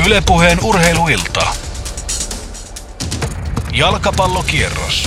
Yle Puheen urheiluilta. Jalkapallokierros.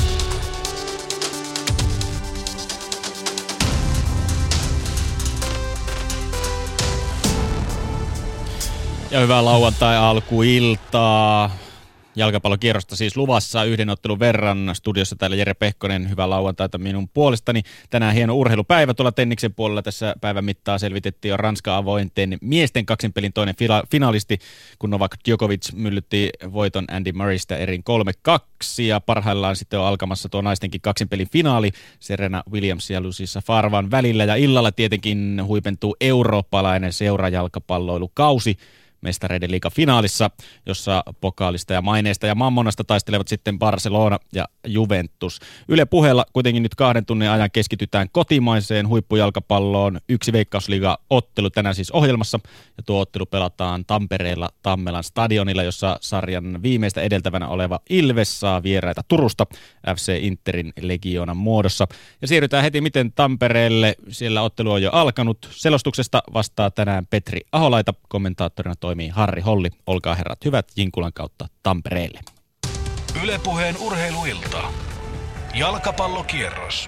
Ja hyvää lauantai-alkuiltaa. Jalkapallokierrosta siis luvassa yhden ottelun verran. Studiossa täällä Jere Pehkonen. Hyvää lauantaita minun puolestani. Tänään hieno urheilupäivä tuolla tenniksen puolella. Tässä päivän mittaan selvitettiin jo Ranskan avointen miesten kaksinpelin toinen finalisti, kun Novak Djokovic myllytti voiton Andy Murraystä erin 3-2. Ja parhaillaan sitten on alkamassa tuo naistenkin kaksinpelin finaali Serena Williams ja Lucy Safarovan välillä. Ja illalla tietenkin huipentuu eurooppalainen seurajalkapalloilukausi Mestareiden liigan finaalissa, jossa pokaalista ja maineesta ja mammonasta taistelevat sitten Barcelona ja Juventus. Yle Puheella kuitenkin nyt 2 tunnin ajan keskitytään kotimaiseen huippujalkapalloon. Yksi Veikkausliiga-ottelu tänään siis ohjelmassa, ja tuo ottelu pelataan Tampereella Tammelan stadionilla, jossa sarjan viimeistä edeltävänä oleva Ilves saa vieraita Turusta FC Interin Legionan muodossa. Ja siirrytään heti miten Tampereelle. Siellä ottelu on jo alkanut. Selostuksesta vastaa tänään Petri Aholaita, kommentaattorina toimii Harri Holli. Olkaa herrat hyvät Jinkulan kautta Tampereelle. Yle Puheen urheiluilta. Jalkapallokierros.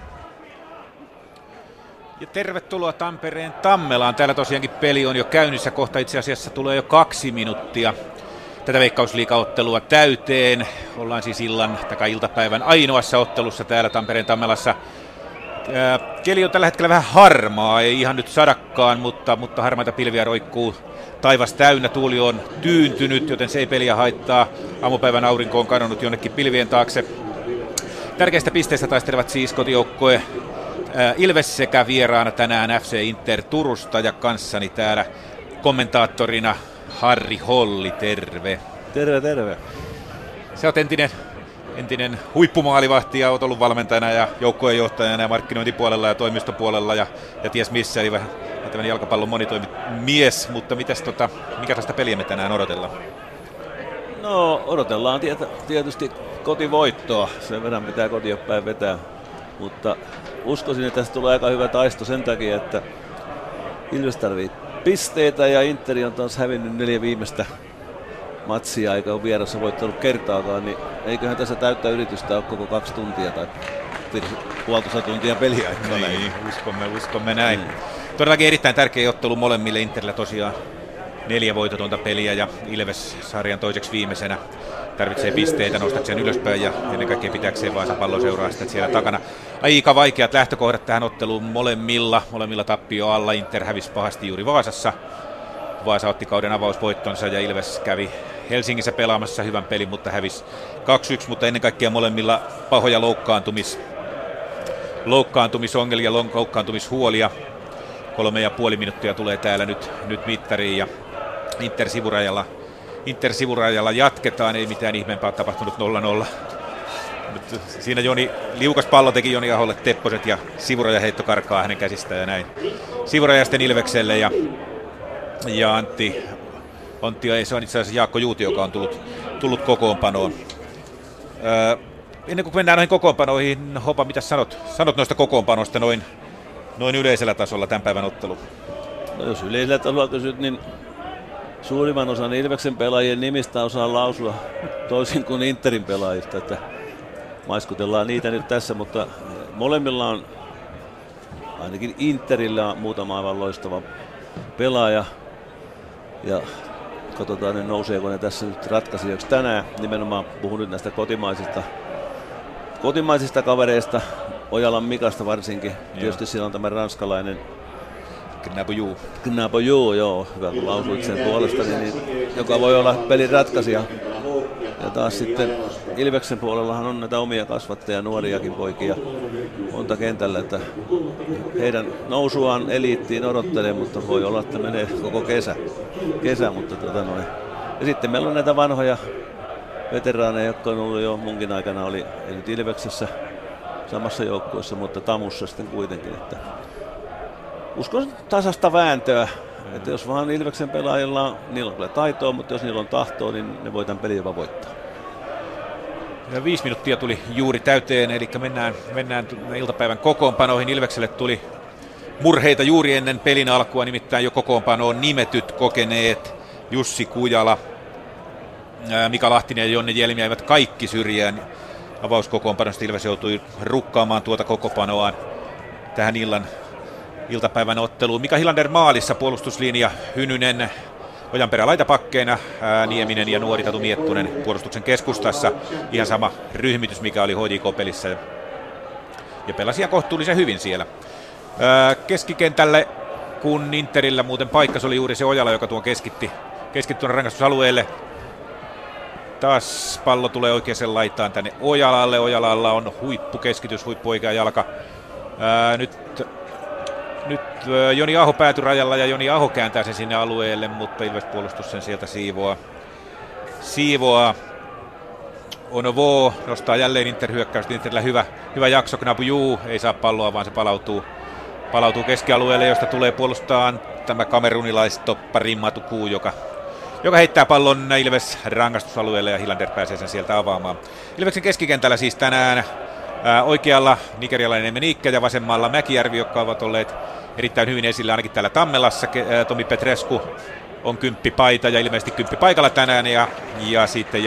Ja tervetuloa Tampereen Tammelaan. Täällä tosiaankin peli on jo käynnissä. Kohta itse asiassa tulee jo 2 minuuttia tätä Veikkausliigaottelua täyteen. Ollaan siis iltapäivän ainoassa ottelussa täällä Tampereen Tammelassa. Keli on tällä hetkellä vähän harmaa, ei ihan nyt sadakkaan, mutta harmaita pilviä roikkuu taivas täynnä. Tuuli on tyyntynyt, joten se ei peliä haittaa. Aamupäivän aurinko on kadonnut jonnekin pilvien taakse. Tärkeistä pisteistä taistelevat siis kotijoukkue Ilves sekä vieraana tänään FC Inter Turusta, ja kanssani täällä kommentaattorina Harri Holli, terve. Terve. Sä oot entinen huippumaalivahti ja oot ollut valmentajana ja joukkueenjohtajana ja markkinointipuolella ja toimistopuolella ja ties missä, eli vähän tämmöinen jalkapallon monitoimimies, mutta minkälaista peliä me tänään odotellaan? No odotellaan tietysti kotivoittoa, sen verran pitää kotiin päin vetää, mutta uskoisin, että tästä tulee aika hyvä taisto sen takia, että Ilves tarvii pisteitä ja Interi on taas hävinnyt 4 viimeistä matsia, eikä ole vierassa voittanut kertaakaan, niin eiköhän tässä täyttä yritystä ole koko 2 tuntia tai 1,5 tuntia peliaikaa. Niin, uskomme näin. Todellakin erittäin tärkeä ottelu molemmille. Interillä tosiaan 4 voitotonta peliä ja Ilves sarjan toiseksi viimeisenä tarvitsee pisteitä nostakseen ylöspäin ja ennen kaikkea pitääkseen Vaasan Palloseuraa sitten siellä takana. Aika vaikeat lähtökohdat tähän otteluun molemmilla tappio alla. Inter hävisi pahasti juuri Vaasassa. Vaasa otti kauden avausvoittonsa ja Ilves kävi Helsingissä pelaamassa hyvän pelin, mutta hävisi 2-1, mutta ennen kaikkea molemmilla pahoja loukkaantumisongelmia, loukkaantumishuolia. 3,5 minuuttia tulee täällä nyt mittariin ja Inter sivurajalla jatketaan, ei mitään ihmeempää tapahtunut 0-0. Nyt siinä liukas pallo teki Joni Aholle tepposet ja sivurajaheitto karkaa hänen käsistään ja näin. Sivuraja sitten Ilvekselle ja Antti, se on itse asiassa Jaakko Juuti, joka on tullut kokoonpanoon. Ennen kuin mennään noihin kokoonpanoihin, Hopa, mitä sanot noista kokoonpanoista noin yleisellä tasolla tämän päivän otteluun? No jos yleisellä tasolla kysyt, niin suurimman osan Ilveksen pelaajien nimistä osaa lausua toisin kuin Interin pelaajista, että maiskutellaan niitä nyt tässä, mutta molemmilla on, ainakin Interillä on muutama aivan loistava pelaaja, ja katsotaan nyt nouseeko ne tässä nyt ratkaisijoiksi tänään. Nimenomaan puhun nyt näistä kotimaisista kavereista, Ojalan Mikasta varsinkin. Joo. Tietysti siellä on tämä ranskalainen Gnabry, joo, hyvä kun lausuit sen puolestani, niin, joka voi olla pelin ratkaisija. Ja taas sitten Ilveksen puolellahan on näitä omia kasvattajia, nuoriakin poikia monta kentällä, että heidän nousuaan eliittiin odottelee, mutta voi olla, että menee koko kesä, mutta Ja sitten meillä on näitä vanhoja veteraaneja, jotka on ollut jo munkin aikana, oli nyt Ilveksessä samassa joukkueessa, mutta Tamussa sitten kuitenkin, että uskon tasasta vääntöä, että jos vaan Ilveksen pelaajilla niillä on kyllä taitoa, mutta jos niillä on tahtoa, niin ne voi tämän pelin jopa voittaa. Ja 5 minuuttia tuli juuri täyteen, eli mennään iltapäivän kokoonpanoihin. Ilvekselle tuli murheita juuri ennen pelin alkua, nimittäin jo kokoonpanoon nimetyt kokeneet Jussi Kujala, Mika Lahtinen ja Jonne Jelmi jäivät kaikki syrjään avauskokoonpanosta. Ilves joutui rukkaamaan tuota kokopanoaan tähän iltapäivän otteluun. Mika Hilander maalissa, puolustuslinja Hynynen, Ojanperä laitapakkeina, Nieminen ja nuori Tatu Miettunen puolustuksen keskustassa. Ihan sama ryhmitys, mikä oli HJK-pelissä. Ja pelasi ihan kohtuullisen hyvin siellä. Keskikentälle, kun Interillä muuten paikka, se oli juuri se Ojala, joka tuon keskitti tuonne rangaistusalueelle. Taas pallo tulee oikeaan laitaan tänne Ojalalle. Ojalalla on huippukeskitys, huippuoikea jalka. Nyt Joni Aho päätyrajalla ja Joni Aho kääntää sen sinne alueelle, mutta Ilves puolustus sen sieltä siivoaa. Onovo nostaa jälleen Inter-hyökkäystä. Interillä hyvä jakso. Gnabry ei saa palloa, vaan se palautuu keskialueelle, josta tulee puolustaan tämä kamerunilaistoppa Matuku, joka heittää pallon Ilves rangaistusalueelle ja Hilander pääsee sen sieltä avaamaan. Ilveksen keskikentällä siis tänään oikealla nigerialainen Menikke ja vasemmalla Mäkijärvi, jotka ovat olleet erittäin hyvin esillä ainakin täällä Tammelassa. Tomi Petrescu on kymppipaita ja ilmeisesti kymppipaikalla tänään ja sitten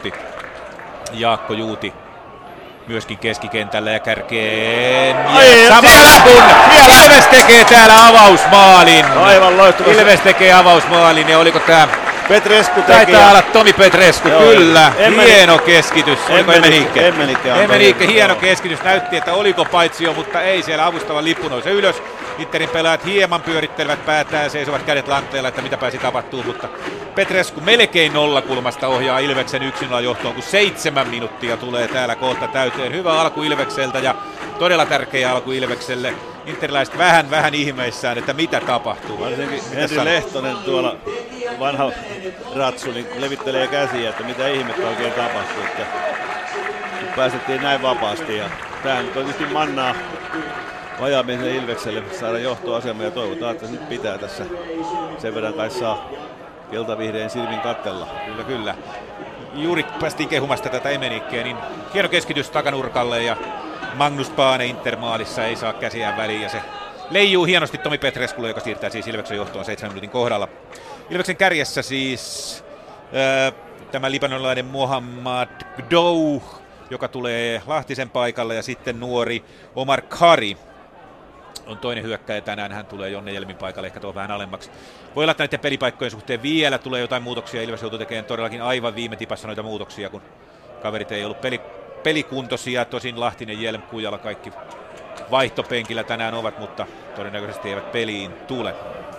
Jaakko Juuti myöskin keskikentällä ja kärkeen. Samalla kun Ilves tekee täällä avausmaalin. Aivan loistava. Ilves tekee avausmaalin ja oliko tämä? Petrescu Taitaa olla Tomi Petrescu, kyllä. Hieno keskitys. Oliko Emenikke, hieno keskitys. Näytti, että oliko paitsio, mutta ei. Siellä avustava lippu nousee ylös. Interin pelaajat hieman pyörittelevät päätään, seisovat kädet lanteella, että mitä pääsi tapahtuu, mutta Petrescu melkein nollakulmasta ohjaa Ilveksen 1-0 johtoon, kun 7 minuuttia tulee täällä kohta täyteen. Hyvä alku Ilvekseltä ja todella tärkeä alku Ilvekselle. Interläiset vähän ihmeissään, että mitä tapahtuu. Varsinkin Henri Lehtonen tuolla, vanha ratsu, niin levittelee käsiä, että mitä ihmettä oikein tapahtuu. Että päästettiin näin vapaasti ja tämä nyt on tietysti mannaa vajaamisen Ilvekselle saada johtoasema ja toivotaan, että nyt pitää tässä sen verran kai saa keltavihreän silmin katsella. Kyllä. Juuri päästiin kehumasta tätä Emenikkeä, niin hieno keskitys takanurkalle ja Magnus Paane Intermaalissa ei saa käsiään väliin ja se leijuu hienosti Tomi Petresculle, joka siirtää siis Ilveksen johtoon 7 minuutin kohdalla. Ilveksen kärjessä siis tämä libanonilainen Mohammad Gdou, joka tulee Lahtisen paikalle ja sitten nuori Omar Kari on toinen hyökkäjä tänään. Hän tulee Jonne Jelmin paikalle, ehkä tuo vähän alemmaksi. Voi olla, että näiden pelipaikkojen suhteen vielä tulee jotain muutoksia. Ilves joutuu tekemään todellakin aivan viime tipassa noita muutoksia, kun kaverit ei ollut pelikuntoisia. Tosin Lahtinen, Jelm, Kujala kaikki vaihtopenkillä tänään ovat, mutta todennäköisesti eivät peliin tule.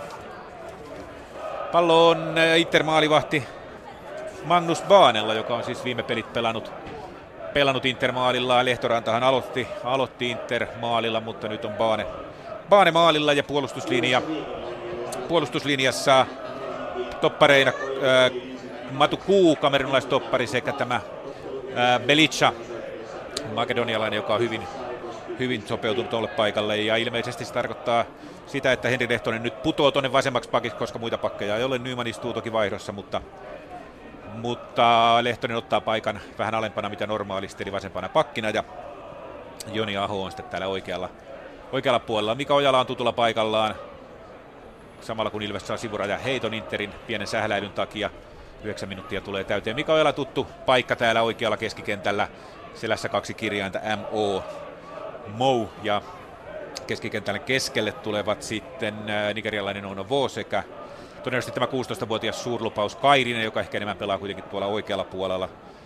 Pallo on Inter-maalivahti Magnus Baanella, joka on siis viime pelit pelannut Inter-maalilla. Lehtorantahan aloitti Inter-maalilla, mutta nyt on Baane maalilla ja puolustuslinjassa toppareina Matuku, kamerunilaistoppari, sekä tämä Belica, makedonialainen, joka on hyvin sopeutunut tuolle paikalle. Ja ilmeisesti se tarkoittaa sitä, että Henri Lehtonen nyt putoo tuonne vasemmaksi pakiksi, koska muita pakkeja ei ole. Nyman istuu toki vaihdossa, mutta Lehtonen ottaa paikan vähän alempana mitä normaalisti, eli vasempana pakkina, ja Joni Aho on sitten täällä oikealla puolella. Mika Ojala on tutulla paikallaan, samalla kun Ilves saa sivurajan heiton Interin pienen sähläilyn takia. 9 minuuttia tulee täyteen. Mika Ojala tuttu paikka täällä oikealla keskikentällä, selässä 2 kirjainta Mo, ja keskikentälle keskelle tulevat sitten nigerialainen Onovo sekä todennäköisesti tämä 16-vuotias suurlupaus Kairinen, joka ehkä enemmän pelaa kuitenkin tuolla oikealla puolella.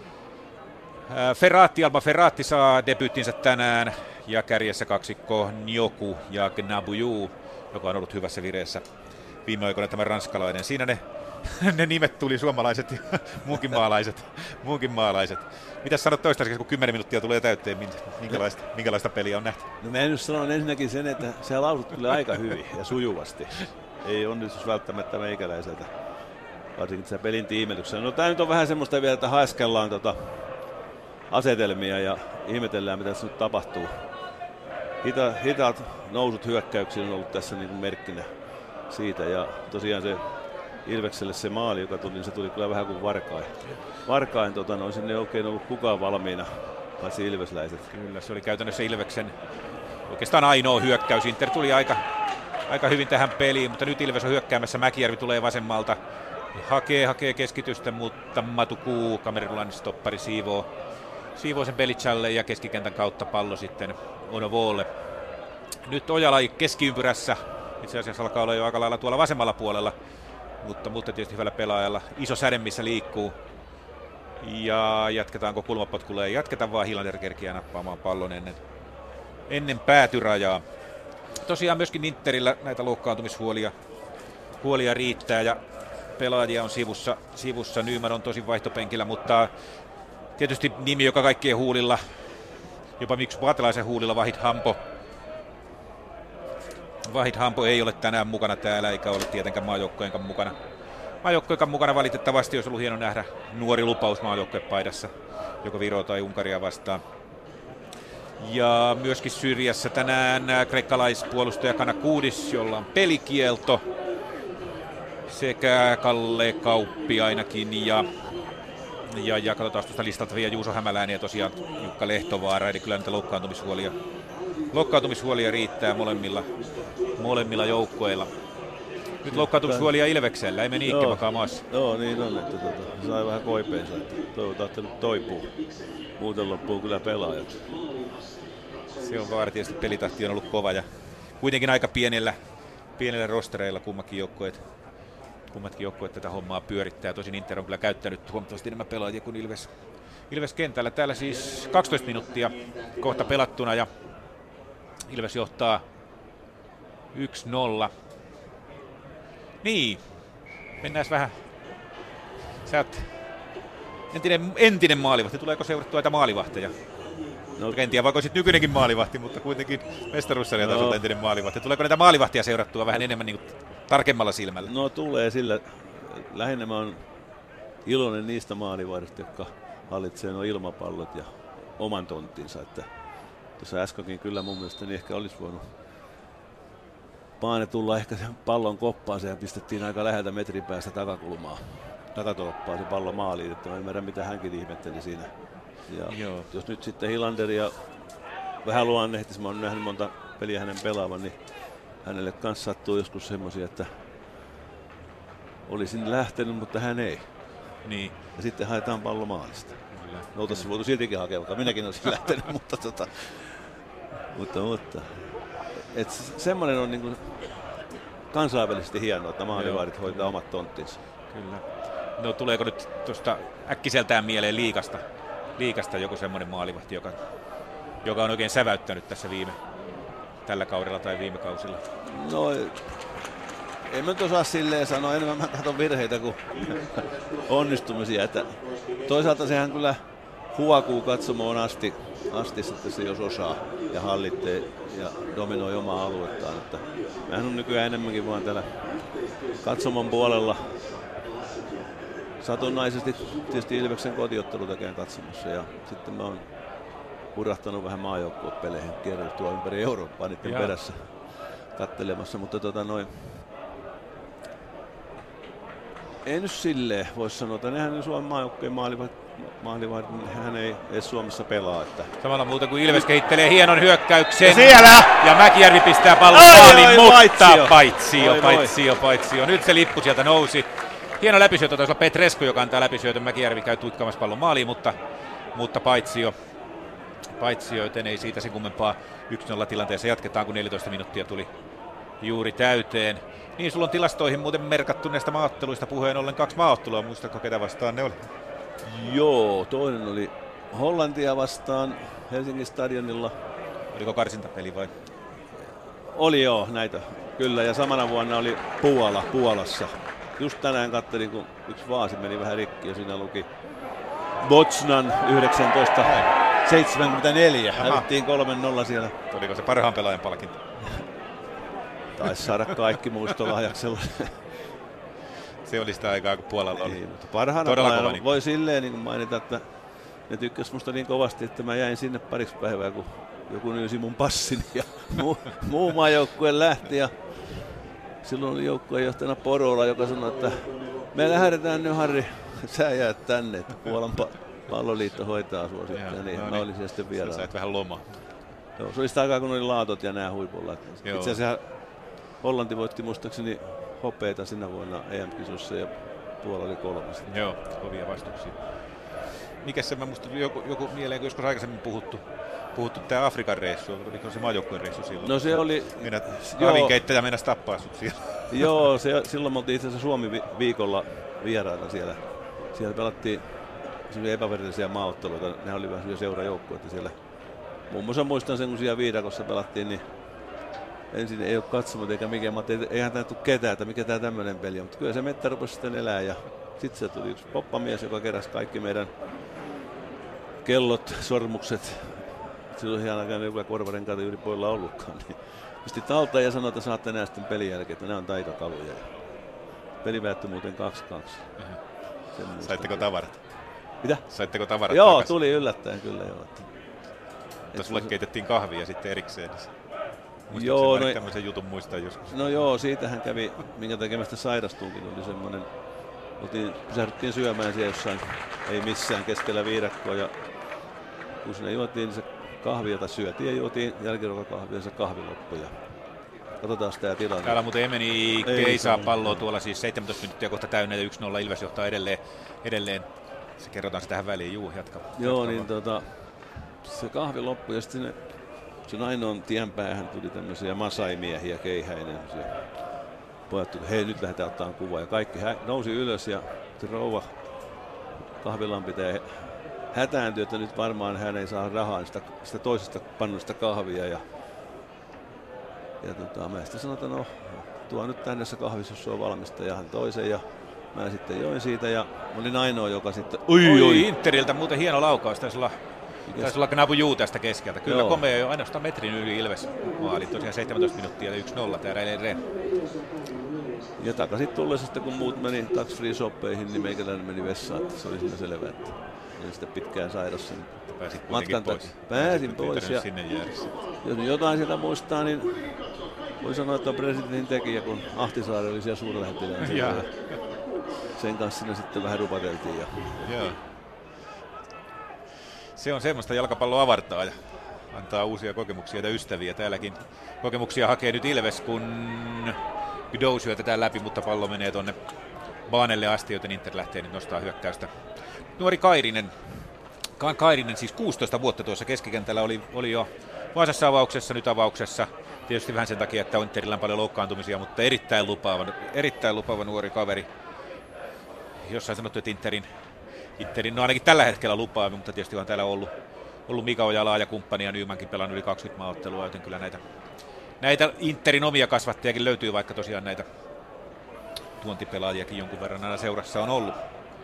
Alba Ferratti saa debyyttinsä tänään ja kärjessä kaksikko Njoku ja Gnabry, joka on ollut hyvässä vireessä viime aikoina tämä ranskalainen. Siinä ne nimet tuli, suomalaiset ja muunkin maalaiset. Mitäs sanot toistaiseksi, kun 10 minuuttia tulee täyteen, minkälaista peliä on nähty? No mä nyt sanon ensinnäkin sen, että se lausut kyllä aika hyvin ja sujuvasti. Ei onnistus välttämättä meikäläiseltä, varsinkin tässä pelin tiimellyksessä. No tää nyt on vähän semmoista vielä, että haeskellaan asetelmia ja ihmetellään mitä tässä nyt tapahtuu. Hitaat nousut hyökkäyksiin on ollut tässä niin merkkinä siitä, ja tosiaan se Ilvekselle se maali, joka tuli, niin se tuli kyllä vähän kuin Varkain sinne ei oikein ollut kukaan valmiina, paitsi ilvesläiset. Kyllä, se oli käytännössä Ilveksen oikeastaan ainoa hyökkäys. Inter tuli aika hyvin tähän peliin, mutta nyt Ilves on hyökkäämässä. Mäkijärvi tulee vasemmalta Hakee keskitystä, mutta Matukuu, Kamerulainen stoppari, siivoo sen Belicalle ja keskikentän kautta pallo sitten Onovolle. Nyt Ojala keskiympyrässä, itse asiassa alkaa olla jo aika lailla tuolla vasemmalla puolella, mutta tietysti hyvällä pelaajalla. Iso säde, missä liikkuu. Ja jatketaanko kulmapotkulle? Jatketaan vaan, Hilander kerkiää nappaamaan pallon ennen päätyrajaa. Tosiaan myöskin Interillä näitä loukkaantumishuolia riittää ja pelaajia on sivussa. Nyman on tosi vaihtopenkillä, mutta tietysti nimi, joka kaikkien huulilla, jopa Miksu Paatelaisen huulilla, Vahid Hampo ei ole tänään mukana täällä, eikä ole tietenkään maajoukkojenkaan mukana valitettavasti. Olisi ollut hieno nähdä nuori lupaus maajoukkuepaidassa, joko Viroa tai Unkaria vastaan. Ja myöskin syrjässä tänään kreikkalaispuolustaja Kanakoudis, jolla on pelikielto, sekä Kalle Kauppi ainakin, ja katsotaan tuosta listalta vielä Juuso Hämäläinen ja tosiaan Jukka Lehtovaara, eli kyllä niitä loukkaantumishuolia riittää molemmilla joukkoilla. Nyt loukkaantumishuolia Ilveksellä, ei meni Ikke vakaa maassa. Joo, niin on, että sai vähän koipeensa, että toivotaan, että nyt toipuu. Muuten loppuu kyllä pelaajat. Se on vaara, tietysti pelitahti on ollut kova ja kuitenkin aika pienellä rostereilla kummatkin joukkueet tätä hommaa pyörittää. Tosin Inter on kyllä käyttänyt huomattavasti enemmän pelaajia kuin Ilves kentällä. Täällä siis 12 minuuttia kohta pelattuna ja Ilves johtaa 1-0. Niin, mennään vähän. Sä oot entinen maalivahti. Tuleeko seurattua näitä maalivahteja? No, en tiedä, vaikka olisit nykyinenkin maalivahti, mutta kuitenkin mestaruussarjan tasolta entinen maalivahti. Tuleeko näitä maalivahtia seurattua vähän enemmän niin kuin tarkemmalla silmällä? No tulee sillä. Lähinnä mä oon iloinen niistä maalivahdista, jotka hallitsee nuo ilmapallot ja oman tonttinsa. Että tuossa äskenkin kyllä mun mielestä niin ehkä olisi voinut Paane tulla ehkä sen pallon koppaan, sehän pistettiin aika läheltä metrin päästä takatolppaa se pallo maaliin, että mä ymmärrän mitä hänkin ihmetteli siinä. Ja jos nyt sitten Hilander ja vähän luonnehtis, mä oon nähnyt monta peliä hänen pelaavan, niin hänelle kanssa sattuu joskus semmosia, että olisin lähtenyt, mutta hän ei. Niin. Ja sitten haetaan pallo maalista. No oltaisiin voitu siltikin hakea, vaikka minäkin olisin lähtenyt, mutta et semmoinen on niinku kansainvälisesti hienoa, että maalivahdit hoitaa omat tonttinsa. Kyllä. No tuleeko nyt tuosta äkkiseltään mieleen liigasta joku semmoinen maalivahti, joka on oikein säväyttänyt tässä tällä kaudella tai viime kausilla? No en mä nyt osaa silleen sanoa, enemmän mä katson virheitä kuin onnistumisia. Että toisaalta sehän kyllä huokuu katsomoon asti sitten se jos osaa ja hallitsee ja dominoi omaa aluettaan. Että mähän on nykyään enemmänkin vaan täällä katsomon puolella. Satunnaisesti tietysti Ilveksen kotiotteluta käyn katsomassa ja sitten mä oon hurahtanut vähän maajoukkuepeleihin, kierrettyä ympäri Eurooppaa niiden perässä kattelemassa, mutta ei nyt silleen voisi sanoa, että nehän Suomen maajoukkueen maalivahdit, hän ei edes Suomessa pelaa. Että. Samalla muuta kuin Ilves kehittelee hienon hyökkäyksen. Ja Mäkijärvi pistää pallon maaliin, mutta paitsio. Nyt se lippu sieltä nousi. Hieno läpisyötö, taisi olla Petrescu, joka antaa läpisyötön. Mäkijärvi käy tuikkaamassa pallon maaliin, mutta paitsio, joten ei siitä sen kummempaa 1-0 tilanteessa. Jatketaan, kun 14 minuuttia tuli juuri täyteen. Niin, sulla on tilastoihin muuten merkattu näistä maaotteluista puheen ollen 2 maaottelua. Muistatko ketä vastaan ne oli? Joo, toinen oli Hollantia vastaan Helsingin stadionilla. Oliko karsintapeli vai? Oli joo, näitä. Kyllä, ja samana vuonna oli Puolassa. Just tänään katselin, kun yksi vaasi meni vähän rikki ja siinä luki Bocnan 1974. Hävittiin 3-0 siellä. Oliko se parhaan pelaajan palkinto? Taisi saada kaikki muistolahjaksella. Se oli sitä aikaa, kun Puolalla oli. Niin, mutta parhaana pelaajan voi silleen niin mainita, että ne tykkäs musta niin kovasti, että mä jäin sinne pariksi päivää, kun joku nyysi mun passini ja muu maajoukkue lähti. Ja silloin oli joukkueenjohtajana Porola, joka sanoi, että me lähdetään nyt, Harri, sä jäät tänne, että Puolan palloliitto hoitaa sua sitten. Niin, mä olin siellä sitten vieraana. Sä sait vähän lomaa. Joo, se oli sitä aikaa, kun oli Laatot ja nää huipulla. Itse asiassa Hollanti voitti muistaakseni hopeita sinä vuonna EM-kisossa ja tuolla oli 3. Joo, kovia vastuksia. Mikäs se, mä musta joku mieleen, kun joskus aikaisemmin puhuttu tää Afrikan reissu, oliko se maajoukkueen reissu silloin? No se oli... Kahvinkeittäjä meinasi tappaa sut siellä. Joo, silloin me oltiin itse asiassa Suomi-viikolla vieraana siellä. Siellä pelattiin epävirallisia maaotteluita, ne oli vähän seurajoukkueita siellä. Muun muassa muistan sen, kun siellä viidakossa pelattiin, niin ensin ei ole katsomut eikä mikään. Mä ajattelin, eihän tää tule ketään, että mikä tää tämmönen peli on. Mutta kyllä se mettä rupesi sitten elää ja sitten se tuli yksi poppamies, joka keräsi kaikki meidän kellot, sormukset. Silloin ihan aikaan joku korvarenkaita juuri poilla ollutkaan. Niin pisti talteen ja sanoi, että saatte nää sitten pelin jälkeen, että nämä on taikakaluja. Peli päättyi muuten 2-2. Saitteko tavarat? Mitä? Saitteko tavarat Joo, takaisin? tuli yllättäen kyllä joo. Mutta sulle keitettiin kahvia sitten erikseen. Joo, no, tämmöisen jutun muistaa joskus. No joo, siitähän kävi, minkä takia mä sitä sairastuinkin, oli semmoinen, pysähdyttiin syömään siellä jossain, ei missään keskellä viidakkoa, ja kun sinne juotiin, niin se kahvi, jota syötiin ja juotiin jälkiruokakahvia, se kahvi loppui. Katsotaan sitä tilanne. Täällä muuten Emeni keisaa palloa tuolla siis 17 minuuttia kohta täynnä ja 1-0 Ilves johtaa edelleen. Se kerrotaan se tähän väliin, jatka. Joo, niin se kahvi loppui ja sitten sen ainoan tien päähän tuli tämmöisiä masaimiehiä, keihäinen. Pojat tuli, hei nyt lähdetään ottaa kuvaa ja kaikki nousi ylös ja rouva kahvilan pitää hätääntyä, että nyt varmaan hän ei saa rahaa sitä toisesta pannusta kahvia. Ja mä sitten sanoin, että no tuo nyt tänne se kahvis, jos se on valmista, ja hän toisen ja mä sitten join siitä ja olin ainoa, joka sitten... Oi, Interiltä muuten hieno laukaus, taisi olla Knabu Juu tästä keskeltä. Kyllä joo. Komea jo ainoastaan metrin yli Ilves maali, tosiaan 17 minuuttia ja 1-0 tää edelleen. Ja takaisin tullessa sitten kun muut meni tax free shoppeihin, niin meikäläinen meni vessaan, että se oli siinä selvä, että olin sitten pitkään sairas sen matkan takia. Pääsin pois ja jos jotain sieltä muistaa, niin voi sanoa, että on presidentin tekijä, kun Ahtisaari oli siellä suurlähettilään. Sen kanssa sinne sitten vähän rupateltiin. Joo. Se on semmoista, jalkapallo avartaa ja antaa uusia kokemuksia ja ystäviä. Täälläkin kokemuksia hakee nyt Ilves, kun Gdou syötetään läpi, mutta pallo menee tonne Baanelle asti, joten Inter lähtee nyt nostaa hyökkäystä. Nuori Kairinen siis 16 vuotta tuossa keskikentällä oli jo Vaasassa avauksessa, nyt avauksessa. Tietysti vähän sen takia, että Interillä on paljon loukkaantumisia, mutta erittäin lupaava nuori kaveri. Jossain sanottu, että Interin no ainakin tällä hetkellä lupaava, mutta tietysti on täällä ollut Mika Ojalaa ja kumppania, Nymankin pelannut yli 20 maaottelua, joten kyllä näitä Interin omia kasvattajakin löytyy, vaikka tosiaan näitä tuontipelaajiakin jonkun verran aina seurassa on ollut.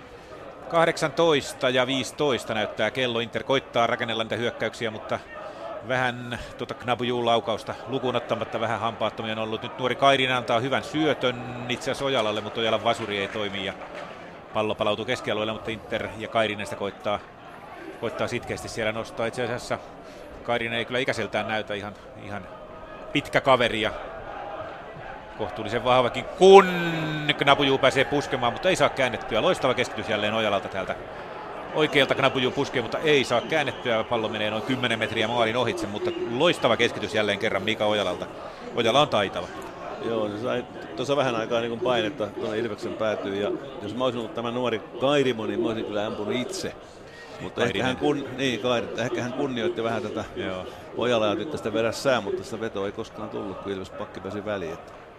18 ja 15 näyttää kello. Inter koittaa rakennella niitä hyökkäyksiä, mutta vähän Knabu Juun laukausta lukuun ottamatta vähän hampaattomia on ollut. Nyt nuori Kairinen antaa hyvän syötön itse asiassa Ojalalle, mutta Ojalan vasuri ei toimi ja pallo palautuu keskialueelle, mutta Inter ja Kairinen sitä koittaa sitkeästi siellä nostaa. Itse asiassa Kairinen ei kyllä ikäiseltään näytä ihan pitkä kaveri ja kohtuullisen vahvakin, kun Knabu Juu pääsee puskemaan, mutta ei saa käännettyä. Loistava keskitys jälleen Ojalalta täältä. Oikealta Knabu Juu puskee, mutta ei saa käännettyä. Pallo menee noin 10 metriä maalin ohitse, mutta loistava keskitys jälleen kerran Mika Ojalalta. Ojala on taitava. Joo, se sai tuossa vähän aikaa niin painetta tuonne Ilveksen päätyyn. Ja jos mä olisin ollut tämä nuori Kairimo, niin mä olisin kyllä ampunut itse. Mutta ehkä hän kunnioitti vähän tätä Ojalaa ja tyttä sitä verässään, mutta sitä vetoa ei koskaan tullut, kun Ilves pakki pääsi väliin.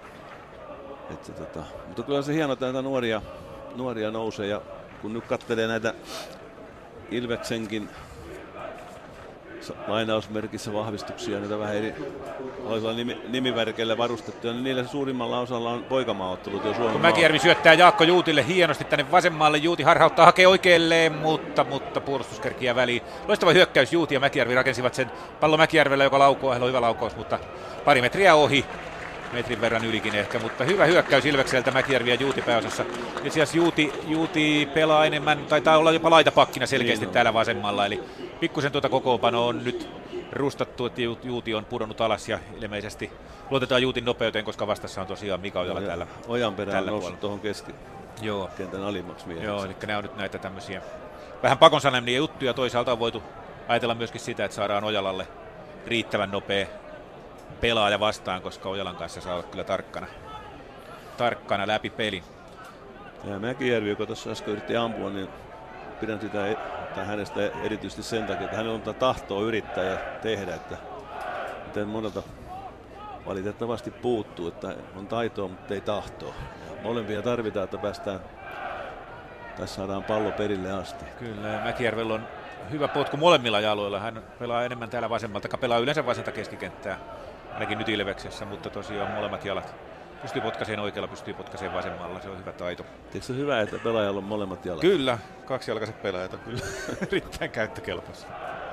Mutta kyllä se hieno, että näitä nuoria nousee ja kun nyt katselee näitä Ilveksenkin lainausmerkissä vahvistuksia, niitä vähän eri nimivärkeillä varustettuja, niin niillä suurimmalla osalla on poikamaaottelut jo Suomen. Mäkijärvi syöttää Jaakko Juutille hienosti tänne vasemmalle. Juuti harhauttaa, hakee oikealleen, mutta puolustus kerkiää väliin. Loistava hyökkäys Juuti ja Mäkijärvi rakensivat sen pallo Mäkijärvellä, joka laukoo, hyvä laukaus, mutta pari metriä ohi. Metrin verran ylikin ehkä, mutta hyvä hyökkäys Ilvekseltä, Mäkijärvi ja Juuti pääosassa. Itse asiassa Juuti pelaa enemmän, taitaa olla jopa laitapakkina selkeästi täällä vasemmalla, eli pikkusen tuota kokoonpano on nyt rustattu, että Juuti on pudonnut alas ja ilmeisesti luotetaan Juutin nopeuteen, koska vastassa on tosiaan Mika Ojala täällä. Ojanperä on noussut tuohon keskikentän alimmaksi mieheksi. Joo, eli nämä on nyt näitä tämmöisiä vähän pakon sanemia juttuja. Toisaalta on voitu ajatella myöskin sitä, että saadaan Ojalalle riittävän nopea pelaaja vastaan, koska Ojalan kanssa saa olla kyllä tarkkana läpi pelin. Ja Mäkijärvi, joka tuossa äsken yritti ampua, niin pidän sitä tai hänestä erityisesti sen takia, että hänellä on tahtoa yrittää ja tehdä, että miten monelta valitettavasti puuttuu, että on taitoa, mutta ei tahtoa. Ja molempia tarvitaan, että päästään, tässä saadaan pallo perille asti. Kyllä, ja Mäkijärvellä on hyvä potku molemmilla jaloilla. Hän pelaa enemmän täällä vasemmalta, pelaa yleensä vasenta keskikenttää, ainakin nyt Ilveksessä, mutta tosiaan molemmat jalat. Pystyy potkaiseen oikealla, pystyy potkaiseen vasemmalla, se on hyvä taito. Eikö se hyvä, että pelaajalla on molemmat jalat? Kyllä, kaksijalkaiset pelaajat on kyllä erittäin käyttökelpoisia.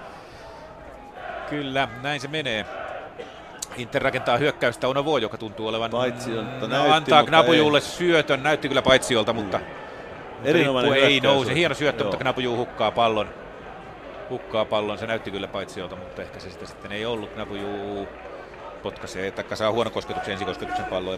Kyllä, näin se menee. Inter rakentaa hyökkäystä, Onovo, joka tuntuu olevan... antaa Knapujulle syötön, näytti kyllä paitsiolta, mutta erinomainen ei nouse. Hieno syöttö, Joo. mutta Knapuju hukkaa pallon. Se näytti kyllä paitsiolta, mutta ehkä se sitä sitten ei ollut. Knapuju potkaisee, taikka saa huonon kosketuksen, ensikosketuksen palloon ja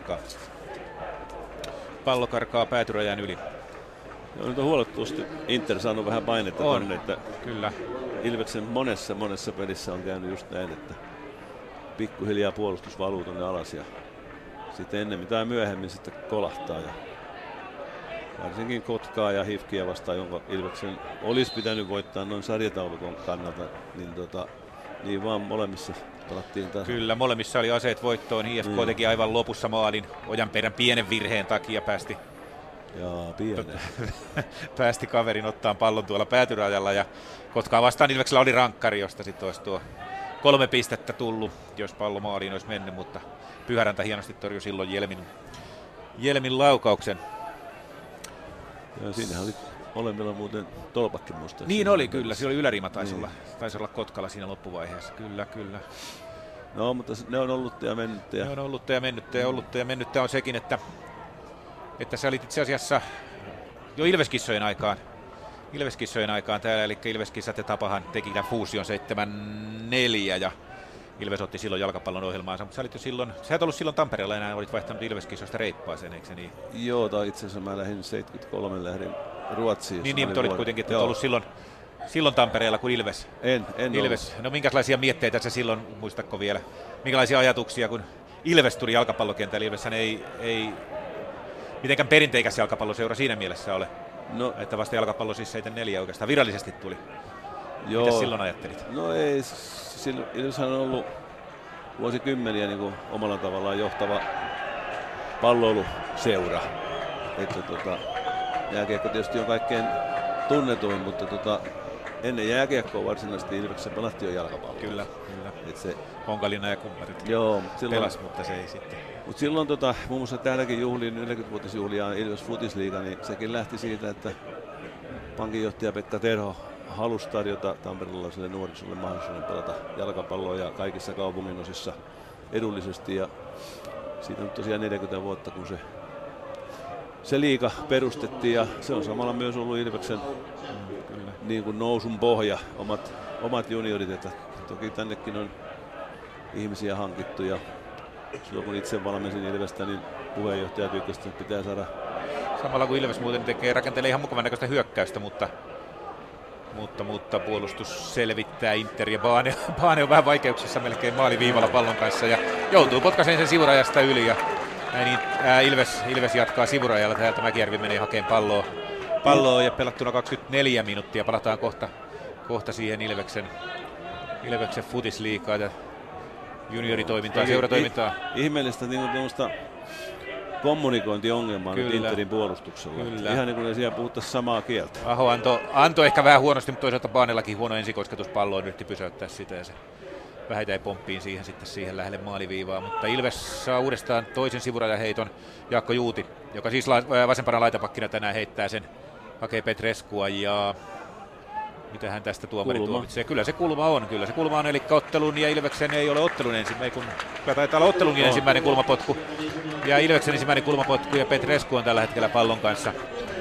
pallo karkaa päätyrajan yli. Joo, nyt on huolettavasti Inter saanut vähän painetta tonne, että kyllä. Ilveksen monessa pelissä on käynyt just näin, että pikkuhiljaa puolustus valuu tonne alas ja sitten ennemmin tai myöhemmin sitten kolahtaa. Ja varsinkin Kotkaa ja Hifkiä vastaan, jonka Ilveksen olisi pitänyt voittaa noin sarjataulukon kannalta, niin vaan molemmissa pelattiin taas. Kyllä, molemmissa oli aseet voittoon. IFK teki aivan lopussa maalin Ojanperän pienen virheen takia päästi kaverin ottaa pallon tuolla päätyrajalla ja Kotkaa vastaan Ilveksellä oli rankkari, josta sitten olisi tuo 3 pistettä tullut, jos pallo maaliin olisi mennyt, mutta Pyhäräntä hienosti torjui silloin Jelmin laukauksen. Ja siinähän oli molemmilla muuten tolpakki musta. Niin oli kyllä, siinä oli yläriima taisi olla Kotkalla siinä loppuvaiheessa, kyllä. No, mutta ne on ollut ja mennyt. Ne on ollut ja mennyt on sekin, että sä olit itse asiassa jo Ilveskissojen aikaan täällä, eli Ilveskissat ja Tapahan teki tämän fuusion 7-4 ja Ilves otti silloin jalkapallon ohjelmaansa, mutta sä et ollut silloin Tampereella enää, olit vaihtanut Ilveskissoista Reippaaseen, eikö se niin? Joo, tai itse asiassa mä lähdin 73 lähdin Ruotsiin. Niin, mutta olit kuitenkin ollut silloin Tampereella kuin Ilves. En Ilves. No minkälaisia mietteitä sä silloin, muistatko vielä, minkälaisia ajatuksia, kun Ilves tuli jalkapallokentällä? Ilveshän ei mitenkään perinteikäs jalkapalloseura siinä mielessä ole. No, että vasta jalkapallo siis 7-4 oikeastaan virallisesti tuli. Joo. Mitä silloin ajattelit? No ei, Ilveshän on ollut vuosikymmeniä niin kuin omalla tavallaan johtava palloiluseura. Että jääkiekko tietysti on kaikkein tunnetuin, mutta ennen jääkiekkoa varsinaisesti Ilveksessä pelattiin jo jalkapalloa. Kyllä. Et se Honkalinna ja kumpparit pelas, mutta se ei sitten. Mutta silloin muun muassa täälläkin juhliin 40-vuotisjuhliaan Ilves Futisliiga, niin sekin lähti siitä, että pankinjohtaja Pekka Terho halusi tarjota tamperelaiselle nuorisolle mahdollisuuden pelata jalkapalloa ja kaikissa kaupunginosissa edullisesti. Ja siitä on tosiaan 40 vuotta, kun se liiga perustettiin ja se on samalla myös ollut Ilveksen niin kuin nousun pohja, omat juniorit, että toki tännekin on ihmisiä hankittu ja silloin kun itse valmensin Ilvestä, niin puheenjohtaja tykkäsi, että pitää saada. Samalla kun Ilves muuten rakentelee ihan mukavan näköistä hyökkäystä, mutta puolustus selvittää Inter ja Baane on vähän vaikeuksissa melkein maaliviivalla pallon kanssa ja joutuu potkaiseen sen sivurajasta yli ja näin Ilves jatkaa sivurajalla täältä. Mäkijärvi menee hakemaan palloa ja pelattuna 24 minuuttia. Palataan kohta siihen Ilveksen Futisliigaan ja junioritoimintaa, seuratoimintaa. Ihmeellistä niin kuin kommunikointiongelmaa nyt Interin puolustuksella. Kyllä. Ihan niin kuin ei siellä puhuttaisi samaa kieltä. Aho antoi ehkä vähän huonosti, mutta toisaalta Baanellakin huono ensikosketus palloon, yritti pysäyttää sitä ja se vähän jäi pomppiin siihen lähelle maaliviivaa, mutta Ilves saa uudestaan toisen sivurajaheiton. Jaakko Juuti, joka siis vasempana laitapakkina tänään heittää sen, hakee Petreskua ja mitä hän tästä tuomari tuomitsee. Kyllä se kulma on, eli ottelun ja Ilveksen ei ole ottelun ensimmäinen, kun taitaa olla ottelunkin ensimmäinen kulmapotku. Ja Ilveksen ensimmäinen kulmapotku ja Petrescu on tällä hetkellä pallon kanssa.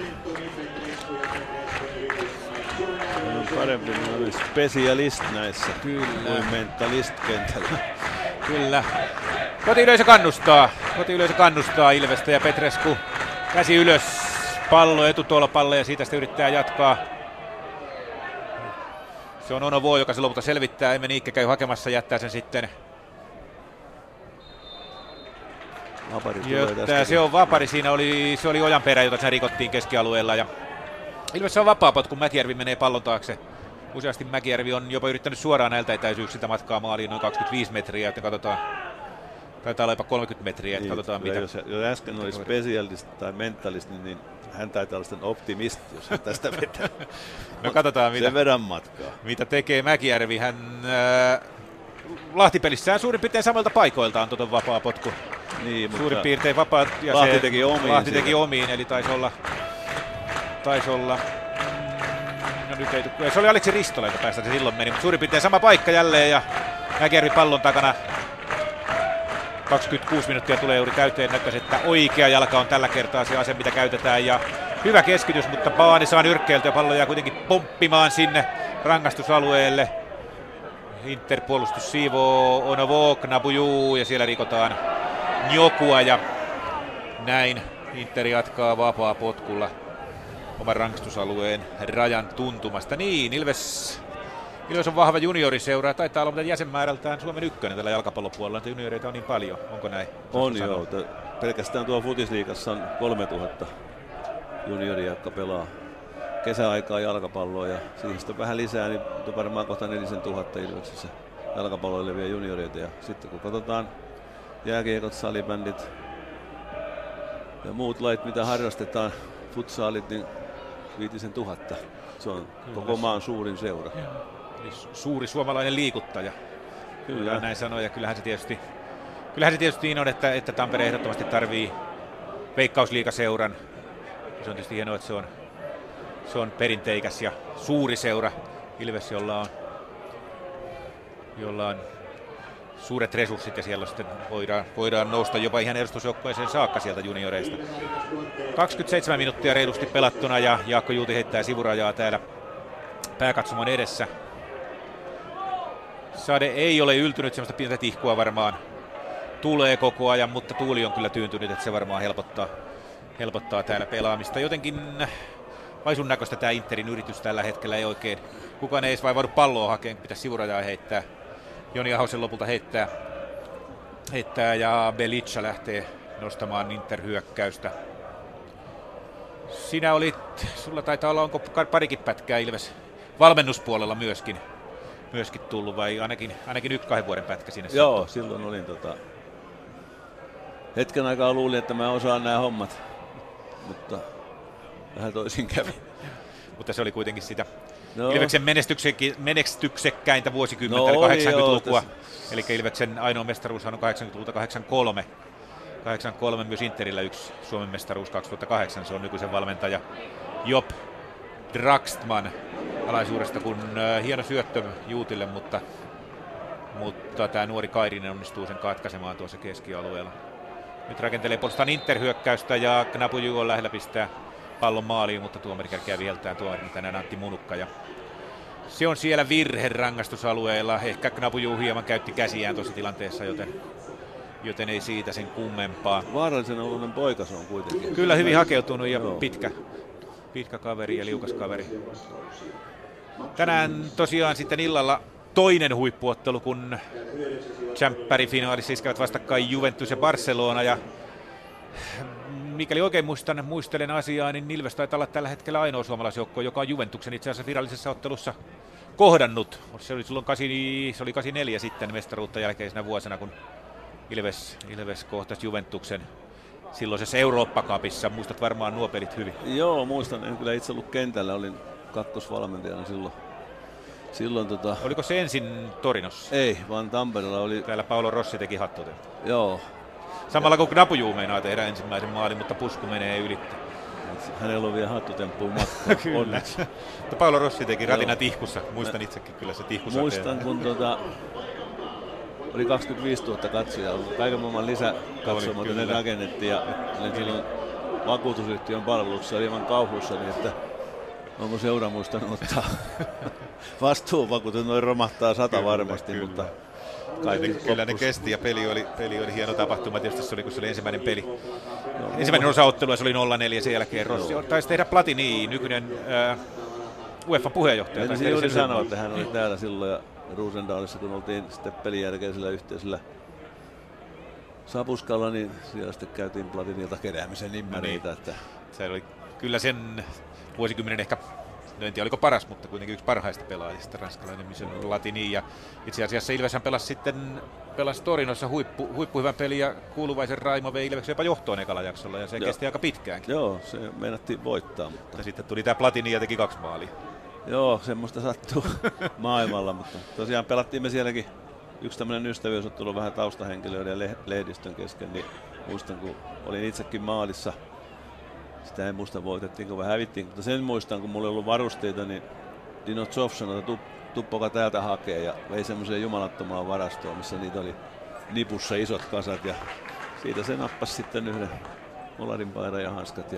Parempi specialist näissä kuin mentalist kentällä. Kyllä. Kotiyleisö kannustaa Ilvestä ja Petrescu käsi ylös, pallo etutolpalle ja siitä sitten yrittää jatkaa. Se on Onovo, joka se lopulta selvittää. Emme Niikke käy hakemassa, jättää sen sitten. Vapari tulee tästä. Se on vapari, se oli Ojanperä, jota siinä rikottiin keskialueella. Ja ilmeisesti se on vapaa kun Mäkijärvi menee pallon taakse. Useasti Mäkijärvi on jopa yrittänyt suoraan näiltä etäisyyksiltä matkaa maaliin noin 25 metriä, että katsotaan. Taitaa olla jopa 30 metriä, että katsotaan mitä. Jos äsken oli spesialisti tai mentalisti, niin hän taitaa olla sitten optimisti, jos hän tästä vetää. No katsotaan sen verran matkaa. Mitä tekee Mäkijärvi. Hän Lahtipelissään suurin piirtein samalta paikoilta on tuon vapaa potku. Niin, suurin piirtein vapaa. Ja Lahti teki omiin. Lahti teki omiin, eli taisi olla. No nyt ei, se oli Aleksi Ristola, joka päästä se silloin meni, mutta suurin piirtein sama paikka jälleen ja Mäkijärvi pallon takana. 26 minuuttia tulee juuri täyteen, näyttäisi, että oikea jalka on tällä kertaa se ase, mitä käytetään. Ja hyvä keskitys, mutta Baani saa nyrkkeiltä ja pallo jää kuitenkin pomppimaan sinne rangaistusalueelle. Interpuolustus siivoo Onovok, Nabujuu ja siellä rikotaan Njokua ja näin Inter jatkaa vapaa potkulla oman rangaistusalueen rajan tuntumasta. Niin, Ilves on vahva junioriseura, taitaa olla jäsenmäärältään Suomen ykkönen tällä jalkapallopuolella, että junioreita on niin paljon, onko näin? On joo, pelkästään tuo Futisliigassa on 3000 junioria, jotka pelaa kesäaikaa jalkapalloa ja siihen sitten vähän lisää, niin varmaan kohta 4000 Ilveksessä jalkapalloilla olevia junioreita. Ja sitten kun katsotaan jääkiekot, salibändit ja muut lait, mitä harrastetaan, futsaalit, niin 5000. Se on koko maan suurin seura. Eli suuri suomalainen liikuttaja. Kyllä näin sanoi, ja kyllähän se tietysti niin on, että Tampere ehdottomasti tarvii Veikkausliigaseuran. Se on tietysti hienoa, että se on perinteikäs ja suuri seura. Ilves, jolla on suuret resurssit ja siellä sitten voidaan nousta jopa ihan edustusjoukkueeseen saakka sieltä junioreista. 27 minuuttia reilusti pelattuna ja Jaakko Juuti heittää sivurajaa täällä pääkatsomon edessä. Sade ei ole yltynyt, semmoista pientä tihkua varmaan tulee koko ajan, mutta tuuli on kyllä tyyntynyt, että se varmaan helpottaa täällä pelaamista. Jotenkin vaisun näköistä tämä Interin yritys tällä hetkellä ei oikein. Kukaan ei edes vaivaudu palloa hakeen, pitäisi sivurajaa heittää. Joni Ahosen lopulta heittää ja Belica lähtee nostamaan Inter-hyökkäystä. Sulla taitaa olla, onko parikin pätkää Ilves valmennuspuolella myöskin tullut vai ainakin 1-2 vuoden pätkä siinä? Joo, silloin olin hetken aikaa luulin, että mä osaan nämä hommat, mutta vähän toisin kävi. Mutta se oli kuitenkin sitä Ilveksen menestyksekkäintä vuosikymmentä, eli 80-lukua. Eli Ilveksen ainoa mestaruushan on 80-luvulta 83. 83 myös Interillä yksi Suomen mestaruus 2008. Se on nykyisen valmentaja Job Draxtman alaisuudesta, kun hieno syöttö Juutille, mutta tämä nuori Kairinen onnistuu sen katkaisemaan tuossa keskialueella. Nyt rakentelee puolestaan Inter-hyökkäystä ja Knapuju on lähellä pistää pallon maaliin, mutta tuomari kärkeä viheltään tuomarin tänään Antti Munukka. Ja se on siellä virhe rangaistusalueella. Ehkä Knapuju hieman käytti käsiään tuossa tilanteessa, joten ei siitä sen kummempaa. Vaarallisen oloinen poika se on kuitenkin. Kyllä hyvin hakeutunut ja pitkä kaveri ja liukas kaveri. Tänään tosiaan sitten illalla toinen huippuottelu, kun Champions-finaalissa iskevät vastakkain Juventus ja Barcelona. Ja mikäli oikein muistelen asiaa, niin Ilves taitaa olla tällä hetkellä ainoa suomalaisjoukko, joka on Juventuksen itse asiassa virallisessa ottelussa kohdannut. Se oli silloin 84 sitten mestaruutta jälkeisenä vuosina, kun Ilves kohtasi Juventuksen silloisessa Eurooppa-cupissa. Muistat varmaan nuo pelit hyvin. Joo, muistan. En kyllä itse ollut kentällä. Olin kakkosvalmentajana silloin Oliko se ensin Torinossa? Ei, vaan Tampereella oli. Täällä Paolo Rossi teki hattuteen. Joo. Samalla kun Knapuju meinaa tehdä ensimmäisen maalin, mutta pusku menee ylitte. Hänellä on vielä hattutemppuun matkaa. Kyllä. Mutta Paolo Rossi teki ratina tihkussa. Muistan itsekin kyllä se tihkussa. Muistan, kun oli 25 000 katsojaa. Kaiken maailman lisäkatsomat ne rakennettiin ja silloin vakuutusyhtiön palveluksessa oli hieman kauhuissa, niin että onko seura muistanut ottaa vastuuvakuutus, noin romahtaa 100 varmasti, kyllä. Mutta kyllä ne kesti ja peli oli hieno tapahtuma. Tietysti se oli, kun se oli ensimmäinen peli. Ensimmäinen osaottelu ja se oli 0-4 sen jälkeen Rossi. Taisi tehdä Platini, nykyinen UEFA puheenjohtaja. Eli se juuri sanoi, että hän oli täällä silloin ja Roosendaalissa, kun oltiin sitten pelin jälkeisellä yhteisellä Sapuskalla, niin siellä sitten käytiin Platinilta keräämisen nimmäreitä. Että se oli kyllä sen vuosikymmenen ehkä, en tiedä oliko paras, mutta kuitenkin yksi parhaista pelaajista, ranskalainen Michel Platini. Ja itse asiassa Ilveshän pelasi Torinossa huippuhyvän pelin ja Kuuluvaisen Raimo vei Ilveksen jopa johtoon ekalla jaksolla ja se kesti aika pitkäänkin. Joo, se meinattiin voittaa. Mutta sitten tuli tämä Platini ja teki 2 maalia. Joo, semmoista sattuu maailmalla, mutta tosiaan pelattiin me sielläkin yksi tämmöinen ystävyysottelu vähän taustahenkilöiden ja lehdistön kesken, niin muistan kun olin itsekin maalissa, sitä en muista voitettiinko vai hävittiin, mutta sen muistan kun mulla ei ollut varusteita, niin Dino Zoff sanoi, että tuppoka täältä hakee ja vei semmoiseen jumalattomaan varastoon, missä niitä oli nipussa isot kasat ja siitä se nappasi sitten yhden molarin paidan ja hanskat ja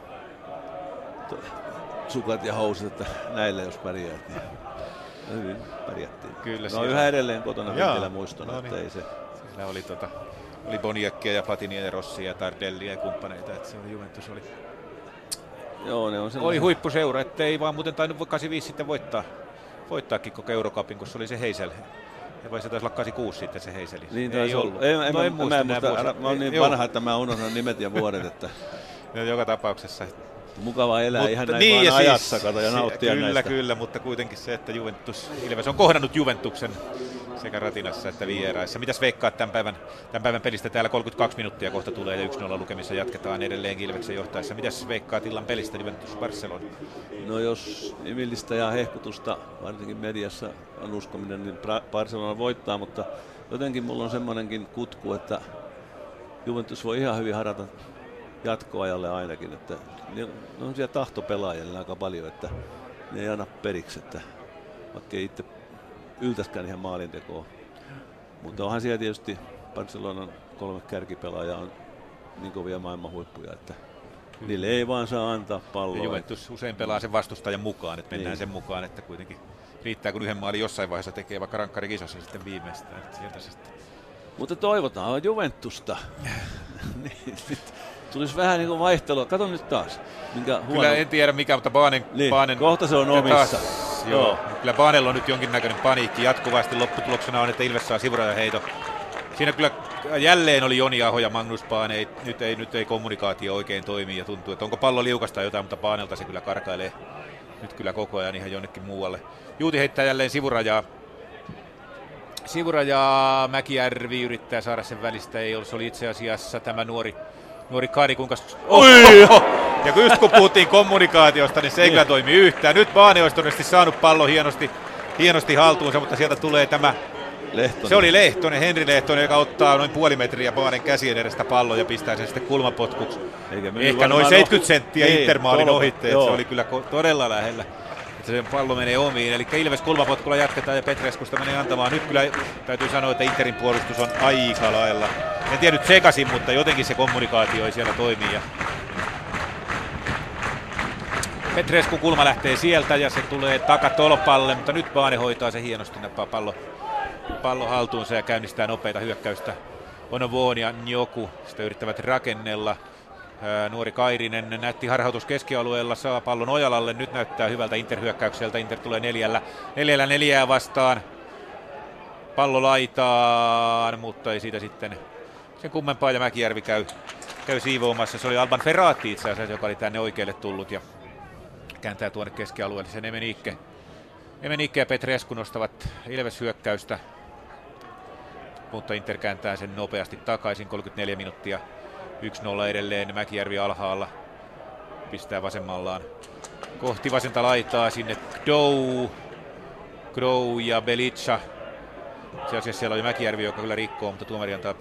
sukat ja housut, että näillä jos pärjäät, niin hyvin pärjättiin. Kyllä, no yhä edelleen kotona vielä muistona, no niin. että ei se. Siellä oli Bonieckia ja Platinia ja Rossia ja Tardellia ja kumppaneita, että se oli Juventus oli. Joo, ne on oli huippuseura, ettei vaan muuten tainnut 85 sitten voittaakin koko Eurocupin, kun se oli se Heisel. Ja vai se taisi olla 86 sitten se Heiseli. Niin ei ollut. En muista. Mä oon niin vanha, että mä unohdan nimet ja vuodet. Että no, joka tapauksessa. Mukava elää ihan näin niin, vaan ajassa siis, ja nauttia näistä. Kyllä, mutta kuitenkin se, että Ilves on kohdannut Juventuksen sekä Ratinassa että vieraissa. Mitäs veikkaat tämän päivän pelistä? Täällä 32 minuuttia kohta tulee ja 1-0 lukemissa jatketaan edelleen Ilveksen johtaessa. Mitäs veikkaat illan pelistä Juventus Barcelona? No jos imillistä ja hehkutusta, varsinkin mediassa on uskominen, niin Barcelona voittaa, mutta jotenkin mulla on semmoinenkin kutku, että Juventus voi ihan hyvin harata jatkoajalle ainakin, että ne on siellä tahtopelaajille aika paljon, että ne ei anna periksi, että vaikka ei itse yltäskään ihan maalintekoon. Mutta onhan siellä tietysti Barcelonan 3 kärkipelaajaa on niin kovia maailman huippuja, että niille ei vaan saa antaa palloa. Ja Juventus usein pelaa sen vastustajan mukaan, että mennään sen mukaan, että kuitenkin riittää kun yhden maalin jossain vaiheessa tekee vaikka rankkarikisassa sitten viimeistään. Mutta toivotaan Juventusta. Tulisi vähän niin kuin vaihtelua. Kato nyt taas. Kyllä en tiedä mikä, mutta Baanen kohta se on omissa. Joo. Kyllä Baanella on nyt jonkinnäköinen paniikki. Jatkuvasti lopputuloksena on, että Ilves saa sivurajaheito. Siinä kyllä jälleen oli Joni Aho ja Magnus Baane. Nyt ei kommunikaatio oikein toimi ja tuntuu, että onko pallo liukasta jotain, mutta Baanelta se kyllä karkailee nyt kyllä koko ajan ihan jonnekin muualle. Juuti heittää jälleen sivurajaa, Mäkijärvi yrittää saada sen välistä, ei ollut, se oli itse asiassa tämä nuori Kari, kuinka... Ja just kun puhuttiin kommunikaatiosta, niin se ei kyllä toimi yhtään. Nyt Baane olisi todennäköisesti saanut pallon hienosti haltuunsa, mutta sieltä tulee tämä... Lehtonen. Se oli Henri Lehtonen, joka ottaa noin puoli metriä Baanen käsien edestä pallon ja pistää sen sitten kulmapotkuksi. Ehkä noin 70 senttiä Intermaalin ohitteet, se oli kyllä todella lähellä. Että se pallo menee omiin, eli Ilves kulmapotkulla jatketaan ja Petreskusta menee antamaan. Nyt kyllä täytyy sanoa, että Interin puolustus on aika lailla. En tiedä nyt sekaisin, mutta jotenkin se kommunikaatio ei siellä toimii. Ja Petresku kulma lähtee sieltä ja se tulee takatolpalle, mutta nyt Baane hoitaa se hienosti, nappaa pallo haltuunsa ja käynnistää nopeita hyökkäystä. Onovuon ja Njoku sitä yrittävät rakennella. Nuori Kairinen näytti harhautus keskialueella, saa pallon Ojalalle, nyt näyttää hyvältä Inter-hyökkäykseltä, Inter tulee neljällä vastaan, pallo laitaan, mutta ei siitä sitten sen kummempaa ja Mäkijärvi käy siivoamassa, se oli Alban Ferrati itse asiassa, joka oli tänne oikealle tullut ja kääntää tuonne keskialueelle, sen Emenikke ja Petrescu nostavat Ilves-hyökkäystä, mutta Inter kääntää sen nopeasti takaisin, 34 minuuttia. 1-0 edelleen, Mäkijärvi alhaalla, pistää vasemmallaan kohti vasenta laitaa sinne Grou ja Belica. Itse asiassa siellä oli Mäkijärvi, joka kyllä rikkoo, mutta tuomari antaa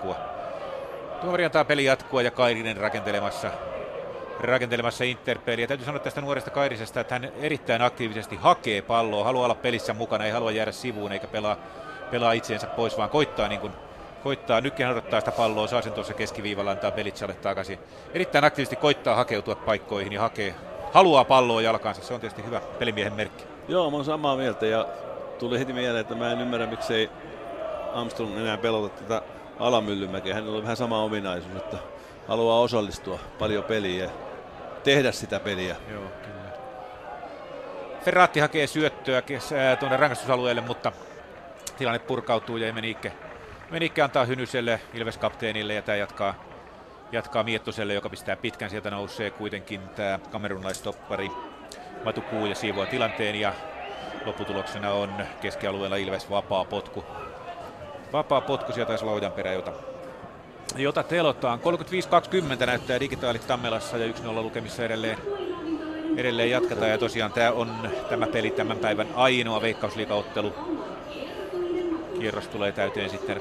peli jatkua ja Kairinen rakentelemassa Interpeliä. Täytyy sanoa tästä nuoresta Kairisesta, että hän erittäin aktiivisesti hakee palloa, haluaa olla pelissä mukana, ei halua jäädä sivuun eikä pelaa itseensä pois, vaan koittaa nytkin odottaa sitä palloa, saa sen tuossa keskiviivalla, antaa Belicalle takaisin. Erittäin aktiivisesti koittaa hakeutua paikkoihin ja haluaa palloa jalkaansa, se on tietysti hyvä pelimiehen merkki. Joo, mä oon samaa mieltä ja tuli heti mieleen, että mä en ymmärrä miksei Armstrong enää pelota tätä Alamyllymäkeä. Hänellä on vähän sama ominaisuus, että haluaa osallistua paljon peliin ja tehdä sitä peliä. Joo, kyllä. Ferrati hakee syöttöä tuonne rangaistusalueelle, mutta tilanne purkautuu ja Menikki antaa Hynyselle, Ilves-kapteenille, ja tämä jatkaa Miettuselle, joka pistää pitkän. Sieltä nousee kuitenkin tämä kamerunlaistoppari Matu Kuu ja siivoaa tilanteen, ja lopputuloksena on keskialueella Ilves vapaa potku. Vapaa potku, sieltä taisi olla Ojanperä, jota telotaan. 35-20 näyttää digitaalit Tammelassa ja 1-0 lukemissa edelleen jatketaan. Ja tosiaan tämä on tämä peli tämän päivän ainoa Veikkausliigaottelu. Kierros tulee täyteen sitten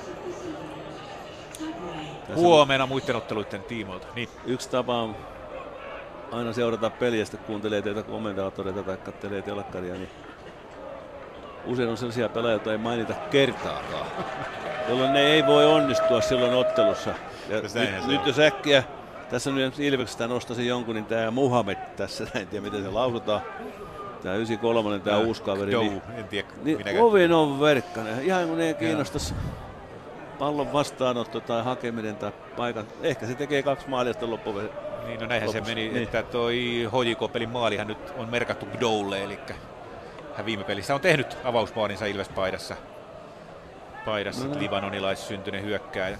huomenna muiden otteluiden tiimoilta. Niin. Yksi tapa on aina seurata peliä, sitten kuuntelee teitä kommentaattoreita tai katselee telkkaria, niin usein on sellaisia pelaajia, joita ei mainita kertaakaan, jolloin ne ei voi onnistua silloin ottelussa. Ja nyt jos äkkiä tässä nyt Ilveksestä nostaisin jonkun, niin tämä Muhammed tässä, en tiedä miten se lausutaan. Tämä 93, tämä uusi kaveri. En tiedä. Niin ovin on verkkainen. Ihan kun ei kiinnostaisi pallon vastaanotto tai hakeminen tai paikan. Ehkä se tekee 2 maalia sitten loppuun. Niin, no näinhän se meni, niin. Että toi HJK-pelin maalihan nyt on merkattu Gdoulle, eli hän viime pelissä on tehnyt avausmaalinsa Ilves-paidassa. Libanonilaissyntyinen hyökkääjä.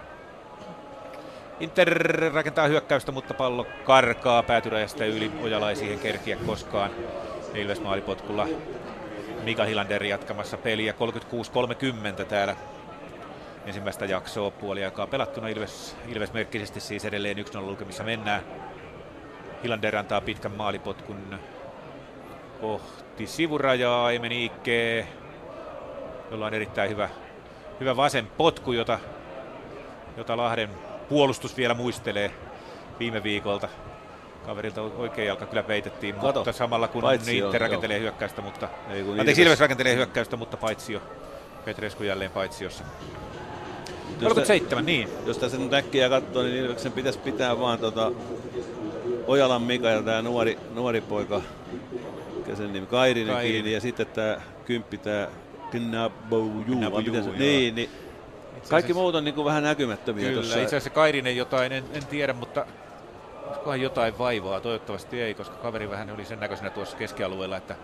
Inter rakentaa hyökkäystä, mutta pallo karkaa päätyrajasta yli. Ojala ei siihen kerkiä koskaan. Ilves maalipotkulla Mika Hilander jatkamassa peliä. 36-30 täällä ensimmäistä jaksoa puoliaikaa pelattuna. Ilves merkkisesti siis edelleen 1-0 lukemissa mennään. Hilander antaa pitkän maalipotkun kohti sivurajaa. Emeni Ikke, jolla on erittäin hyvä vasen potku, jota Lahden puolustus vielä muistelee viime viikolta. Kaverilta oikea jalka kyllä peitettiin, mutta samalla kun Inter rakentelee hyökkäystä, mutta Ilves rakentelee hyökkäystä, mutta paitsio. Petrescu jälleen paitsiossa. 37, niin. Jos tässä nyt äkkiä katsoo, niin Ilveksen pitäisi pitää vaan Ojalan Mika ja tämä nuori poika, mikä sen nimi, Kairinen kiinni, ja sitten tämä kymppi, tämä Knaboujou. Niin. Kaikki muut on niin kuin vähän näkymättömiä. Kyllä, itse asiassa Kairinen jotain, en tiedä, mutta olisikohan jotain vaivaa, toivottavasti ei, koska kaveri vähän oli sen näköisenä tuossa keskialueella, että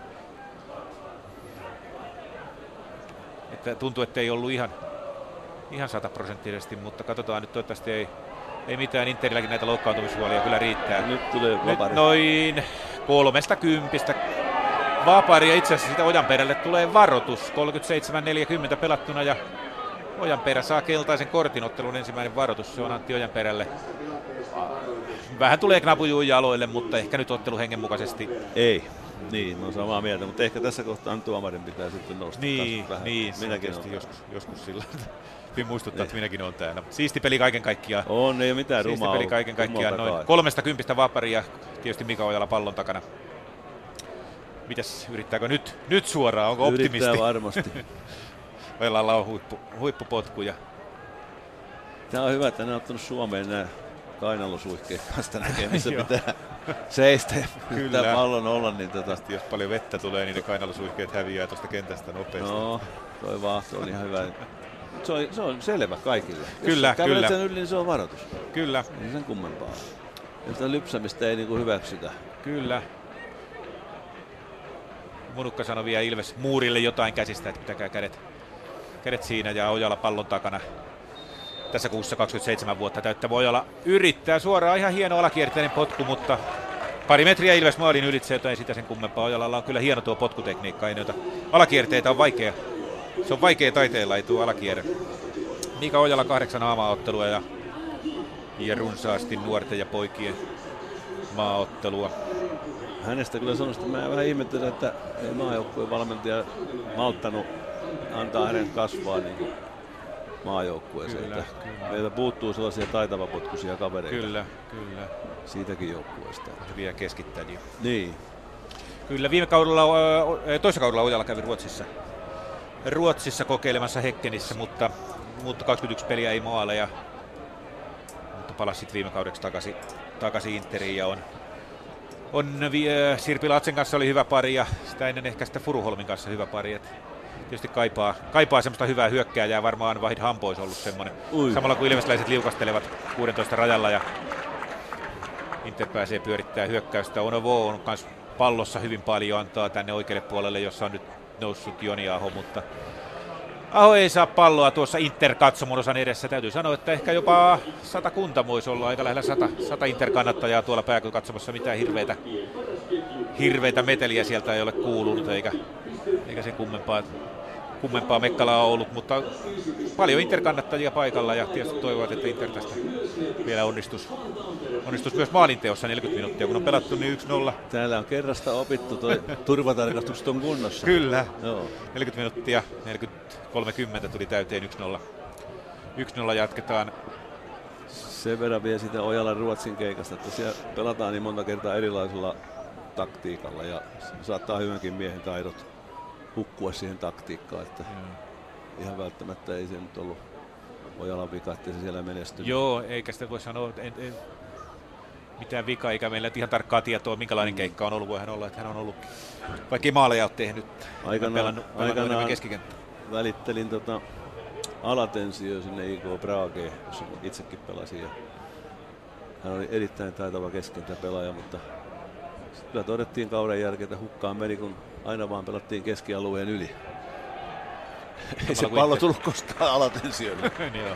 tuntuu, että ei ollut ihan 100%, mutta katsotaan nyt, toivottavasti ei mitään. Interilläkin näitä loukkaantumishuolia kyllä riittää. Nyt tulee vapari. Noin 30 vapari, ja itse asiassa sitä Ojanperälle tulee varoitus. 37-40 pelattuna, ja Ojanperä saa keltaisen kortin, ottelun ensimmäinen varoitus. Se on Antti Ojanperälle. Vähän tulee Knaboujou jaloille, mutta ehkä nyt otteluhengen mukaisesti. Ei. Niin, mä oon samaa mieltä, mutta ehkä tässä kohtaa tuomarin pitää sitten nousta vähän. Niin, minäkin joskus sillä muistuttaa, että minäkin olen täällä. Siisti peli kaiken kaikkiaan. On, ei ole mitään rumaa. Siisti peli kaiken kaikkiaan. Noin 30 vapari ja tietysti Mika Ojala pallon takana. Mitäs, yrittääkö nyt suoraan? Onko optimisti? Yrittää varmasti. Ojalalla on huippupotkuja. Tämä on hyvä, että ne on ottanut Suomeen nämä kainalosuihkeen kanssa näkee, missä pitää seistä ja pitää pallon olla. Niin jos paljon vettä tulee, niin ne kainalosuihkeet häviää tuosta kentästä nopeasti. No, toi vaahto on ihan hyvä. Se on selvä kaikille. Kyllä, jos kävelet sen yli, niin se on varoitus. Kyllä. Ei sen kummempaa. Ja sitä lypsämistä ei niinku hyväksytä. Kyllä. Munukka sanoi vielä Ilves muurille jotain käsistä, että pitäkää kädet siinä, ja Ojala pallon takana. Tässä kuussa 27 vuotta täyttä voi olla. Yrittää suoraan, ihan hieno alakierteinen potku, mutta pari metriä Ilves maalin ylitse, jota ei sitä sen kummempaa. Ojalalla on kyllä hieno tuo potkutekniikka, ei noita alakierteitä on vaikea. Se on vaikea taiteella, ei tuo alakierre. Mika Ojala 8 A-maaottelua ja runsaasti nuorten ja poikien maaottelua. Hänestä kyllä sanoisin, että mä vähän ihmettelen, että ei maajoukkueen valmentaja malttanut antaa hänen kasvaa niin maajoukkueeseen. Kyllä. Meiltä puuttuu sellaisia taitavapotkuisia kavereita. Kyllä. Siitäkin joukkueesta. Hyviä keskittäjiä. Niin. Kyllä, toisessa kaudella Ojala kävi Ruotsissa kokeilemassa Hekkenissä, mutta 21 peliä ei maaleja. Mutta palasi sitten viime kaudeksi takaisin Interiin, ja Sirpi Latsen kanssa oli hyvä pari, ja sitä ennen ehkä sitä Furuholmin kanssa hyvä pari. Et tietysti kaipaa semmoista hyvää hyökkääjää, varmaan Vahid Hampo olisi ollut semmoinen. Samalla kun ilvesläiset liukastelevat 16 rajalla ja Inter pääsee pyörittämään hyökkäystä. Onovo on myös pallossa hyvin paljon, antaa tänne oikealle puolelle, jossa on nyt noussut Joni Aho, mutta Aho ei saa palloa tuossa Inter-katsomonosan edessä. Täytyy sanoa, että ehkä jopa 100 voisi olla aika lähellä 100 Inter-kannattajaa tuolla pääkylkatsomassa. Mitään hirveitä meteliä sieltä ei ole kuulunut, eikä sen kummempaa mekkalaa ollut, mutta paljon Inter-kannattajia paikalla ja tietysti toivovat, että Inter tästä vielä onnistus myös maalinteossa 40 minuuttia, kun on pelattu niin 1-0. Täällä on kerrasta opittu, toi turvatarkastukset on kunnossa. Kyllä, Joo. 40 minuuttia, 40-30 tuli täyteen 1-0 jatketaan. Sen verran vielä sitä Ojalan Ruotsin keikasta, että siellä pelataan niin monta kertaa erilaisella taktiikalla ja saattaa hyvänkin miehen taidot hukkua siihen taktiikkaan, että ihan välttämättä ei se nyt ollut Ojalan vika, ettei se siellä menestynyt. Joo, eikä sitä voi sanoa, mitään vikaa, eikä meillä ihan tarkkaa tietoa, minkälainen keikka on ollut. Voihan olla, että hän on ollut, vaikka maaleja ole tehnyt, pelannut keskikenttä. Välittelin Alatensio sinne IK Brageen, jossa itsekin pelasin. Ja hän oli erittäin taitava keskentäpelaaja, mutta kyllä todettiin kauden jälkeen, että hukkaan meni, kun aina vaan pelattiin keskialueen yli. Ei se pallo tullut koskaan Alatensiolle. Joo.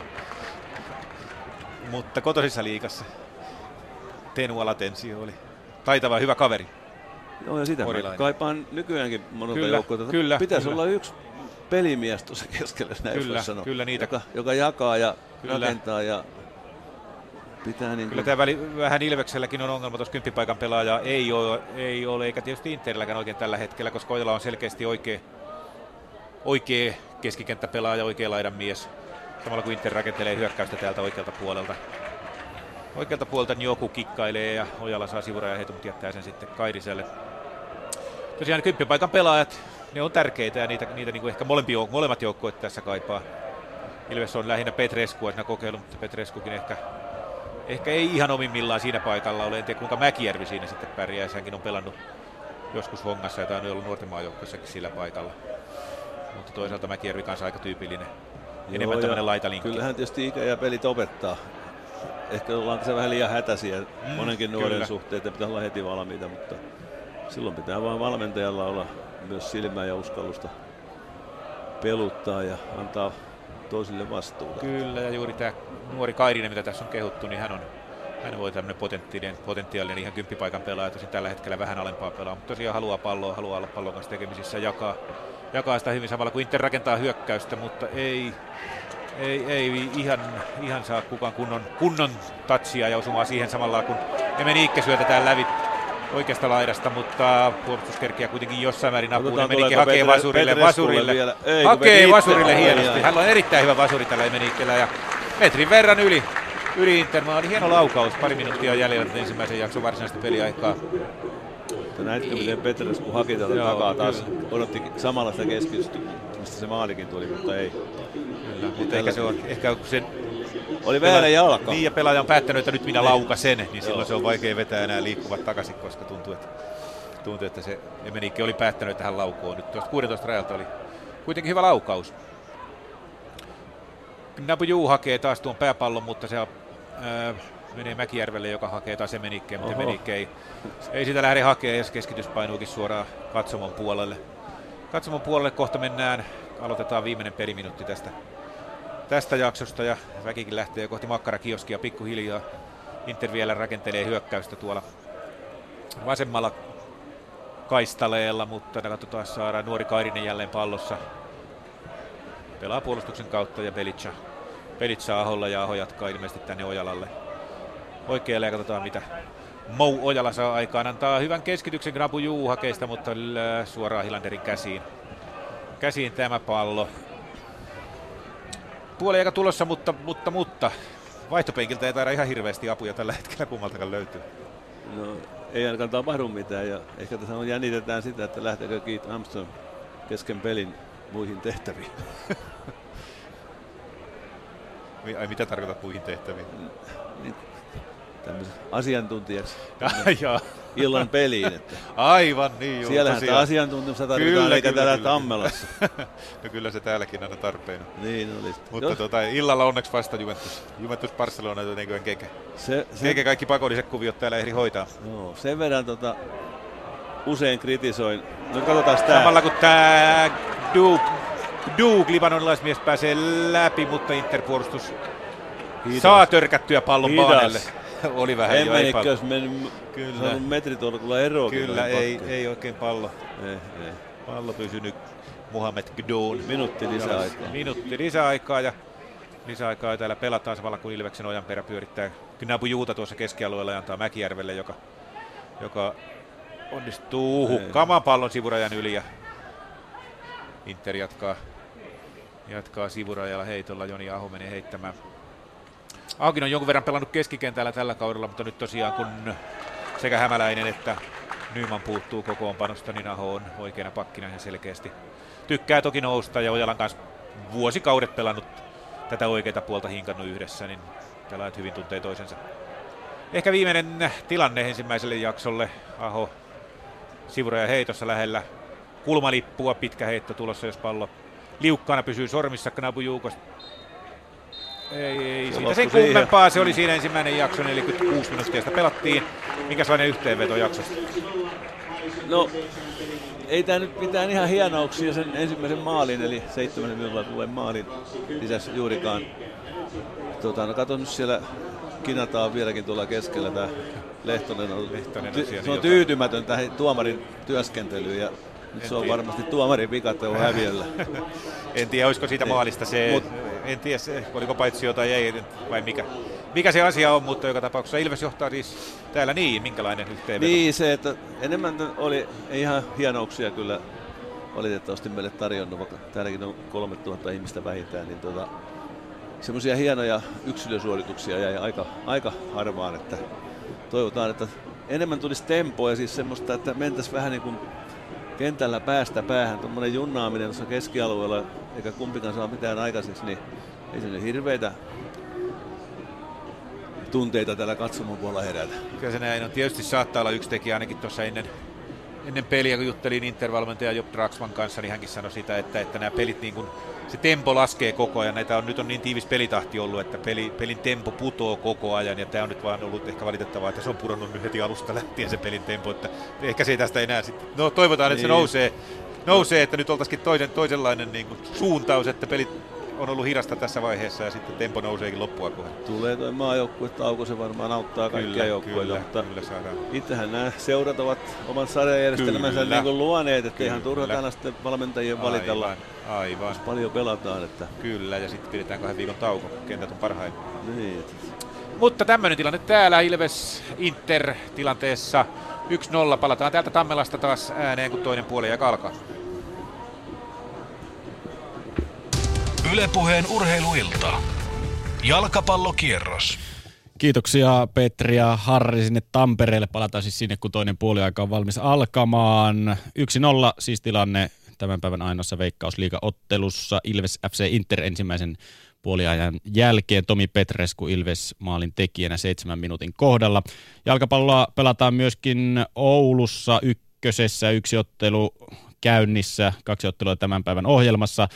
Mutta kotoisessa liigassa Teemu Alatensio oli taitava hyvä kaveri. Joo, ja sitä kaipaan nykyäänkin monelta joukkoilta. Pitäisi olla yksi pelimies tuossa keskellä, kyllä niitä. Joka jakaa ja rakentaa ja pitää niin. Kyllä tämä vähän Ilvekselläkin on ongelma, tuossa 10 paikan pelaajaa ei ole, eikä tietysti Interilläkään oikein tällä hetkellä, koska Ojala on selkeästi oikea keskikenttäpelaaja, oikea laidan mies. Samalla kun Inter rakentelee hyökkäystä täältä oikealta puolelta. Oikealta puolelta joku kikkailee ja Ojala saa sivurajan heiton, mutta jättää sen sitten Kairiselle. Tosiaan 10 paikan pelaajat, ne on tärkeitä ja niitä niin kuin ehkä molemmat joukkueet tässä kaipaa. Ilves on lähinnä Petreskua siinä kokeillut, mutta Petreskukin ehkä ei ihan omimmillaan siinä paikalla ole. En tiedä kuinka Mäkijärvi siinä sitten pärjää. Hänkin on pelannut joskus Hongassa ja on ollut nuorten maajoukkueessakin sillä paikalla. Mutta toisaalta Mäkijärvi kanssa aika tyypillinen. Enemmän tämmöinen laitalinkki. Kyllähän tietysti ikä ja pelit opettaa. Ehkä ollaan tässä vähän liian hätäisiä monenkin nuoren suhteen, että pitää olla heti valmiita, mutta silloin pitää vain valmentajalla olla myös silmää ja uskallusta peluttaa ja antaa toisille vastuuta. Kyllä, ja juuri tämä nuori Kairinen, mitä tässä on kehuttu, niin hän voi tämmöinen potentiaalinen ihan 10 paikan pelaaja, tosin tällä hetkellä vähän alempaa pelaa, mutta tosiaan haluaa olla pallon kanssa tekemisissä ja jakaa sitä hyvin samalla kuin Inter rakentaa hyökkäystä, mutta ei ihan saa kukaan kunnon tatsia ja osumaan siihen samalla, kun Emeniikke syötetään läpi oikeasta laidasta, mutta puolustuskerkiä kuitenkin jossain määrin apuun. Emeniikke hakee vasurille. Hakee vasurille hienosti. Hän on erittäin hyvä vasuri tällä Emeniikkellä ja metrin verran yli Intermaali. Hieno laukaus, pari minuuttia jäljellä ensimmäisen jakson varsinaista peliaikaa. Näitkö miten Petrescu haki täältä takaa taas, odotti samalla sitä keskitystä, mistä se maalikin tuli, mutta ei. Kyllä, mutta ehkä se oli väärä jalka. Niin, ja pelaaja on päättänyt, että nyt minä laukasen, niin silloin se on vaikea vetää enää liikkuvat takaisin, koska tuntuu, että se Emeniikke oli päättänyt, että hän laukoo. Nyt tuosta 16 rajalta oli kuitenkin hyvä laukaus. Nabuju hakee taas tuon pääpallon, mutta se menee Mäkijärvelle, joka hakee taas Emeniikkeen, mutta Emeniikke ei sitä lähde hakemaan, jos keskitys painuukin suoraan katsomon puolelle. Katsomon puolelle kohta mennään, aloitetaan viimeinen peliminuutti tästä jaksosta ja väkikin lähtee kohti makkarakioskia pikkuhiljaa. Inter vielä rakentelee hyökkäystä tuolla vasemmalla kaistaleella, mutta katsotaan, saadaan nuori Kairinen jälleen pallossa. Pelaa puolustuksen kautta ja Belitsa Aholla ja Aho jatkaa ilmeisesti tänne Ojalalle. Oikealle ja katsotaan mitä Mou Ojala saa aikaan. Antaa hyvän keskityksen Nabuju hakeista, mutta suoraan Hilanderin käsiin tämä pallo. Puoli aika tulossa, mutta vaihtopenkiltä ei taida ihan hirveästi apuja tällä hetkellä kummaltakaan löytyy. No, ei ainakaan tapahdu mitään ja ehkä tässä jännitetään sitä, että lähteekö Keith Armstrong kesken pelin muihin tehtäviin. Ai mitä tarkoitat muihin tehtäviin? Tämmöisen asiantuntijaksi illan peliin. Että aivan niin joo. Siellähän tämä asiantuntemusta tarvitaan eikä täällä Tammelassa. No kyllä se täälläkin aina tarpeen on. Niin olisi. Mutta illalla onneksi vasta Juventus Barcelona jotenkin Keke kaikki pakolliset kuviot täällä ehdi hoitaa. Joo, sen verran usein kritisoin. No katsotaan tää. Samalla kun tää McDougall, libanonilaismies, pääsee läpi, mutta Interpuolustus saa törkättyä pallon Baanelle. Oli vähän jo epäilyä. Jos mennyt metritolkulla eroa. Kyllä, ei oikein pallo. Ei. Pallo pysynyt Mohamed Gdoun. Minuutti lisäaikaa ja lisäaikaa täällä pelataan samalla kun Ilveksen Ojanperä pyörittää Knabu Juuta tuossa keskialueella ja antaa Mäkijärvelle, joka onnistuu hukkaamaan pallon sivurajan yli ja Inter jatkaa sivurajalla heitolla. Joni Aho menee heittämään. Ahokin on jonkun verran pelannut keskikentällä tällä kaudella, mutta nyt tosiaan kun sekä Hämäläinen että Nyman puuttuu kokoonpanosta, niin Aho on oikeana pakkina ihan selkeästi. Tykkää toki nousta ja Ojalan kanssa vuosikaudet pelannut tätä oikeaa puolta hinkannut yhdessä, niin pelaajat hyvin tuntee toisensa. Ehkä viimeinen tilanne ensimmäiselle jaksolle. Aho sivuraja heitossa lähellä kulmalippua, pitkä heitto tulossa, jos pallo liukkaana pysyy sormissa. Knabu Juukosta. Ei siitä sen kummempaa. Se oli siinä ensimmäinen jakso, 46 minuuttia sitä pelattiin. Minkälainen yhteenveto jaksosta? No, ei tämä nyt mitään ihan hienouksia sen ensimmäisen maalin, eli 7 minuutilla tulee maalin lisäksi juurikaan. No kato nyt siellä kinataan vieläkin tuolla keskellä tämä Lehtonen se on tyytymätön tähän tuomarin työskentelyyn ja nyt se on varmasti tuomarin vikateu häviöllä. En tiedä, olisiko siitä maalista se, en tiedä oliko paitsio tai ei, vai mikä se asia on, mutta joka tapauksessa Ilves johtaa siis täällä niin, minkälainen yhteenveto? Niin se, että enemmän oli ei ihan hienouksia kyllä valitettavasti meille tarjonnut, vaikka täälläkin on 3000 ihmistä vähintään, niin semmoisia hienoja yksilösuorituksia jäi aika harvaan, että toivotaan, että enemmän tulisi tempoa ja siis semmoista, että mentäisiin vähän niin kuin kentällä päästä päähän, tuommoinen junnaaminen tuossa keskialueella, eikä kumpikaan saa mitään aikaiseksi, niin ei se hirveitä tunteita täällä katsomon puolella herätä. Kyllä se näin on. Tietysti saattaa olla yksi tekijä ainakin tuossa ennen peliä, kun juttelin Inter-valmentaja Job Draxman kanssa, niin hänkin sanoi sitä, että nämä pelit, niin kun, se tempo laskee koko ajan. Nyt on niin tiivis pelitahti ollut, että pelin tempo putoo koko ajan, ja tämä on nyt vaan ollut ehkä valitettavaa, että se on pudonnut nyt heti alusta lähtien se pelin tempo, että ehkä se ei tästä enää sitten. No toivotaan, että se nousee, että nyt oltaisikin toisenlainen niin kuin suuntaus, että pelit on ollut hidasta tässä vaiheessa ja sitten tempo nouseekin loppua kohden. Tulee tuo maajoukkue tauko, se varmaan auttaa kaikkia joukkueita, mutta itsehän nämä seurat ovat oman sarjajärjestelmänsä niin kuin luoneet, että ihan turha tällaista valmentajien valitella. Aivan. Paljon pelataan. Että. Kyllä, ja sitten pidetään 2 viikon tauko, kentät on parhaimmillaan. Niin. Mutta tämmöinen tilanne täällä Ilves Inter tilanteessa 1-0. Palataan täältä Tammelasta taas ääneen, kun toinen puoli alkaa. Yle Puheen urheiluilta. Jalkapallokierros. Kiitoksia Petri ja Harri sinne Tampereelle. Palataan siis sinne, kun toinen puoliaika on valmis alkamaan. 1-0 siis tilanne tämän päivän ainoassa Veikkausliiga-ottelussa. Ilves FC Inter ensimmäisen puoliajan jälkeen. Tomi Petrescu Ilves maalin tekijänä 7 minuutin kohdalla. Jalkapalloa pelataan myöskin Oulussa ykkösessä. 1 ottelu käynnissä, 2 ottelua tämän päivän ohjelmassa.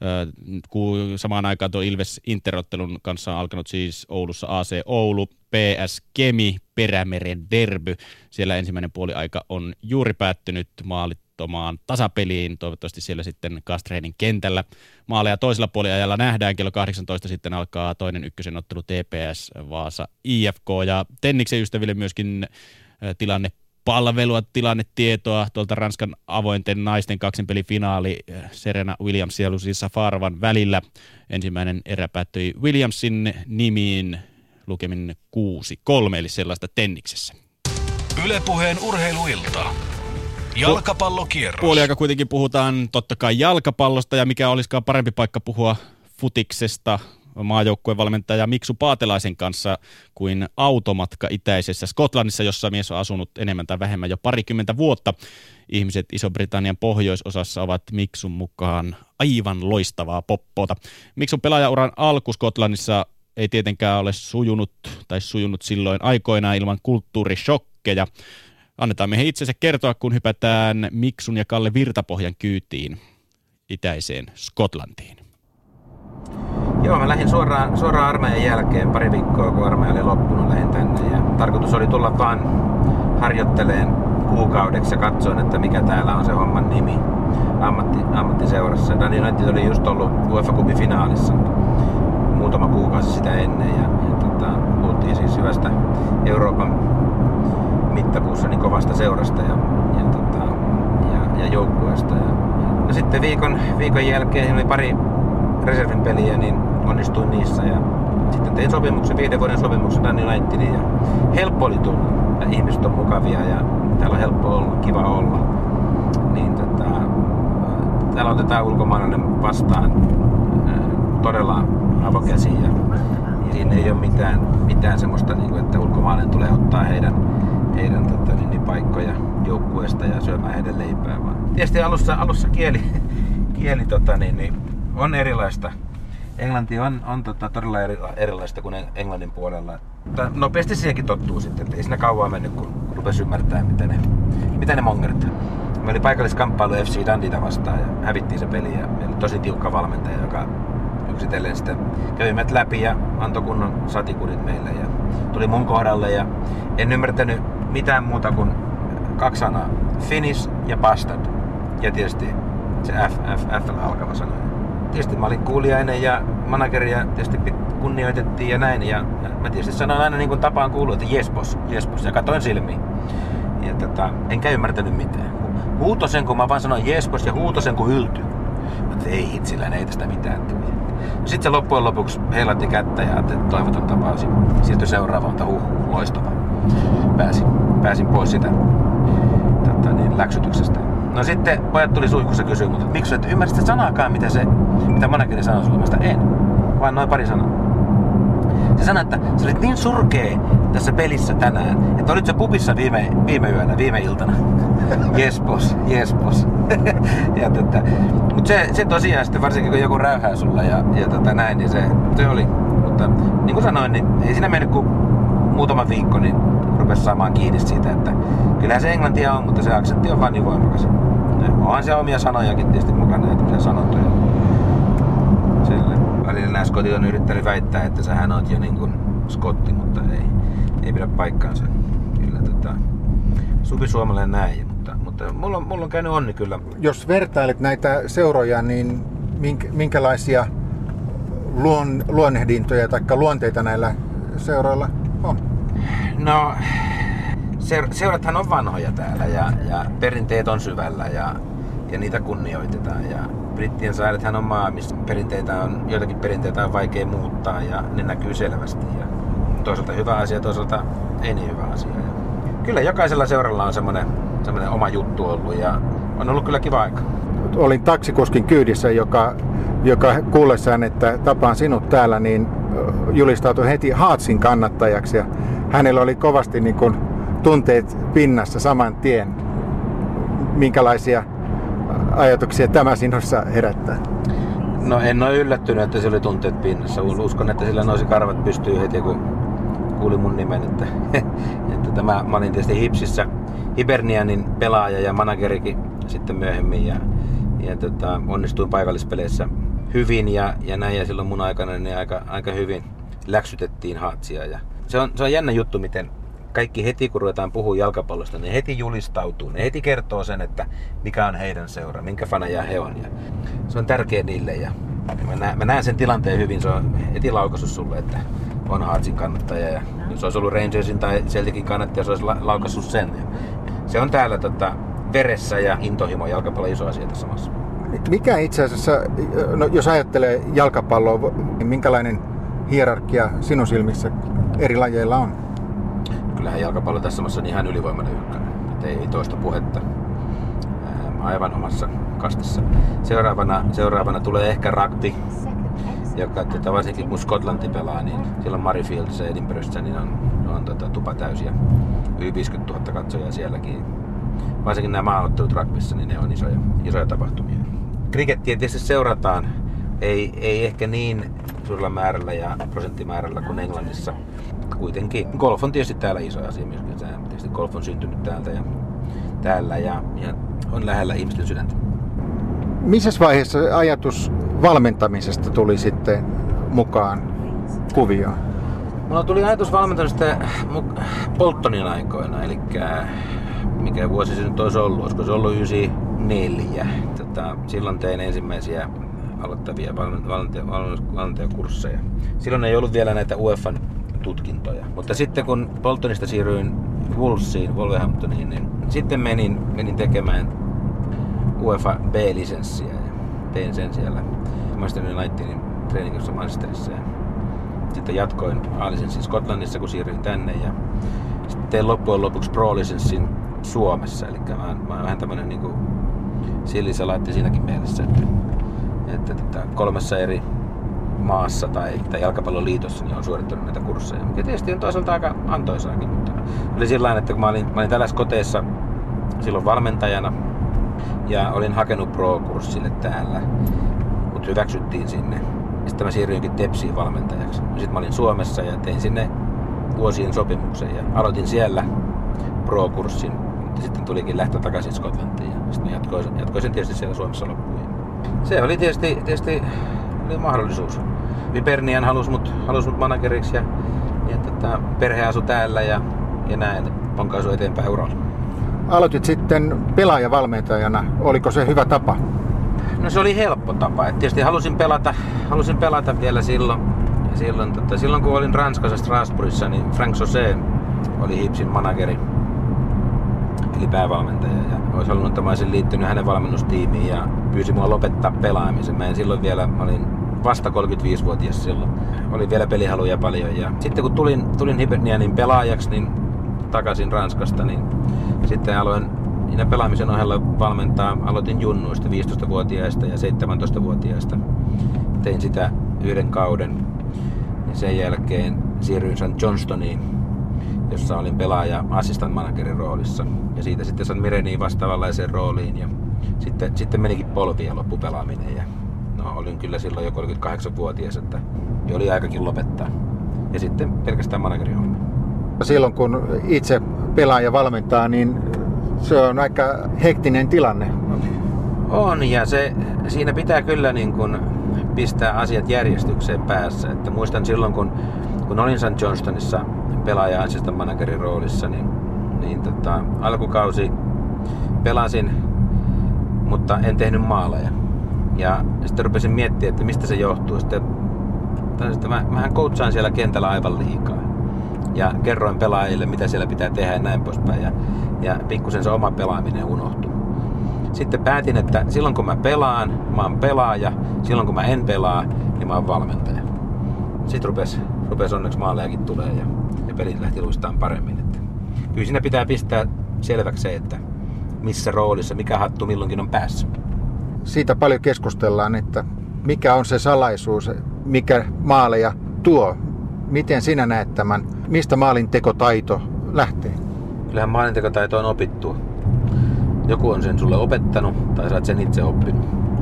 Samaan aikaan tuo Ilves Interottelun kanssa on alkanut siis Oulussa AC Oulu, PS Kemi, Perämeren derby. Siellä ensimmäinen puoliaika on juuri päättynyt maalittomaan tasapeliin. Toivottavasti siellä sitten Castreinin kentällä maaleja toisella puoliajalla nähdään. Kello 18 sitten alkaa toinen ykkösen ottelu TPS Vaasa IFK. Ja Tenniksen ystäville myöskin tilannepalvelua, tilannetietoa tuolta Ranskan avointen naisten kaksinpelifinaali Serena Williams ja Lucy Safarovan välillä. Ensimmäinen erä päättyi Williamsin nimiin lukemin 6-3, eli sellaista tenniksessä. Yle Puheen urheiluilta. Jalkapallokierros. Puoliaika kuitenkin puhutaan totta kai jalkapallosta, ja mikä olisikaan parempi paikka puhua futiksesta maajoukkueen valmentaja Miksu Paatelaisen kanssa kuin automatka itäisessä Skotlannissa, jossa mies on asunut enemmän tai vähemmän jo 20 vuotta. Ihmiset Iso-Britannian pohjoisosassa ovat Miksun mukaan aivan loistavaa poppoota. Miksun pelaajauran alku Skotlannissa ei tietenkään ole sujunut silloin aikoinaan ilman kulttuurishokkeja. Annetaan miehen itsensä kertoa, kun hypätään Miksun ja Kalle Virtapohjan kyytiin itäiseen Skotlantiin. Joo, mä lähdin suoraan armeijan jälkeen, pari viikkoa kun armeija oli loppunut, lähdin tänne. Ja tarkoitus oli tulla vaan harjoitteleen kuukaudeksi ja katsoin, että mikä täällä on se homman nimi. ammattiseurassa. Dundee United oli just ollut UEFA Cupin finaalissa muutama kuukausi sitä ennen ja puhuttiin siis hyvästä Euroopan mittapuussa niin kovasta seurasta ja joukkueesta. No sitten viikon jälkeen oli pari reservin peliä, niin onnistuin niissä ja sitten tein 5 vuoden sopimuksen Dundee Unitediin ja helppo oli tulla. Ja ihmiset on mukavia ja täällä on helppo olla, kiva olla. Niin täällä otetaan ulkomaalainen vastaan todella avokäsiin ja siinä ei ole mitään semmoista, että ulkomaalainen tulee ottaa heidän paikkoja joukkueesta ja syömään heidän leipää. Vaan tietysti alussa kieli on erilaista. Englanti on todella erilaista kuin Englannin puolella. Mutta nopeasti siihenkin tottuu sitten, että ei siinä kauan mennyt, kun rupesi ymmärtää, mitä ne mongerit. Me oli paikalliskamppailu FC Dundeeta vastaan ja hävittiin se peli ja meillä oli tosi tiukka valmentaja, joka yksitellen sitten kävi meidät läpi ja antoi kunnon satikurit meille ja tuli mun kohdalle ja en ymmärtänyt mitään muuta kuin 2 sanaa, finish ja bastard ja tietysti se F alkava sana. Tietysti mä olin kuulijainen ja manageria tietysti kunnioitettiin ja näin ja mä tietysti sanoin aina niin kuin tapaan kuuluu, että jes boss ja katoin silmiin ja enkä ymmärtänyt mitään. Huutosen kun mä vaan sanoin jes boss ja huutosen kun hyltyi. Mutta ei hitsillä, ei tästä mitään tuli. Sitten se loppujen lopuksi heilatti kättä ja ajattelin, että toivoton tapaus. Siirtyi seuraavaan, mutta loistavaa. Pääsin pois sitä läksytyksestä. No sitten pojat tuli suihkussa kysyä, mutta miksi et ymmärsit sanaakaan, mitä manageri sanoi sulle? Mä sitä en, vaan noin pari sanaa. Se sanoi, että sä olit niin surkea tässä pelissä tänään, että olit sä pubissa viime yönä, viime iltana. Yes boss. Mutta se tosiaan sitten varsinkin kun joku räyhää sulla ja näin, niin se oli. Mutta niin kuin sanoin, niin ei siinä mennyt kuin muutama viikko, niin rupesi saamaan kiinni siitä, että kyllähän se englantia on, mutta se aksentti on vaan niin voimakas. Onhan se omia sanojakin tietysti mukana, että sanottuja. Sille. Välillä nämä skotit on yrittänyt väittää, että sähän oot jo niin kuin skotti, mutta ei pidä paikkaansa. Kyllä supisuomalainen näin, mutta mulla on käynyt onni kyllä. Jos vertailet näitä seuroja, niin minkälaisia luonnehdintoja tai luonteita näillä seuroilla on? No, seurathan on vanhoja täällä ja perinteet on syvällä ja niitä kunnioitetaan. Ja Brittien saarethan on maa, missä joitakin perinteitä on vaikea muuttaa ja ne näkyy selvästi. Ja toisaalta hyvä asia, toisaalta ei niin hyvä asia. Ja kyllä jokaisella seuralla on semmoinen oma juttu ollut ja on ollut kyllä kiva aika. Olin taksikuskin kyydissä, joka kuullessaan, että tapaan sinut täällä, niin julistautui heti Heartsin kannattajaksi ja hänellä oli kovasti niin kuin tunteet pinnassa saman tien. Minkälaisia ajatuksia tämä sinussa herättää? No en ole yllättynyt, että se oli tunteet pinnassa. Uskon, että sillä nousi karvat pystyy heti, kun kuuli mun nimen. Että mä olin tietysti Hipsissä Hibernianin pelaaja ja managerikin sitten myöhemmin. Ja onnistuin paikallispeleissä hyvin ja näin. Ja silloin mun aikana niin aika hyvin läksytettiin Heartsia. Ja se on jännä juttu, miten kaikki heti kun ruvetaan puhumaan jalkapallosta, ne heti julistautuu. Ne heti kertoo sen, että mikä on heidän seura, minkä faneja he on. Ja se on tärkeä niille. Ja mä näen sen tilanteen hyvin. Se on heti laukaissut sulle, että on Heartsin kannattaja. Ja jos olisi ollut Rangersin tai Celticin kannattaja, se olisi laukaissut sen. Ja se on täällä veressä ja intohimo jalkapallon iso asia tässä maassa. Mikä itse asiassa, no jos ajattelee jalkapalloa, niin minkälainen hierarkia sinun silmissä eri lajeilla on? Kyllähän jalkapallo tässä maassa on ihan ylivoimainen ykkönen. Ei toista puhetta. Aivan omassa kastissa. Seuraavana tulee ehkä rugby, joka varsinkin kun Skotlanti pelaa, niin siellä on Murrayfieldissä ja Edinburghissa niin on tupa täysiä. Yli 50 000 katsojaa sielläkin. Varsinkin nämä maaottelut rugbyssä, niin ne on isoja tapahtumia. Crickettiä tietysti seurataan. Ei ehkä niin suurella määrällä ja prosenttimäärällä kuin Englannissa. Kuitenkin. Golf on tietysti täällä iso asia myöskin. Tietysti golf on syntynyt täällä ja on lähellä ihmisten sydäntä. Missä vaiheessa ajatus valmentamisesta tuli sitten mukaan kuvioon? Mulla tuli ajatus valmentamisesta Boltonin aikoina. Eli mikä vuosi se nyt olisi ollut, olisiko se ollut 94. Silloin tein ensimmäisiä aloittavia valmentajakursseja. Silloin ei ollut vielä näitä UEFan tutkintoja. Mutta sitten kun Boltonista siirryin Wolverhamptoniin, niin sitten menin tekemään UEFA B-lisenssiä ja tein sen siellä Manchester Unitedin treeningissä Manchesterissa. Sitten jatkoin A-lisenssin Skotlannissa, kun siirryin tänne, ja sitten tein loppujen lopuksi Pro-lisenssin Suomessa. Eli mä oon vähän tämmönen niinku sillisalaatti siinäkin mielessä, että 3 eri maassa tai jalkapalloliitossa niin on suorittanut näitä kursseja. Ja tietysti on toisaalta aika antoisaakin, mutta oli sillain, että kun mä olin tällaisessa koteessa silloin valmentajana ja olin hakenut Pro-kurssille täällä, mut hyväksyttiin sinne. Sitten mä siirryinkin Tepsiin valmentajaksi. Sitten mä olin Suomessa ja tein sinne vuosien sopimuksen ja aloitin siellä Pro-kurssin. Sitten tulikin lähtö takaisin Skotlantiin ja sitten jatkoin sen tietysti siellä Suomessa loppuun. Se oli tietysti oli mahdollisuus. Vipernian halusi mut manageriksi ja perhe asui täällä ja näin ponkaisui eteenpäin uralla. Aloitit sitten pelaajavalmentajana. Oliko se hyvä tapa? No se oli helppo tapa. Et tietysti halusin pelata vielä silloin kun olin Ranskassa Strasbourgissa, niin Frank Sauzet oli Hipsin manageri, eli päävalmentaja. Ja olisi halunnut, että mä olisin liittynyt hänen valmennustiimiin ja pyysi mua lopettaa pelaamisen. Mä olin vasta 35-vuotias silloin. Oli vielä pelihaluja paljon. Ja sitten kun tulin Hibernianin pelaajaksi, niin takaisin Ranskasta, niin sitten aloin siinä pelaamisen ohella aloitin junnuista 15-vuotiaista ja 17-vuotiaista. Tein sitä yhden kauden ja sen jälkeen siirryin St. Johnstoniin, jossa olin pelaaja assistant managerin roolissa. Ja siitä sitten St. Mirreniin vastaavanlaiseen rooliin ja sitten menikin polviin ja loppupelaaminen. Ja olin kyllä silloin jo 38-vuotias, että oli aikakin lopettaa. Ja sitten pelkästään managerihomma. Silloin kun itse pelaaja valmentaa, niin se on aika hektinen tilanne. On, ja siinä pitää kyllä niin kuin pistää asiat järjestykseen päässä. Että muistan silloin, kun olin St. Johnstonissa pelaaja assistant managerin roolissa, niin alkukausi pelasin, mutta en tehnyt maaleja. Ja sitten rupesin miettimään, että mistä se johtuu. Sitten mähän coachaan siellä kentällä aivan liikaa. Ja kerroin pelaajille, mitä siellä pitää tehdä ja näin poispäin. Ja pikkusen se oma pelaaminen unohtui. Sitten päätin, että silloin kun mä pelaan, mä oon pelaaja. Silloin kun mä en pelaa, niin mä oon valmentaja. Sitten rupesi onneksi maalejakin tulee ja pelit lähti luistaan paremmin. Että kyllä siinä pitää pistää selväksi se, että missä roolissa, mikä hattu milloinkin on päässä. Siitä paljon keskustellaan, että mikä on se salaisuus, mikä maaleja tuo. Miten sinä näet tämän? Mistä maalintekotaito lähtee? Kyllähän maalintekotaito on opittu. Joku on sen sulle opettanut tai sä oot sen itse oppinut.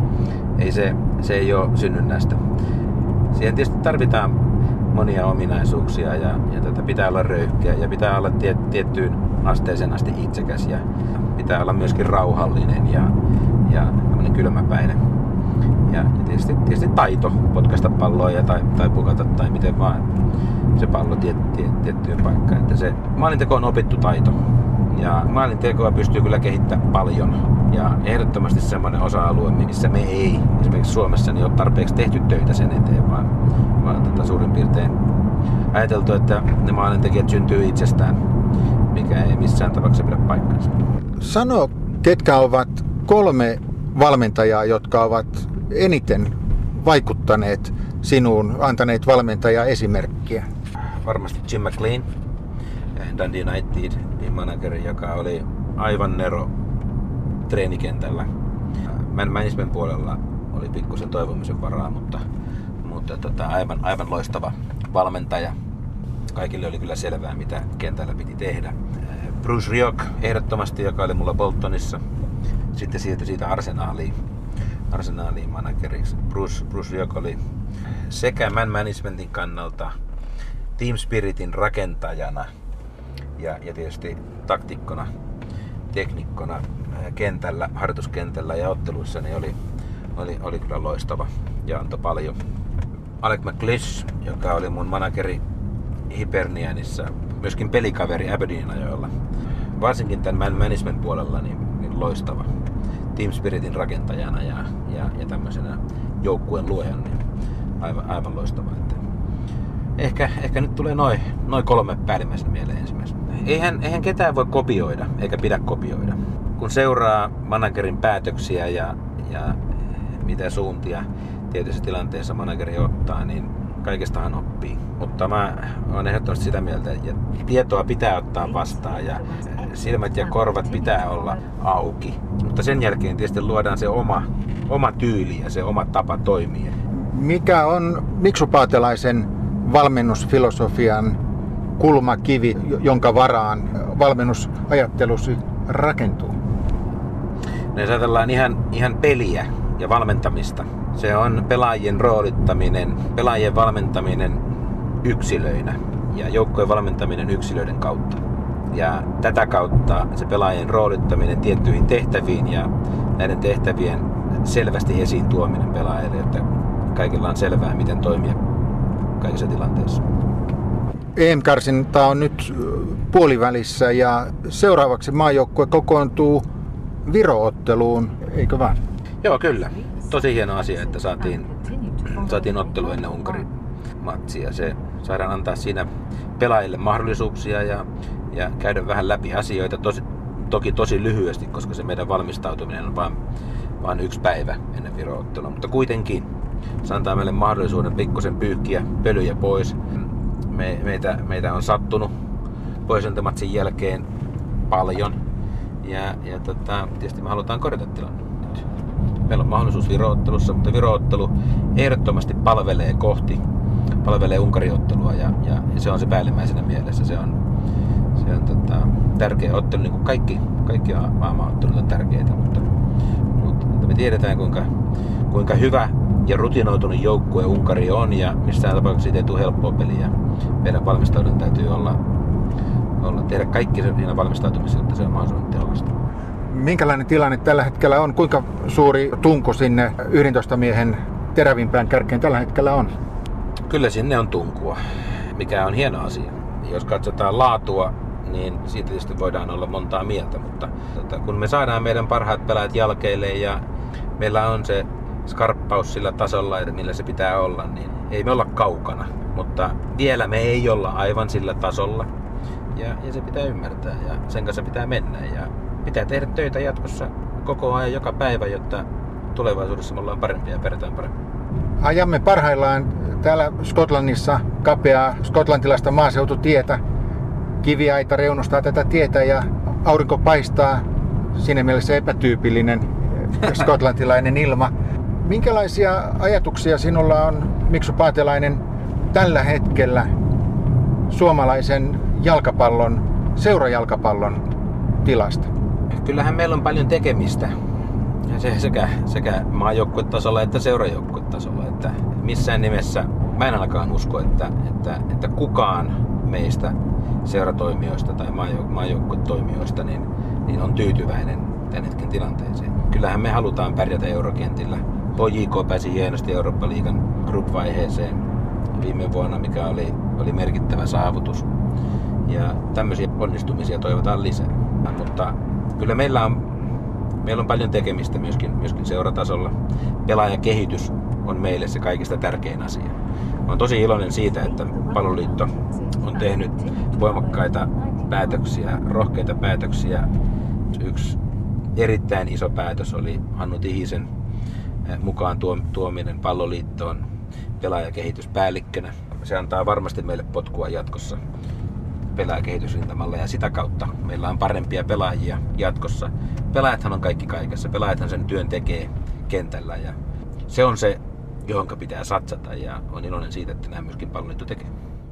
Se ei ole synnynnäistä. Siihen tietysti tarvitaan monia ominaisuuksia ja pitää olla röyhkeä ja pitää olla tiettyyn asteeseen asti itsekäs ja pitää olla myöskin rauhallinen ja tämmöinen kylmäpäinen. Ja tietysti taito potkaista palloa tai pukata tai miten vaan se pallo tiettyyn paikkaan. Että se maalinteko on opittu taito. Ja maalintekoa pystyy kyllä kehittämään paljon. Ja ehdottomasti semmoinen osa-alue, missä me ei esimerkiksi Suomessa niin ole tarpeeksi tehty töitä sen eteen, vaan suurin piirtein ajateltu, että ne maalintekijät syntyy itsestään, mikä ei missään tapauksessa pidä paikkansa. Sano, ketkä ovat 3 valmentajaa, jotka ovat eniten vaikuttaneet sinuun, antaneet valmentajaesimerkkiä? Varmasti Jim McLean, Dundee Unitedin manageri, joka oli aivan nero treenikentällä. Man management puolella oli pikkusen toivomisen varaa, mutta aivan loistava valmentaja. Kaikille oli kyllä selvää, mitä kentällä piti tehdä. Bruce Rioch ehdottomasti, joka oli mulla Boltonissa. Sitten siirtyi siitä Arsenaaliin manageriksi. Bruce Rioch oli sekä man managementin kannalta, team spiritin rakentajana ja tietysti taktikkona, teknikkona kentällä, harjoituskentällä ja otteluissa niin oli kyllä loistava ja antoi paljon. Alec McLeish, joka oli mun manageri Hibernianissa, myöskin pelikaveri Aberdeen ajoilla. varsinkin tämän management puolella niin loistava. Team Spiritin rakentajana ja tämmöisenä joukkueen luojana, niin aivan loistava. Ehkä nyt tulee noin 3 päällimmäisenä mieleen ensimmäisenä. Eihän ketään voi kopioida, eikä pidä kopioida. Kun seuraa managerin päätöksiä ja mitä suuntia tietyissä tilanteessa manageri ottaa, niin kaikestahan oppii. Mutta mä oon ehdottomasti sitä mieltä, että tietoa pitää ottaa vastaan ja silmät ja korvat pitää olla auki. Mutta sen jälkeen tietysti luodaan se oma tyyli ja se oma tapa toimia. Mikä on Miksu Paatelaisen valmennusfilosofian kulmakivi, jonka varaan valmennusajattelusi rakentuu? No jos ajatellaan ihan peliä ja valmentamista. Se on pelaajien roolittaminen, pelaajien valmentaminen yksilöinä ja joukkojen valmentaminen yksilöiden kautta. Ja tätä kautta se pelaajien roolittaminen tiettyihin tehtäviin ja näiden tehtävien selvästi esiin tuominen pelaajille, jotta kaikilla on selvää, miten toimia kaikissa tilanteissa. EM-karsinta on nyt puolivälissä ja seuraavaksi maajoukkue kokoontuu Viro-otteluun, eikö vaan? Joo, kyllä. Tosi hieno asia, että saatiin ottelu ennen Unkarin matsia. Se saadaan antaa siinä pelaajille mahdollisuuksia ja käydä vähän läpi asioita. Toki tosi lyhyesti, koska se meidän valmistautuminen on vain 1 päivä ennen Viro-ottelua. Mutta kuitenkin se antaa meille mahdollisuuden pikkusen pyyhkiä pölyjä pois. Meitä on sattunut poisontamatsin jälkeen paljon. Ja tietysti me halutaan korjata tilanne. Meillä on mahdollisuus Viro-ottelussa, mutta Viro-ottelu ehdottomasti palvelee Unkari-ottelua ja se on se päällimmäisenä mielessä. Se on tärkeä ottelu, niin kuin kaikki maaottelut on tärkeitä, mutta me tiedetään kuinka hyvä ja rutinoitunut joukkue Unkari on ja missään tapauksessa siitä ei tule helppoa peliä. Meidän valmistaudun täytyy tehdä kaikki siinä valmistautumisessa, jotta se on mahdollisimman tehokasta. Minkälainen tilanne tällä hetkellä on? Kuinka suuri tunko sinne 11 miehen terävimpään kärkeen tällä hetkellä on? Kyllä sinne on tunkua, mikä on hieno asia. Jos katsotaan laatua, niin siitä tietysti voidaan olla montaa mieltä, mutta kun me saadaan meidän parhaat pelaajat jalkeille ja meillä on se skarppaus sillä tasolla, millä se pitää olla, niin ei me olla kaukana, mutta vielä me ei olla aivan sillä tasolla ja se pitää ymmärtää ja sen kanssa pitää mennä ja pitää tehdä töitä jatkossa koko ajan joka päivä, jotta tulevaisuudessa me ollaan parempia ja pärjätään paremmin. Ajamme parhaillaan täällä Skotlannissa kapeaa skotlantilaista maaseututietä. Kiviaita reunustaa tätä tietä ja aurinko paistaa, siinä mielessä epätyypillinen skotlantilainen ilma. Minkälaisia ajatuksia sinulla on, Miksu Paatelainen, tällä hetkellä suomalaisen seurajalkapallon tilasta? Kyllähän meillä on paljon tekemistä sekä maajoukkuetasolla että seurajoukkuetasolla. Että missään nimessä mä en ainakaan usko, että kukaan meistä seuratoimijoista tai maajoukkuetoimijoista niin on tyytyväinen tämän hetken tilanteeseen. Kyllähän me halutaan pärjätä eurokentillä. HJK pääsi hienosti Eurooppa-liigan group-vaiheeseen viime vuonna, mikä oli merkittävä saavutus. Ja tämmöisiä onnistumisia toivotaan lisää. Mutta kyllä meillä on paljon tekemistä myöskin seuratasolla. Pelaajakehitys on meille se kaikista tärkein asia. Olen tosi iloinen siitä, että Palloliitto on tehnyt voimakkaita päätöksiä, rohkeita päätöksiä. Yksi erittäin iso päätös oli Hannu Tihisen mukaan tuominen Palloliittoon pelaajakehityspäällikkönä. Se antaa varmasti meille potkua jatkossa pelaajakehitysrintamalla ja sitä kautta meillä on parempia pelaajia jatkossa. Pelaajathan on kaikki kaikessa. Pelaajathan sen työn tekee kentällä ja se on se, johonka pitää satsata ja on iloinen siitä, että näin myöskin Palloliitto tekee.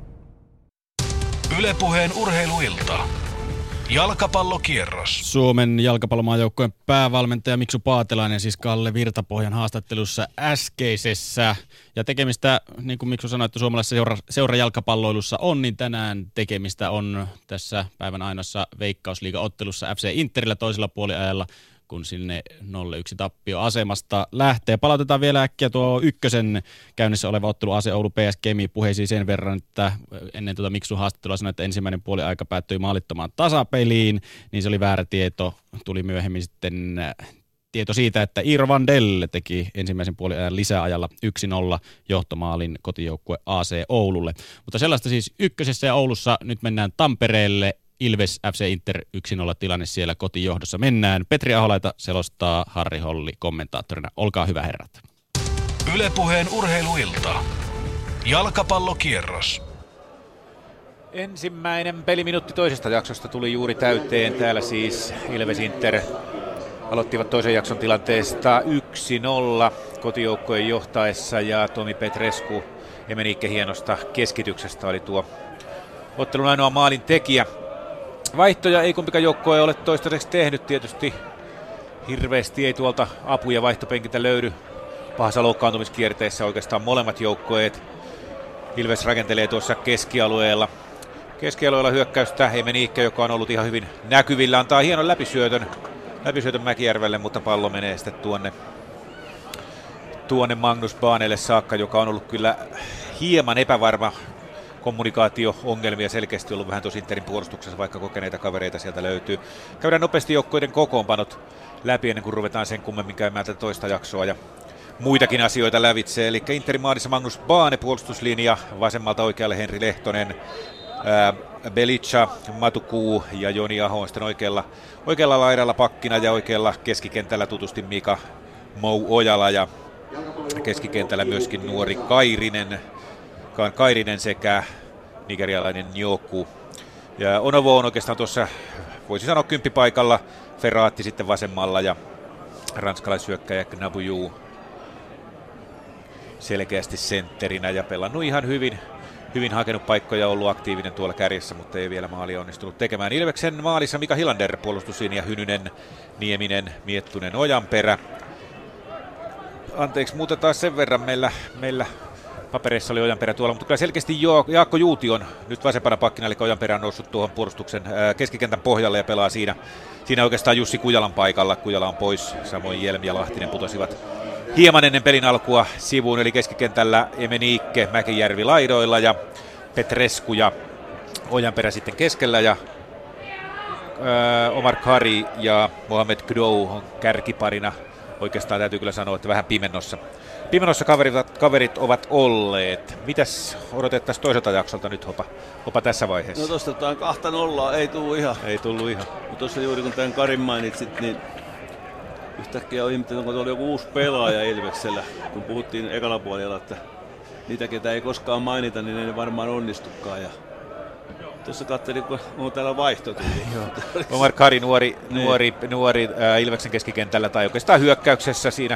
Yle Puheen urheiluilta. Jalkapallokierros. Suomen jalkapallomaajoukkueen päävalmentaja Miksu Paatelainen, siis Kalle Virtapohjan haastattelussa äskeisessä. Ja tekemistä, niin kuin Miksu sanoi, että suomalaisessa seurajalkapalloilussa on, niin tänään tekemistä on tässä päivän ainoassa Veikkausliiga-ottelussa FC Interillä toisella puoliajalla kun sinne 0-1 tappio asemasta lähtee. Palautetaan vielä äkkiä tuo ykkösen käynnissä oleva ottelu AC Oulu PS Kemi puheisiin sen verran, että ennen tuota Miksun haastattelua sanoi, että ensimmäinen puoli aika päättyi maalittomaan tasapeliin, niin se oli väärä tieto. Tuli myöhemmin sitten tieto siitä, että Iiro Vandell teki ensimmäisen puoliajan lisäajalla 1-0 johtomaalin kotijoukkue AC Oululle. Mutta sellaista siis ykkösessä ja Oulussa. Nyt mennään Tampereelle. Ilves FC Inter 1-0 tilanne siellä kotijohdossa. Mennään. Petri Aholaita selostaa, Harri Holli kommentaattorina. Olkaa hyvä, herrat. Yle Puheen urheiluilta. Jalkapallokierros. Ensimmäinen peliminuutti toisesta jaksosta tuli juuri täyteen. Täällä siis Ilves Inter aloittivat toisen jakson tilanteesta 1-0 kotijoukkojen johtaessa ja Tomi Petrescu Emeniikke hienosta keskityksestä oli tuo ottelun ainoa maalin tekijä. Vaihtoja ei kumpikaan joukkue ole toistaiseksi tehnyt, tietysti hirveästi ei tuolta apuja vaihtopenkiltä löydy. Pahassa loukkaantumiskierteessä oikeastaan molemmat joukkueet. Ilves rakentelee tuossa keskialueella. Keskialueella hyökkäystä Emeniikke, joka on ollut ihan hyvin näkyvillä, antaa hienon läpisyötön Mäkijärvelle, mutta pallo menee sitten tuonne Magnus Baanelle saakka, joka on ollut kyllä hieman epävarma. Kommunikaatio-ongelmia selkeästi ollut vähän tuossa Interin puolustuksessa, vaikka kokeneita kavereita sieltä löytyy. Käydään nopeasti joukkoiden kokoonpanot läpi ennen kuin ruvetaan sen kummemmin käymään tätä toista jaksoa ja muitakin asioita lävitse. Eli Interin maalissa Magnus Baane, puolustuslinja, vasemmalta oikealle Henri Lehtonen, Belica, Matukuu ja Joni Aho on sitten oikealla laidalla pakkina ja oikealla keskikentällä tutusti Mika Mou Ojala ja keskikentällä myöskin nuori Kairinen sekä nigerialainen Njoku. Ja Onovo on oikeastaan tuossa, voisi sanoa, kymppipaikalla, Ferraatti sitten vasemmalla ja ranskalaishyökkäjä Gnabuju selkeästi sentterinä ja pelannut ihan hyvin hakenut paikkoja, ollut aktiivinen tuolla kärjessä, mutta ei vielä maalia onnistunut tekemään. Ilveksen maalissa Mika Hilander, puolustuslinja Hynynen, Nieminen, Miettunen, Ojanperä. Anteeksi, muutetaan sen verran, meillä papereissa oli Ojanperä tuolla, mutta kyllä selkeästi Jaakko Juuti on nyt vasempana pakkina, eli Ojanperä on noussut tuohon puolustuksen keskikentän pohjalle ja pelaa siinä oikeastaan Jussi Kujalan paikalla. Kujala on pois, samoin Jelm ja Lahtinen putosivat hieman ennen pelin alkua sivuun, eli keskikentällä Emeniikke, Mäkijärvi laidoilla ja Petrescu ja Ojanperä sitten keskellä ja Omar Kari ja Mohamed Kdou on kärkiparina. Oikeastaan täytyy kyllä sanoa, että vähän pimennossa kaverit ovat olleet. Mitäs odotettaisiin toiselta jaksolta nyt, Hopa tässä vaiheessa? No tosta 2-0, ei tullut ihan. Mutta tuossa juuri kun tämän Karin mainitsit, niin yhtäkkiä on ihmettä, onko tuolla joku uusi pelaaja Ilveksellä. Kun puhuttiin ekalla puolella, että niitä ketä ei koskaan mainita, niin ne varmaan onnistukaan. Ja tuossa katselin, kun on täällä vaihto tuli. Omar Kari, nuori Ilveksen keskikentällä tai oikeastaan hyökkäyksessä siinä.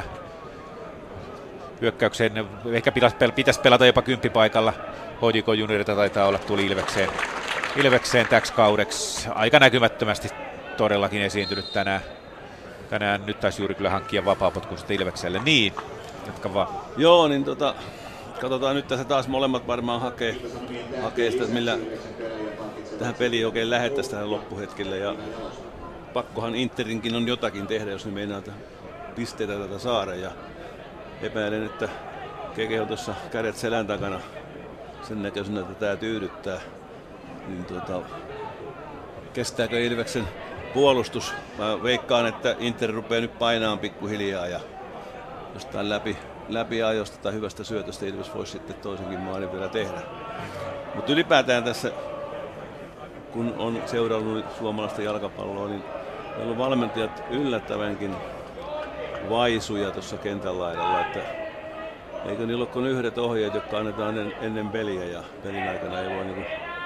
Hyökkäykseen ehkä pitäisi pelata jopa kymppipaikalla. HJK Juniorita taitaa olla tuli Ilvekseen täksi kaudeksi. Aika näkymättömästi todellakin esiintynyt tänään. Nyt taisi juuri kyllä hankkia vapaapotkuun sitten Ilvekselle. Niin, jatka vaan. Joo, niin katsotaan nyt tässä taas molemmat varmaan hakee sitä, millä tähän peliin oikein lähettäisiin tähän loppuhetkelle. Ja pakkohan Interinkin on jotakin tehdä, jos ne meinaa pisteitä tätä saada. Ja epäilen, että Keke on tuossa kädet selän takana sen näköisenä, että tämä tyydyttää. Niin kestääkö Ilveksen puolustus? Mä veikkaan, että Inter rupeaa nyt painaamaan pikkuhiljaa ja jostain läpiajosta tai hyvästä syötöstä Ilves voisi sitten toisenkin maalin vielä tehdä. Mutta ylipäätään tässä, kun on seurannut suomalaista jalkapalloa, niin meillä on valmentajat yllättävänkin vaisuja tuossa kentän laidalla, että eikö niillä ole kuin yhdet ohjeet, jotka annetaan ennen peliä ja pelin aikana ei voi niinku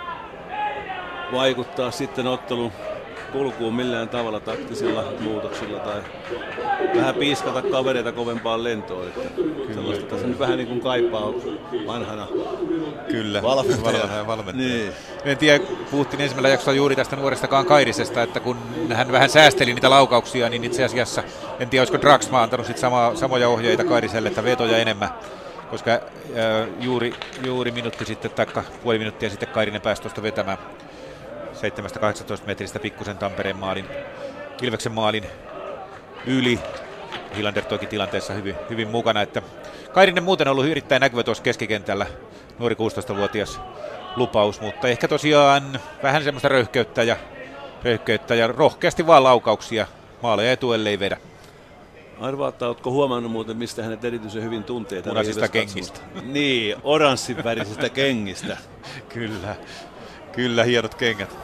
vaikuttaa sitten ottelun kulkuun millään tavalla taktisilla muutoksilla tai vähän piiskata kavereita kovempaan lentoon. Että sellaista tässä nyt vähän niin kuin kaipaa vanhana valmentajana. Niin. En tiedä, puhuttiin ensimmäisellä jaksolla juuri tästä nuoresta Kairisesta, että kun hän vähän säästeli niitä laukauksia, niin itse asiassa en tiedä, olisiko Draxma antanut sit samoja ohjeita Kairiselle, että vetoja enemmän. Koska juuri minuutti sitten, tai puoli minuuttia sitten Kairinen pääsi tuosta vetämään 7-18 metristä pikkusen Tampereen maalin, Ilveksen maalin yli. Hilander toki tilanteessa hyvin mukana. Että Kairinen muuten on ollut erittäin näkyvä tuossa keskikentällä, nuori 16-vuotias lupaus, mutta ehkä tosiaan vähän semmoista röyhkeyttä ja rohkeasti vaan laukauksia. Maaleja etuelle ei vedä. Arvaatte, oletko huomannut muuten, mistä hänet erityisen hyvin tuntee? Punaisista kengistä. Niin, oranssin värisistä kengistä. Kyllä, hienot kengät.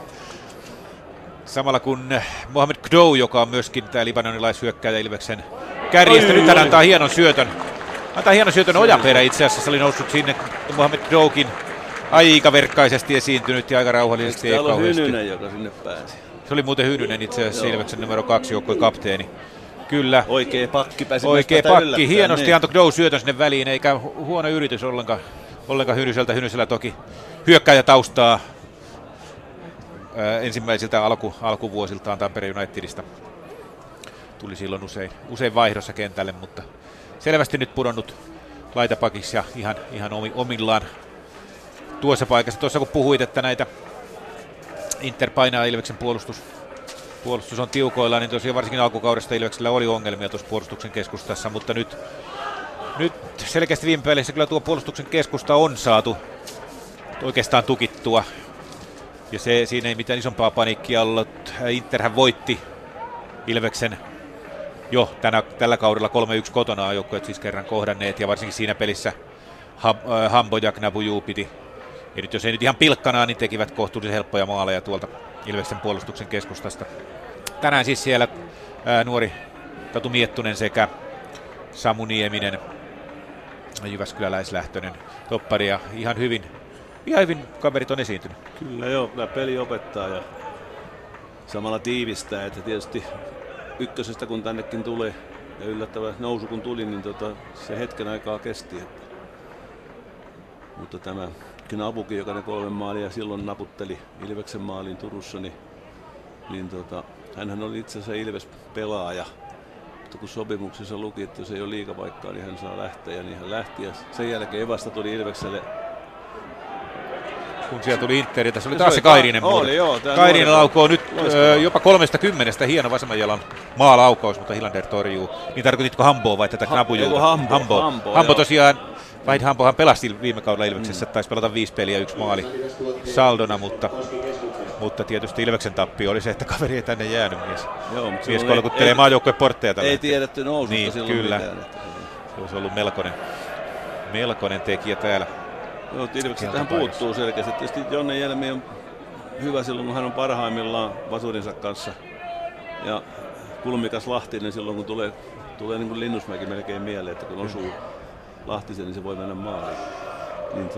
Samalla kun Mohamed Kdou, joka on myöskin tämä libanonilaishyökkääjä Ilveksen kärjestä, nyt hän antaa hienon syötön. Ojaperä itse asiassa oli noussut sinne, Mohamed Kdoukin aika verkkaisesti esiintynyt ja aika rauhallisesti. Täällä on Hynynen, joka sinne pääsi. Se oli muuten Hynynen itse asiassa Ilveksen numero 2 joukkueen kapteeni. Kyllä. Oikea pakki pääsi. Oikea pakki. Hienosti niin. Antoi Kdou syötön sinne väliin, eikä huono yritys ollenkaan Hynyseltä. Hynysellä toki hyökkääjätaustaa ensimmäisiltä alkuvuosiltaan Tampere Unitedista. Tuli silloin usein vaihdossa kentälle, mutta selvästi nyt pudonnut laitapakiksi ja ihan omillaan tuossa paikassa. Tuossa kun puhuit, että näitä Inter painaa Ilveksen puolustus on tiukoilla, niin tosiaan varsinkin alkukaudesta Ilveksellä oli ongelmia tuossa puolustuksen keskustassa, mutta nyt selkeästi viime peleissä kyllä tuo puolustuksen keskusta on saatu oikeastaan tukittua. Ja siinä ei mitään isompaa paniikkia ollut. Interhän voitti Ilveksen jo tällä kaudella 3-1 kotona, joukkueet siis kerran kohdanneet, ja varsinkin siinä pelissä Hambo ja Knabuju piti. Ja nyt jos ei nyt ihan pilkkanaan, niin tekivät kohtuullisen helppoja maaleja tuolta Ilveksen puolustuksen keskustasta. Tänään siis siellä nuori Tatu Miettunen sekä Samu Nieminen, jyväskyläläislähtöinen toppari, ja ihan hyvin kaverit on esiintynyt. Kyllä joo, kyllä peli opettaa ja samalla tiivistää, että tietysti ykkösestä kun tännekin tuli ja yllättävä nousu kun tuli, niin se hetken aikaa kesti. Mutta tämä Knabukin, joka ne 3 maalia silloin naputteli Ilveksen maaliin Turussa, niin hänhän oli itse asiassa Ilves-pelaaja. Mutta kun sopimuksessa luki, että jos ei ole liigapaikkaa, niin hän saa lähteä, ja niin hän lähti. Ja sen jälkeen vasta tuli Ilvekselle. Kun siellä tuli Interi, tässä oli taas se Kairinen muuten. Kairinen laukoo nyt jopa 30, hieno vasemman jalan maalaukaus, mutta Hilander torjuu. Niin tarkoititko Hamboa vai tätä Knabujua? Hambo tosiaan. Vahid Hambohan pelasi viime kaudella Ilveksessä, taisi pelata 5 peliä 1 maali saldona, mutta tietysti Ilveksen tappio oli se, että kaveri ei tänne jäänyt mies kolkuttelee maajoukkueen portteja tällä. Ei tiedetty noususta niin, silloin kyllä. mitään. Se olisi ollut melkoinen tekijä täällä. Joo, Ilveksen tähän puuttuu selkeästi. Tietysti Jonne Jelmi on hyvä silloin, kun hän on parhaimmillaan Vasurinsa kanssa. Ja kulmikas Lahtinen silloin, kun tulee niin kuin Linnusmäki melkein mieleen, että kun osuu Lahtisen, niin se voi mennä maaliin. Niin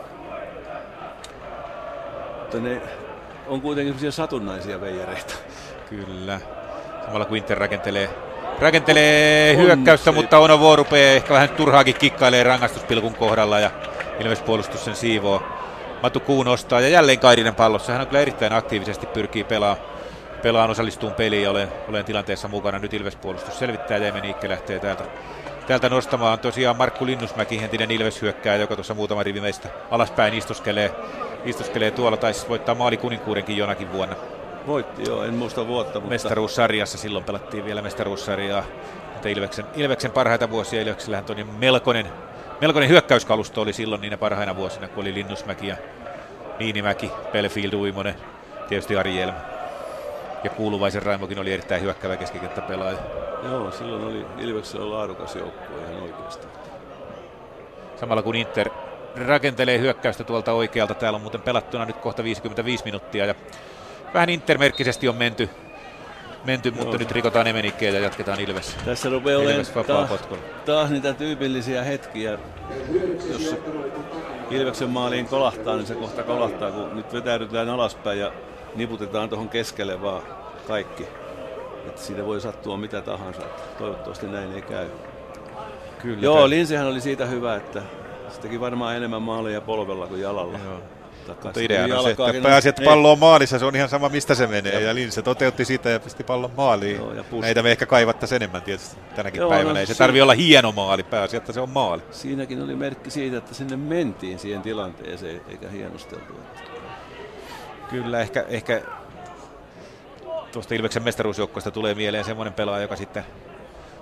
mutta ne on kuitenkin sellaisia satunnaisia veijareita. Kyllä. Samalla kuin Inter rakentelee hyökkäystä, mutta Onovo rupeaa ehkä vähän turhaakin kikkailee rangaistuspilkun kohdalla ja Ilves puolustus sen siivoo. Matu Kuun nostaa ja jälleen Kairinen pallossa. Hän on kyllä erittäin aktiivisesti pyrkii pelaan osallistuun peliin ja olen tilanteessa mukana. Nyt Ilves puolustus selvittää ja Niikke lähtee täältä nostamaan. Tosiaan Markku Linnusmäki, entinen Ilves-hyökkääjä, joka tuossa muutama rivi meistä alaspäin istuskelee tuolla. Taisi voittaa maalikuninkuudenkin jonakin vuonna. Voitti joo, en muista vuotta. Mutta mestaruussarjassa, silloin pelattiin vielä mestaruussarjaa. Mutta Ilveksen parhaita vuosia, Ilveksellähän tuli melkoinen hyökkäyskalusto oli silloin niinä parhaina vuosina, kun oli Linnusmäki ja Niinimäki, Belfield, Uimonen, tietysti Ari Jelm. Ja Kuuluvaisen Raimokin oli erittäin hyökkäävä keskikenttäpelaaja. Joo, silloin oli Ilveksellä laadukas joukkue ihan oikeastaan. Samalla kun Inter rakentelee hyökkäystä tuolta oikealta, täällä on muuten pelattuna nyt kohta 55 minuuttia ja vähän Intermerkkisesti on menty mutta nyt rikotaan Emenikkeä ja jatketaan Ilves. Tässä rupeaa olemaan taas niitä tyypillisiä hetkiä, jos Ilveksen maaliin kolahtaa, niin se kohta kolahtaa, kun nyt vetäydytään alaspäin ja niputetaan tuohon keskelle vaan kaikki. Että siitä voi sattua mitä tahansa. Toivottavasti näin ei käy. Kyllä. Joo, Linsehän oli siitä hyvä, että se teki varmaan enemmän maaleja polvella kuin jalalla. Joo. Mutta ideana on se, että pääsi, että pallo on maalissa, se on ihan sama mistä se menee. Ja Linse toteutti sitä ja pisti pallon maaliin. Joo, näitä me ehkä kaivattaisiin enemmän tietysti tänäkin päivänä. Ei se tarvitse olla hieno maali, pääsi, että se on maali. Siinäkin oli merkki siitä, että sinne mentiin siihen tilanteeseen, eikä hienosteltu. Kyllä, ehkä tuosta Ilveksen mestaruusjoukkoista tulee mieleen semmoinen pelaaja, joka sitten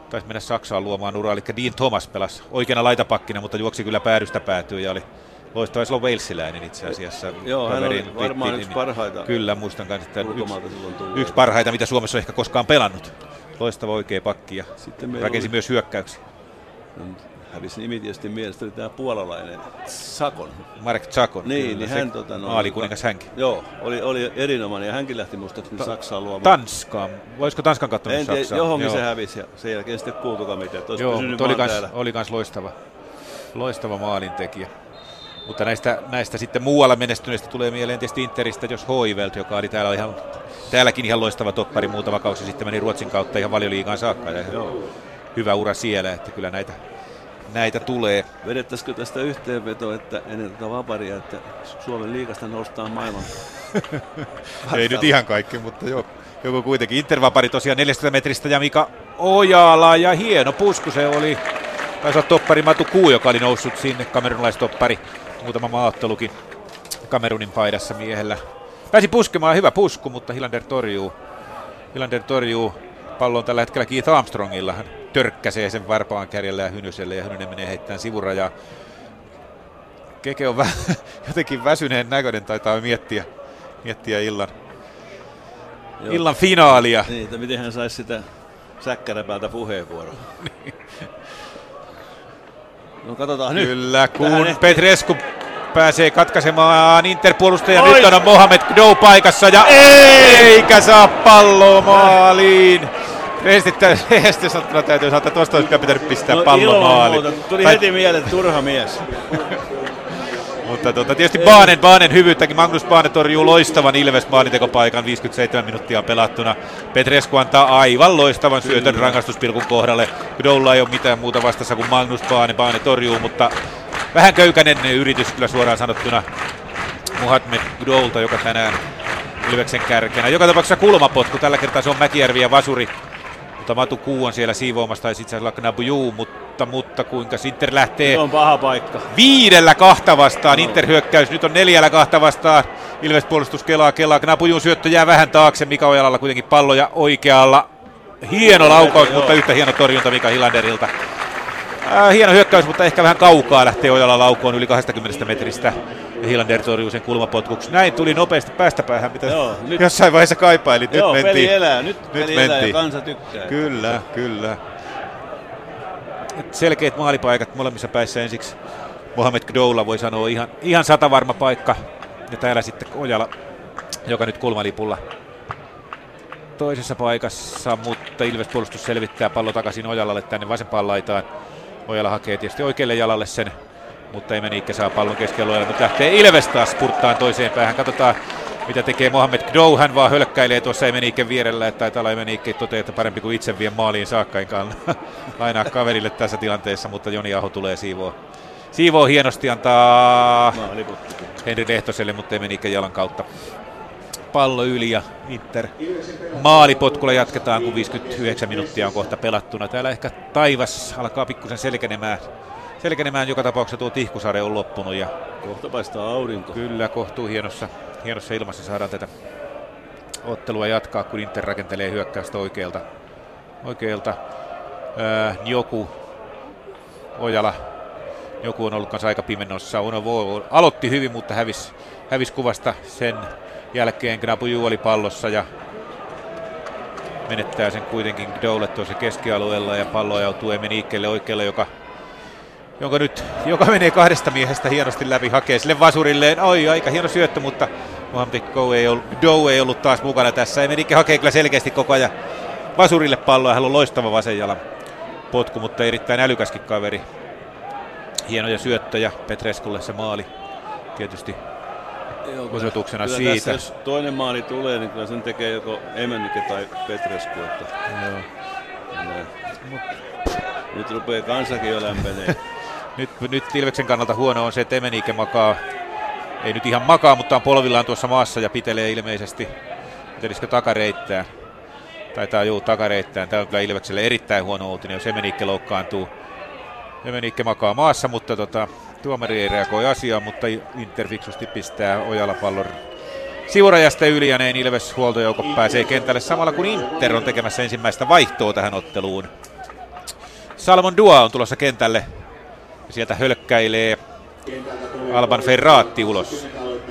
taisi mennä Saksaan luomaan uraa, eli Dean Thomas pelasi oikeana laitapakkina, mutta juoksi kyllä päädystä päätyy ja oli loistava, se on walesiläinen itse asiassa. Joo, hän oli varmaan yksi parhaita. Kyllä, muistan kanssa, että yksi parhaita, mitä Suomessa on ehkä koskaan pelannut. Loistava oikea pakki ja rakensi myös hyökkäyksiä. Hävisi nimi tietysti mielestäni tämä puolalainen Sakon. Marek Sakon. Niin hän maalikuningas hänkin. Joo, oli erinomainen ja hänkin lähti muistaakseni Saksaan luomaan. Tanskaan. Voisiko Tanskan kattonut Saksaan? Johonkin se hävisi ja sen jälkeen sitten kuultukaan mitään. Joo, mutta oli kans loistava maalintekijä. Mutta näistä sitten muualla menestyneistä tulee mieleen tietysti Interistä Jos Hoivelt, joka oli täälläkin ihan loistava toppari muutama kausi sitten, meni Ruotsin kautta ihan Valioliigaan saakka. Ja hyvä ura siellä, että kyllä näitä tulee. Vedettäisikö tästä yhteenvetoa, että ennen tätä vaparia, että Suomen liigasta noustaan maailman? Ei nyt ihan kaikki, mutta joku kuitenkin. Intervapari tosiaan 40 metristä ja Mika Ojala ja hieno pusku se oli. Taisi olla toppari Matu Kuu, joka oli noussut sinne, kamerunilaistoppari. Muutama maaottelukin Kamerunin paidassa miehellä. Pääsi puskemaan, hyvä pusku, mutta Hilander torjuu. Pallo on tällä hetkellä Keith Armstrongilla. Hän törkkäsee sen varpaan kärjellä ja Hynyselle ja Hynynen menee heittämään sivurajaa. Keke on jotenkin väsyneen näköinen, taitaa miettiä illan finaalia. Niin, että miten hän saisi sitä säkkäräpäältä puheenvuoroa. No katsotaan nyt. Kyllä, kun Petrescu pääsee katkaisemaan Interpuolustajan. Nyt on Mohamed Gdou paikassa ja eikä saa palloa maaliin. Rehellisesti sanottuna täytyy sanoa, että tuosta olisi pitänyt pistää pallo maaliin. Tuli heti mieleen, turha mies. Mutta tietysti Baanen hyvyyttäkin. Magnus Baane torjuu loistavan Ilves maalintekopaikan, 57 minuuttia pelattuna. Petrescu antaa aivan loistavan syötön rangaistuspilkun kohdalle. Gdoulla ei ole mitään muuta vastassa kuin Magnus Baane. Baane torjuu, mutta vähän köykäinen yritys kyllä suoraan sanottuna Mohamed Gdoulta, joka tänään Ilveksen kärkenä. Joka tapauksessa kulmapotku, tällä kertaa se on Mäkijärvi ja Vasuri. Mutta Matu Kuu on siellä siivoamassa, tai itse asiassa Knabujuu, mutta kuinka Inter lähtee. Se on paha paikka. 5-2 vastaan, Inter-hyökkäys, nyt on 4-2 vastaan. Ilves puolustus kelaa. Knabujuun syöttö jää vähän taakse, Mika Ojalalla kuitenkin palloja oikealla. Hieno laukaus, mutta yhtä hieno torjunta Mika Hilanderilta. Hieno hyökkäys, mutta ehkä vähän kaukaa lähtee Ojala laukoon yli 20 metristä. Ja Hilander torjuu sen kulmapotkuksi. Näin tuli nopeasti päästä päähän, mitä jossain vaiheessa kaipailit. Nyt mentiin. Peli elää, nyt peli elää ja kansa tykkää. Kyllä. Selkeät maalipaikat molemmissa päissä ensiksi. Mohamed Gdoulla voi sanoa ihan satavarma paikka. Ja täällä sitten Ojala, joka nyt kulmalipulla toisessa paikassa, mutta Ilves puolustus selvittää pallo takaisin Ojalalle tänne vasempaan laitaan. Ojala hakee tietysti oikealle jalalle sen, mutta Emeniikke saa pallon keskellä. Nyt lähtee Ilves taas spurttaan toiseen päähän. Katsotaan, mitä tekee Mohamed Gdou. Hän vaan hölkkäilee tuossa Emeniikken vierellä, että taitaa olla Emeniikke toteaa, että parempi kuin itse vie maaliin saakka, enkä lainaa kaverille tässä tilanteessa, mutta Joni Aho tulee siivoo hienosti, antaa Henri Lehtoselle, mutta Emeniikken jalan kautta pallo yli ja Inter maalipotkulla jatketaan, kun 59 minuuttia on kohta pelattuna. Täällä ehkä taivas alkaa pikkusen selkenemään, joka tapauksessa tuo tihkusade on loppunut. Ja kohta paistaa aurinko. Kyllä, kohtuu hienossa ilmassa saadaan tätä ottelua jatkaa, kun Inter rakentelee hyökkäystä oikealta. Ojala. Joku on ollut kanssa aika pimennossa. Unovo aloitti hyvin, mutta hävisi kuvasta sen jälkeen. Knabujuu oli pallossa ja menettää sen kuitenkin Gdoulle tuossa keskialueella ja pallo ajautuu Emeniikkelle oikealle, joka menee kahdesta miehestä hienosti läpi, hakee sille Vasurilleen. Aika hieno syöttö, mutta Mohamed Gdou ei ollut taas mukana tässä. Emeniikke hakee kyllä selkeästi koko ajan Vasurille palloa. Hän on loistava vasenjalan potku, mutta erittäin älykäskin kaveri. Hienoja syöttöjä, Petresculle se maali tietysti osoituksena kyllä siitä. Tässä, jos toinen maali tulee, niin kyllä sen tekee joko Emeniikke tai Petrescu. Nyt rupeaa kansakin jo lämpenee. nyt Ilveksen kannalta huono on se, että Emeniikke makaa, ei nyt ihan makaa, mutta on polvillaan tuossa maassa ja pitelee ilmeisesti. Pitelisikö takareittään? Taitaa takareittään. Tämä on kyllä Ilvekselle erittäin huono uutinen, jos Emeniikke loukkaantuu. Emeniikke makaa maassa, mutta tuomari ei reagoi asiaan, mutta Inter fiksusti pistää Ojala pallon sivurajasta yli ja näin Ilves huoltojoukko pääsee kentälle samalla kun Inter on tekemässä ensimmäistä vaihtoa tähän otteluun. Salomon Dua on tulossa kentälle. Ja sieltä hölkkäilee Alban Ferrati ulos.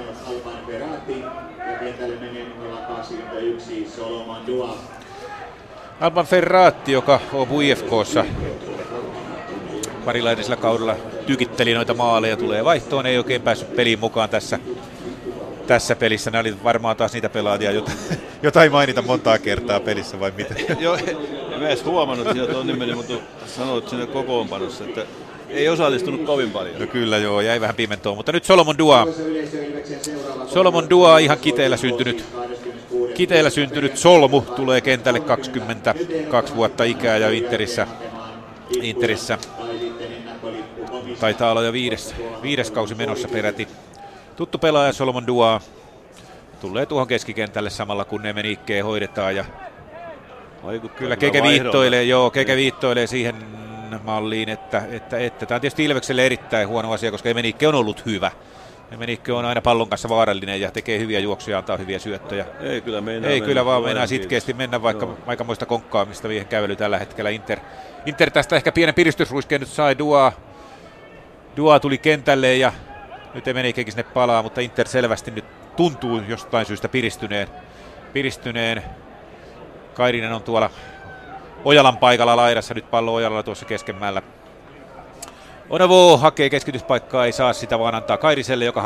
Alban Ferrati, joka on IFK:ssa parilla edellisellä kaudella tykitteli noita maaleja, tulee vaihtoon, ei oikein päässyt peliin mukaan tässä pelissä. Nämä oli varmaan taas niitä pelaajia, jota ei mainita montaa kertaa pelissä, vai mitä? Joo, en edes huomannut sieltä tuon nimeni, mutta sanoit sinne kokoonpanossa, että ei osallistunut kovin paljon. No kyllä joo, jäi vähän pimentoon, mutta nyt Salomon Dua. Salomon Dua, ihan kiteellä syntynyt solmu, tulee kentälle, 22 vuotta ikää ja Interissä taitaa olla jo viides kausi menossa peräti. Tuttu pelaaja Salomon Dua tulee tuohon keskikentälle samalla kun Emenikkeen hoidetaan ja kyllä Keke viittoilee siihen malliin, että tämä on tietysti Ilvekselle erittäin huono asia, koska Emenikke on ollut hyvä. Emenikke on aina pallon kanssa vaarallinen ja tekee hyviä juoksuja, antaa hyviä syöttöjä. Ei kyllä vaan meinaa sitkeästi mennä, vaikka aikamoista konkkaamista viehen kävely tällä hetkellä. Inter tästä ehkä pienen piristysruiskeen nyt sai. Dua tuli kentälle ja nyt Emenikkekin sinne palaa, mutta Inter selvästi nyt tuntuu jostain syystä piristyneen. Kairinen on tuolla Ojalan paikalla laidassa, nyt pallo Ojalalla tuossa keskemmällä. Onovo hakee keskityspaikkaa, ei saa sitä vaan antaa Kairiselle, joka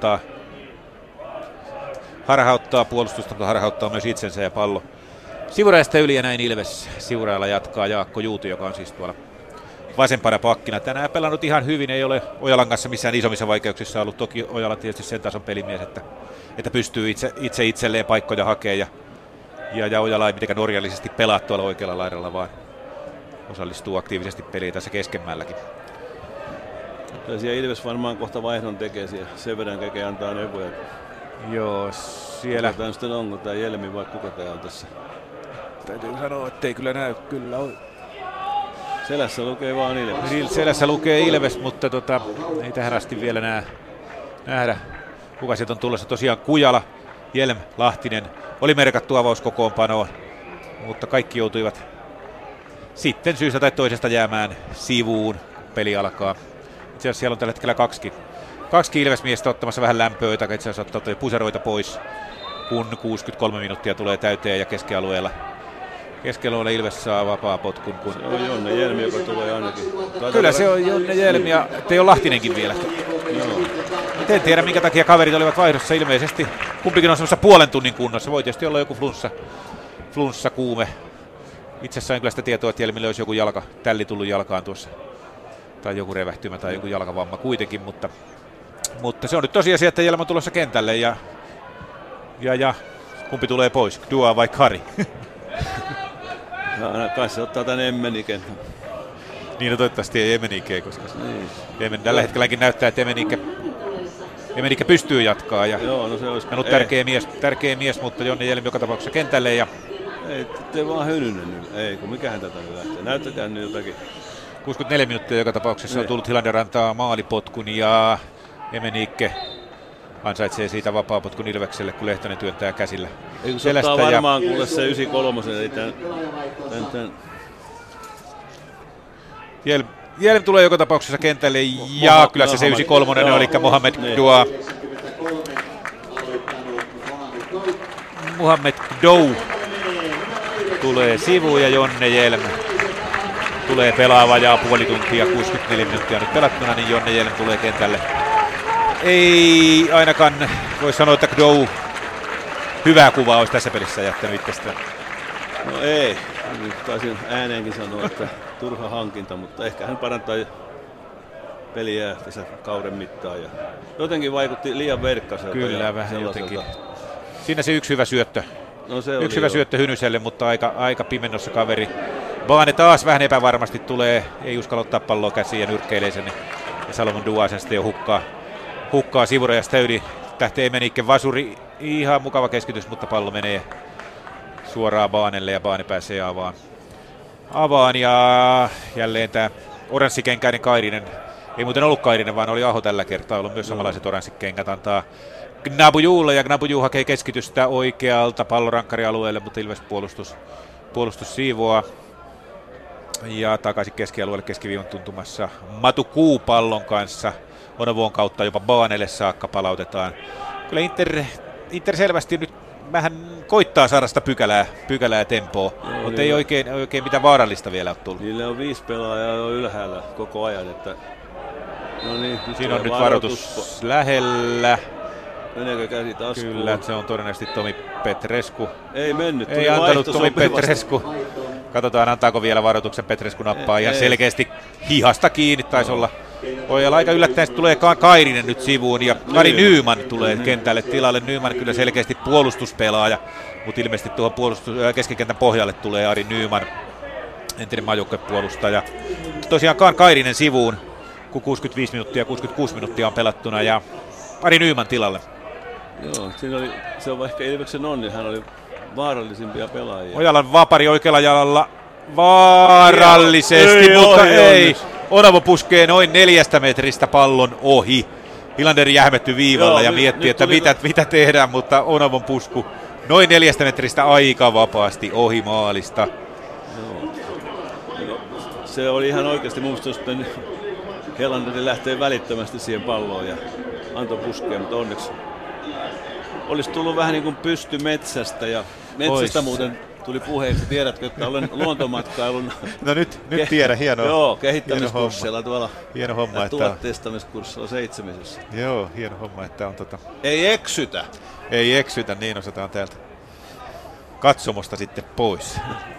harhauttaa puolustusta, mutta harhauttaa myös itsensä ja pallo sivurajasta yli ja näin Ilves Sivurajalla jatkaa Jaakko Juuti, joka on siis tuolla vasempana pakkina. Tänään pelannut ihan hyvin, ei ole Ojalan kanssa missään isommissa vaikeuksissa ollut. Toki Ojala tietysti sen tason pelimies, että pystyy itse itselleen paikkoja hakemaan ja Ojala ei mitenkään norjallisesti pelaa tuolla oikealla laidalla, vaan osallistuu aktiivisesti peliin tässä keskemmälläkin. Siellä Ilves varmaan kohta vaihdon tekee siellä. Sen verran Keke antaa neuvoja. Joo, siellä. Kuka sitten onko tämä Jelmi vai kuka tämä on tässä? Täytyy sanoa, ettei kyllä näy. Kyllä on. Selässä lukee vaan Ilves. Selässä lukee Ilves, mutta ei tähän asti vielä nähdä. Kuka sieltä on tulossa? Tosiaan Kujala, Jelm, Lahtinen. Oli merkattu avauskokoonpanoon, mutta kaikki joutuivat sitten syystä tai toisesta jäämään sivuun, kun peli alkaa. Itse asiassa siellä on tällä hetkellä kaksi Ilves-miestä ottamassa vähän lämpöä, tai itse asiassa ottaa puseroita pois, kun 63 minuuttia tulee täyteen ja keskialueella Ilves saa vapaa potkun. Se on Jonne Jelmi, joka tulee ainakin. Kyllä se on Jonne Jelmi ja ei ole Lahtinenkin vielä. Joo. En tiedä minkä takia kaverit olivat vaihdossa, ilmeisesti kumpikin on semmoisessa puolen tunnin kunnossa. Voi tietysti olla joku flunssakuume. Itse sain kyllä sitä tietoa, että Jelmille olisi joku tälli tullut jalkaan tuossa. Tai joku revähtymä tai joku jalkavamma kuitenkin, mutta se on nyt tosiasia, että Jelma on tulossa kentälle ja kumpi tulee pois, Dua vai Kari? Kai se ottaa tänne Emmeniken. Niin, no toivottavasti ei Emenike, koska tällä hetkelläkin näyttää, että Emenike pystyy jatkaa ja joo, no se olisi ollut tärkeä mies, mutta Jonne Jelmi joka tapauksessa kentälle. Ja ei, te vaan Hynynen nyt. Ei, kun mikähän tätä nyt lähtee. Näyttäkää nyt jotakin. 64 minuuttia joka tapauksessa on tullut. Hilander antaa maalipotkun ja Emenike ansaitsee siitä vapaapotkun Ilvekselle, kun Lehtonen työntää käsillä selästä. Se varmaan kuule se 93, eli tämän. Jelm tulee joka tapauksessa kentälle ja kyllä se 93 oli, eli Mohamed Dua. Mohamed Dou tulee sivuun ja Jonne Jelm tulee pelaa vajaa puoli tuntia, 64 minuuttia nyt pelattuna, niin Jonne Jelm tulee kentälle. Ei ainakaan voi sanoa, että Dou hyvää kuvaa olisi tässä pelissä jättänyt itsestään. No ei, nyt taisin ääneenkin sanoa, että turha hankinta, mutta ehkä hän parantaa peliä tässä kauden mittaan. Ja jotenkin vaikutti liian verkkaiselta. Kyllä, vähän jotenkin. Siinä se yksi hyvä syöttö. No se yksi hyvä syöttö Hynyselle, mutta aika pimennossa kaveri. Baane taas vähän epävarmasti tulee, ei uskalla ottaa palloa käsiin ja nyrkkeilee sen. Ja Salomon Dua sen sitten jo hukkaa sivurajasta yli. Tähtee Emenikken vasuri, ihan mukava keskitys, mutta pallo menee suoraan Baanelle ja Baane pääsee avaan ja jälleen tämä oranssikenkäinen Kairinen. Ei muuten ollut Kairinen, vaan oli Aho tällä kertaa, ollut myös samanlaiset oranssikengät, antaa Gnabujulle ja Gnabuju hakee keskitystä oikealta pallorankkarialueelle, mutta Ilves puolustus siivoaa Ja takaisin keskialueelle keskiviivan tuntumassa Matu Kuu pallon kanssa. Onovuon kautta jopa Baanelle saakka palautetaan. Kyllä Inter selvästi nyt vähän koittaa saada sitä pykälää tempoa, mutta ei oikein mitään vaarallista vielä ole tullut. Niillä on 5 pelaajaa jo ylhäällä koko ajan. Että... No niin, siinä on nyt varoitus lähellä. Meneekö käsi taskuun? Kyllä, se on todennäköisesti Tomi Petrescu. Ei mennyt. Ei antanut Tomi Petrescu. Katsotaan, antaako vielä varoituksen. Petrescu nappaa ihan selkeästi hihasta kiinni. Taisi olla. Ojala aika yllättäen tulee Kairinen nyt sivuun ja Ari Nyman tulee kentälle tilalle. Nyman kyllä selkeästi puolustuspelaaja, mutta ilmeisesti tuohon keskikentän pohjalle tulee Ari Nyman, entinen maajoukkuepuolustaja. Tosiaan Kairinen sivuun, kun 66 minuuttia on pelattuna ja Ari Nyman tilalle. Joo, se on ehkä Ilveksen onni, hän oli vaarallisimpia pelaajia. Ojalan vapari oikealla jalalla vaarallisesti, mutta ei. Onavo puskee noin 4 metristä pallon ohi. Hilander jähmetty viivalla ja miettii, että mitä tehdään, mutta Onavon pusku noin 4 metristä aika vapaasti ohi maalista. Joo. Se oli ihan oikeasti mun mielestä, että Hilander lähtee välittömästi siihen palloon ja antoi puskea, mutta onneksi olisi tullut vähän niin kuin pysty metsästä ja metsästä muuten tuli puheeksi. Tiedätkö, että olen luontomatkailun no nyt tiedän, hienoa. Joo, kehittämiskurssilla tuolla. Hieno homma, että tuotteistamiskurssilla 7. Joo, hieno homma, että on Ei eksytä. Ei eksytä, niin osataan täältä katsomosta sitten pois.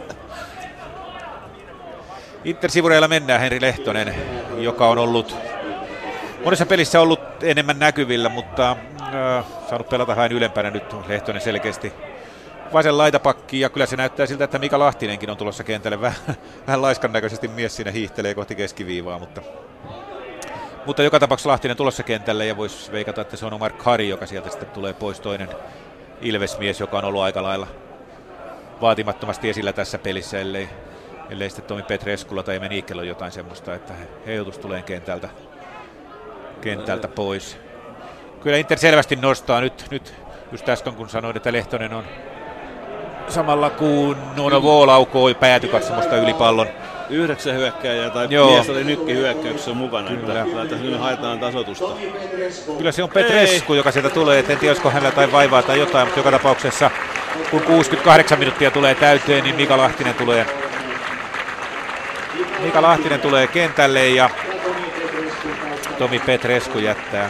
Inter-sivureilla mennään. Henri Lehtonen, joka on ollut monessa pelissä ollut enemmän näkyvillä, mutta saanut pelata hain ylempänä nyt. Lehtonen selkeästi vasen laitapakki ja kyllä se näyttää siltä, että Mika Lahtinenkin on tulossa kentälle. Vähän laiskan näköisesti mies siinä hiihtelee kohti keskiviivaa, mutta joka tapauksessa Lahtinen tulossa kentälle ja voisi veikata, että se on Omar Kari, joka sieltä sitten tulee pois, toinen Ilves-mies, joka on ollut aika lailla vaatimattomasti esillä tässä pelissä, ellei sitten Tomi Petresculla tai Eme Niikkel ole jotain semmoista, että he joutuisi tulemaan kentältä pois. Kyllä Inter selvästi nostaa nyt just äsken kun sanoin, että Lehtonen on samalla kuin Onovo laukoi päätykatsomusta yli pallon. 9 hyökkääjää tai mies oli nytkin hyökkäyksessä mukana. Kyllä. Että nyt haetaan tasoitusta. Kyllä se on Petrescu, joka sieltä tulee. En tiedä, olisiko hänellä tai vaivaa tai jotain, mutta joka tapauksessa kun 68 minuuttia tulee täyteen, niin Mika Lahtinen tulee kentälle ja Tomi Petrescu jättää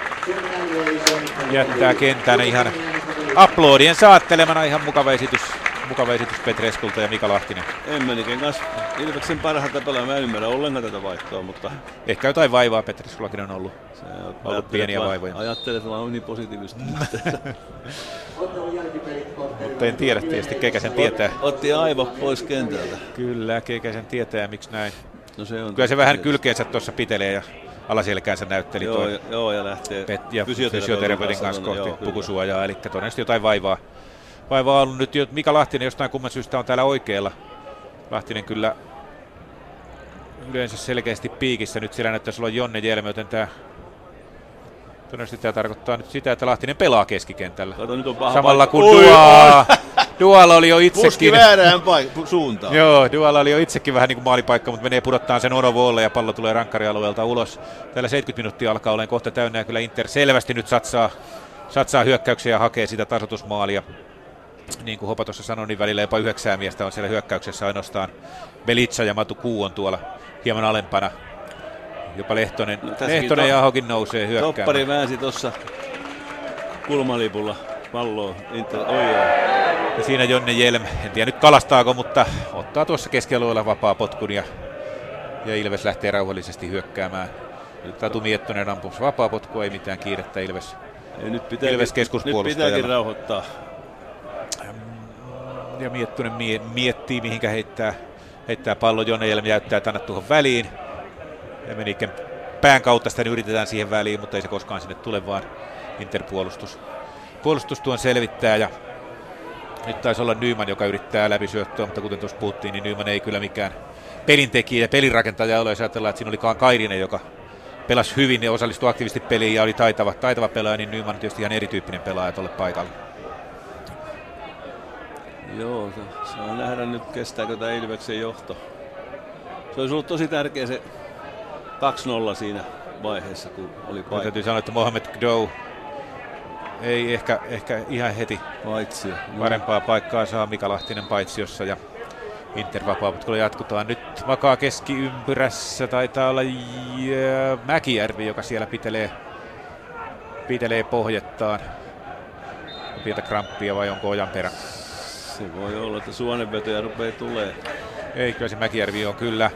kentän ihan aplodien saattelemana. Ihan mukava esitys Petresculta ja Mika Lahtinen. Emmeniken kanssa Ilveksen parhaita pelaamaan. En ymmärrä ollenkaan tätä vaihtoa, mutta ehkä jotain vaivaa Petrescullakin on ollut pieniä vaivoja. Ajattelet vaan niin positiivisesti. Mutta en tiedä tietysti, keikä sen tietää. Otti aivot pois kentältä. Kyllä, keikä sen tietää, miksi näin. No se on kyllä se vähän kylkeensä tuossa pitelee ja alaselkäänsä näytteli joo, ja lähtee fysioterapeutin kanssa kohti pukusuojaa, eli todennäköisesti jotain vaivaa on ollut nyt. Mika Lahtinen jostain kumman syystä on täällä oikealla. Lahtinen kyllä yleensä selkeästi piikissä. Nyt siellä näyttäisi olla Jonne Jelme, joten todennäköisesti tämä tarkoittaa nyt sitä, että Lahtinen pelaa keskikentällä. Kato, nyt on paha samalla kun Duala oli jo itsekin. Puski väärään suuntaan. Joo, Duala oli jo itsekin vähän niin kuin maalipaikka, mutta menee pudottaa sen Onovolle ja pallo tulee rankkarialueelta ulos. Täällä 70 minuuttia alkaa olemaan kohta täynnä ja kyllä Inter selvästi nyt satsaa hyökkäyksiä ja hakee sitä tasoitusmaalia. Niin kuin Hopa tuossa sanoi, niin välillä jopa 9 miestä on siellä hyökkäyksessä ainoastaan. Belitsa ja Matu Kuu on tuolla hieman alempana. Jopa Lehtonen ja Ahokin nousee hyökkäämään. Toppari väänsi tuossa kulmalipulla palloa. Ja siinä Jonne Jelm, en tiedä nyt kalastaako, mutta ottaa tuossa keskialueella vapaa potkun ja Ilves lähtee rauhallisesti hyökkäämään. Nyt Tatu Miettonen ampuu vapaa potku, ei mitään kiirettä Ilves keskuspuolustajalle. Nyt pitääkin rauhoittaa. Ja Miettonen miettii mihinkä heittää pallon. Jonne Jelm jäyttää tänne tuohon väliin. Ja menikin pään kautta sitä yritetään siihen väliin, mutta ei se koskaan sinne tule, vaan Inter-puolustus tuon selvittää. Ja nyt taisi olla Nyman, joka yrittää läpisyöttöä, mutta kuten tuossa puhuttiin, niin Nyman ei kyllä mikään pelintekijä ja pelinrakentaja ole. Jos ajatellaan, että siinä oli Kairinen, joka pelasi hyvin ja osallistui aktiivisesti peliin ja oli taitava pelaaja, niin Nyman on tietysti ihan erityyppinen pelaaja tuolle paikalle. Joo, saa nähdä nyt, kestääkö tämä Ilveksen johto. Se olisi ollut tosi tärkeä se 2-0 siinä vaiheessa, kun oli paikka. Täytyy sanoa, että Mohamed Gdou ei ehkä ihan heti Paitsio. parempaa paikkaa saa Mika Lahtinen paitsiossa ja Inter vapaamatkolla jatkutaan. Nyt vakaa keskiympyrässä taitaa olla Mäkijärvi, joka siellä pitelee pohjettaan. Pientä kramppia vai onko Ojanperä? Se voi olla, että suonenvetoja rupeaa tulee. Ei, kyllä se Mäkijärvi on kyllä.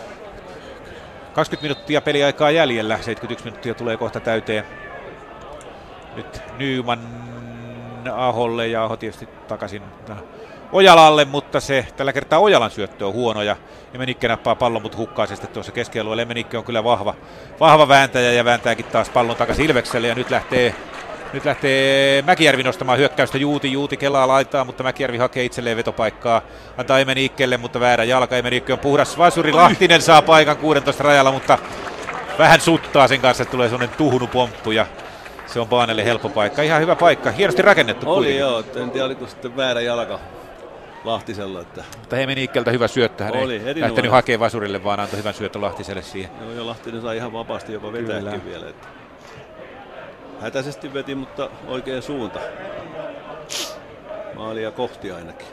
20 minuuttia peliaikaa jäljellä, 71 minuuttia tulee kohta täyteen. Nyt Nyman Aholle ja Aho tietysti takaisin Ojalalle, mutta se tällä kertaa Ojalan syöttö on huono ja Emenikke nappaa pallon, mutta hukkaa se sitten tuossa keskialueella. Emenikke on kyllä vahva vääntäjä ja vääntääkin taas pallon takaisin Ilvekselle ja nyt lähtee Mäkijärvi nostamaan hyökkäystä. Juuti kelaa laitaa, mutta Mäkijärvi hakee itselleen vetopaikkaa. Antaa Emenikkelle, mutta väärä jalka. Emenikke on puhdas vasuri. Lahtinen saa paikan 16 rajalla, mutta vähän suttaa sen kanssa, että tulee sellainen tuhnupomppu ja se on Baanelle helppo paikka. Ihan hyvä paikka. Hienosti rakennettu oli kuitenkin. Joo, en tiedä oliko sitten väärä jalka Lahtisella. Että mutta Emenikkeltä hyvä syöttö. Hän ei lähtenyt hakemaan vasurille, vaan antoi hyvän syötön Lahtiselle siihen. Joo, ja Lahtinen sai ihan vapaasti jopa vetääkin vielä. Että hätäisesti veti, mutta oikea suunta. Maalia kohti ainakin.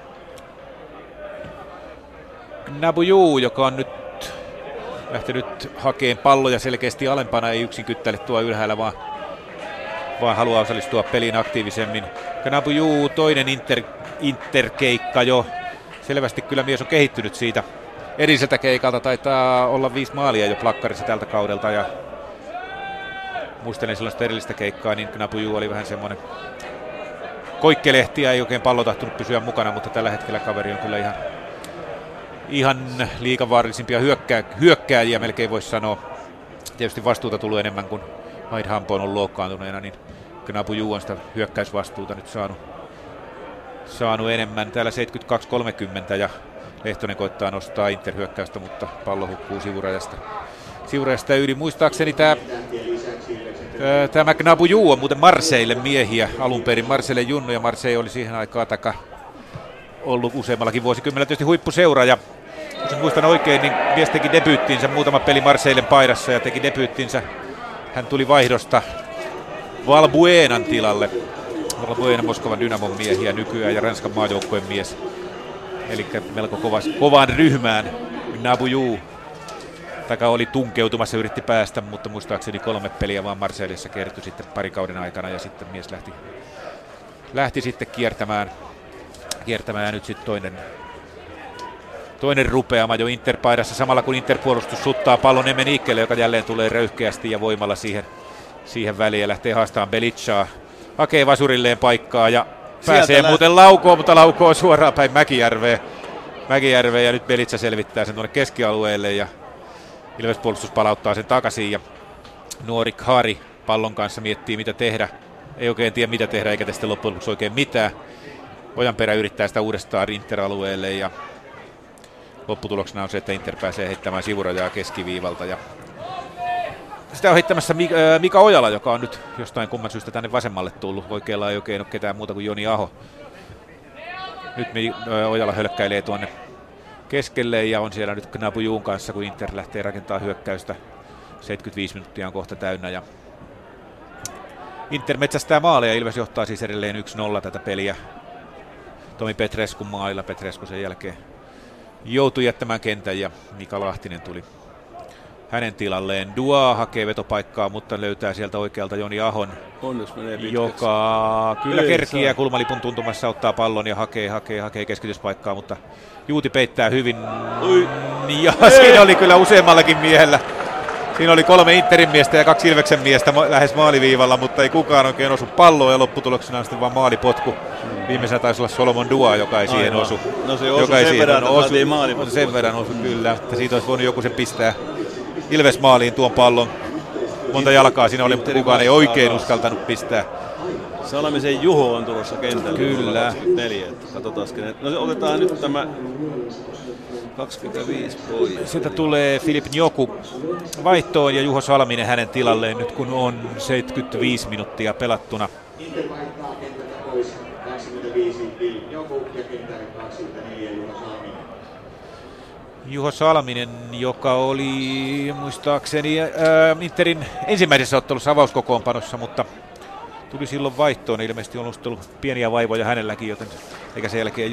Nabuju, joka on nyt lähtenyt hakemaan palloja selkeästi alempana, ei yksin kyttäile tuo ylhäällä, vaan haluaa osallistua peliin aktiivisemmin. Nabuju, toinen Interkeikka jo. Selvästi kyllä mies on kehittynyt siitä edelliseltä keikalta. Taitaa olla 5 maalia jo plakkarissa tältä kaudelta. Ja muistelen sellaista edellistä keikkaa, niin Nabuju oli vähän semmoinen koikkelehti ja ei oikein pallo tahtunut pysyä mukana, mutta tällä hetkellä kaveri on kyllä ihan liigan vaarallisimpia hyökkääjiä melkein voisi sanoa. Tietysti vastuuta tullut enemmän kuin Maid Hampoon on loukkaantuneena, niin Nabuju on sitä hyökkäysvastuuta nyt saanut enemmän. Täällä 72-30 ja Lehtonen koittaa nostaa Inter-hyökkäystä, mutta pallo hukkuu sivurajasta yli. Muistaakseni tämä Nabuju on muuten Marseille miehiä alun perin. Marseille junnu ja Marseille oli siihen aikaan ollut useammallakin vuosikymmenellä tietysti huippuseura. Ja jos muistan oikein, niin mies teki debyyttiinsä muutama peli Marseillen paidassa ja teki debyyttiinsä. Hän tuli vaihdosta Valbuenan tilalle. Valbuena Moskovan Dynamon miehiä nykyään ja Ranskan maajoukkojen mies. Eli melko kovaan ryhmään Nabuju. Taka oli tunkeutumassa, yritti päästä, mutta muistaakseni 3 peliä vaan Marseillessa kertyi sitten parikauden aikana ja sitten mies lähti sitten kiertämään ja nyt sitten toinen rupeama jo Inter-paidassa samalla kun Inter-puolustus suttaa pallon Emenikkelle, joka jälleen tulee röyhkeästi ja voimalla siihen väliin ja lähtee haastamaan Belichaa. Hakee vasurilleen paikkaa ja pääsee muuten laukoon, mutta laukoo suoraan päin Mäkijärveen ja nyt Belica selvittää sen tuonne keskialueelle ja Ilves-puolustus palauttaa sen takaisin ja nuori Kari pallon kanssa miettii mitä tehdä. Ei oikein tiedä mitä tehdä eikä tästä loppujen lopuksi oikein mitään. Ojanperä yrittää sitä uudestaan Inter-alueelle ja lopputuloksena on se, että Inter pääsee heittämään sivurajaa keskiviivalta. Ja sitä on heittämässä Mika Ojala, joka on nyt jostain kumman syystä tänne vasemmalle tullut. Oikealla ei oikein ole ketään muuta kuin Joni Aho. Nyt Ojala hölkkäilee tuonne keskelle ja on siellä nyt Nabujun kanssa, kun Inter lähtee rakentamaan hyökkäystä. 75 minuuttia on kohta täynnä ja Inter metsästää maaleja. Ilves johtaa siis edelleen 1-0 tätä peliä. Tomi Petreskun maalilla. Petresku sen jälkeen joutui jättämään kentän ja Mika Lahtinen tuli hänen tilalleen. Dua hakee vetopaikkaa, mutta löytää sieltä oikealta Joni Ahon, joka kyllä kerkiää kulmalipun tuntumassa, ottaa pallon ja hakee keskityspaikkaa, mutta Juuti peittää hyvin. Ja siinä oli kyllä useammallakin miehellä. Siinä oli 3 Interin miestä ja 2 Ilveksen miestä lähes maaliviivalla, mutta ei kukaan oikein osu palloa ja lopputuloksena on sitten vaan maalipotku. Viimeisenä taisi olla Solomon Dua, joka ei siihen osu. No se osui sen verran osu kyllä, että siitä olisi voinut joku sen pistää Ilves maaliin tuon pallon. Monta jalkaa siinä oli, mutta kukaan ei oikein uskaltanut pistää. Salamisen Juho on tulossa kentällä. Kyllä. 24, katsotaan. No otetaan nyt tämä 25 pois. Sieltä tulee Filip Njoku vaihtoon ja Juho Salminen hänen tilalleen nyt kun on 75 minuuttia pelattuna. Inter vaihtaa kentältä pois 25 Filip Njoku ja kentälle 24 Juho Salminen. Juho Salminen, joka oli muistaakseni Interin ensimmäisessä ottelussa avauskokoonpanossa, mutta tuli silloin vaihtoon. Ilmeisesti on ollut pieniä vaivoja hänelläkin, joten eikä sen jälkeen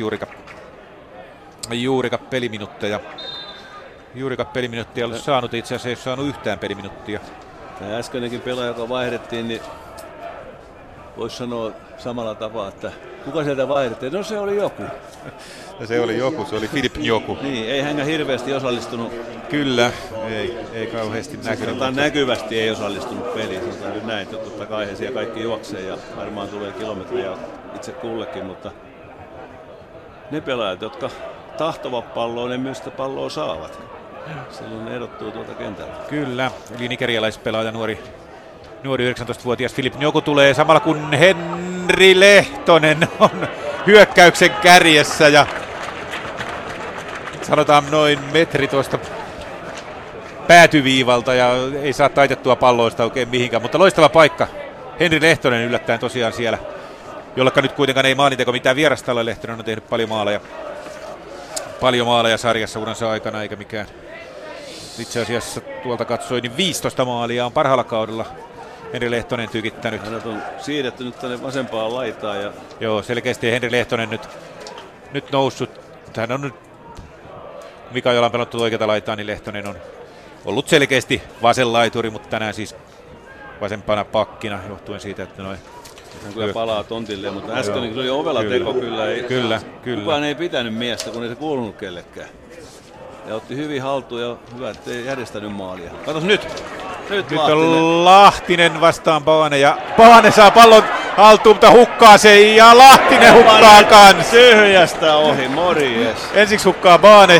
juurika peliminutteja. Juurikaan peliminuttia ollut saanut, itse asiassa ei ole saanut yhtään peliminuttia. Tämä äskeinenkin pelaaja, joka vaihdettiin, niin voisi sanoa samalla tapaa, että kuka sieltä vaihdettiin? No se oli joku. Ja se oli joku, se oli Filip Njoku. Niin, ei hänkään hirveästi osallistunut. Kyllä, ei kauheasti näkynyt. Näkyvästi ei osallistunut peliin, sanotaan nyt näin, että totta kai he siellä kaikki juoksee ja varmaan tulee kilometriä itse kullekin, mutta ne pelaajat, jotka tahtovat palloa, ne myös sitä palloa saavat. Silloin ne erottuu tuolta kentältä. Kyllä, eli nigerialaispelaaja nuori 19-vuotias Filip Njoku tulee samalla kun Henri Lehtonen on hyökkäyksen kärjessä ja sanotaan noin metri tuosta päätyviivalta ja ei saa taitettua palloista oikein mihinkään, mutta loistava paikka. Henri Lehtonen yllättäen tosiaan siellä, jollekka nyt kuitenkaan ei maalinteko mitään vierasta ole. Lehtonen on tehnyt paljon maaleja sarjassa uransa aikana, eikä mikään. Itse asiassa tuolta katsoin, niin 15 maalia on parhaalla kaudella Henri Lehtonen tykittänyt. Hänet on siirretty nyt tänne vasempaan laitaan. Ja joo, selkeästi Henri Lehtonen nyt noussut. Hän on nyt, Mika Jola on pelottu oikeata laitaa, niin Lehtonen on ollut selkeästi vasen laituri, mutta tänään siis vasempana pakkina, johtuen siitä, että noin hän kyllä palaa tontille, mutta äsken oli ovela teko kyllä. Kyllä. Kukaan ei pitänyt miestä, kun ei se kuulunut kellekään. Ja otti hyvin haltuun ja hyvä, ettei järjestänyt maalia. Katos nyt! Nyt on Lahtinen vastaan Baane ja Baane saa pallon haltuun, mutta hukkaa sen ja Lahtinen hukkaa kans. Tyhjästä ohi, morjes. Ensiksi hukkaa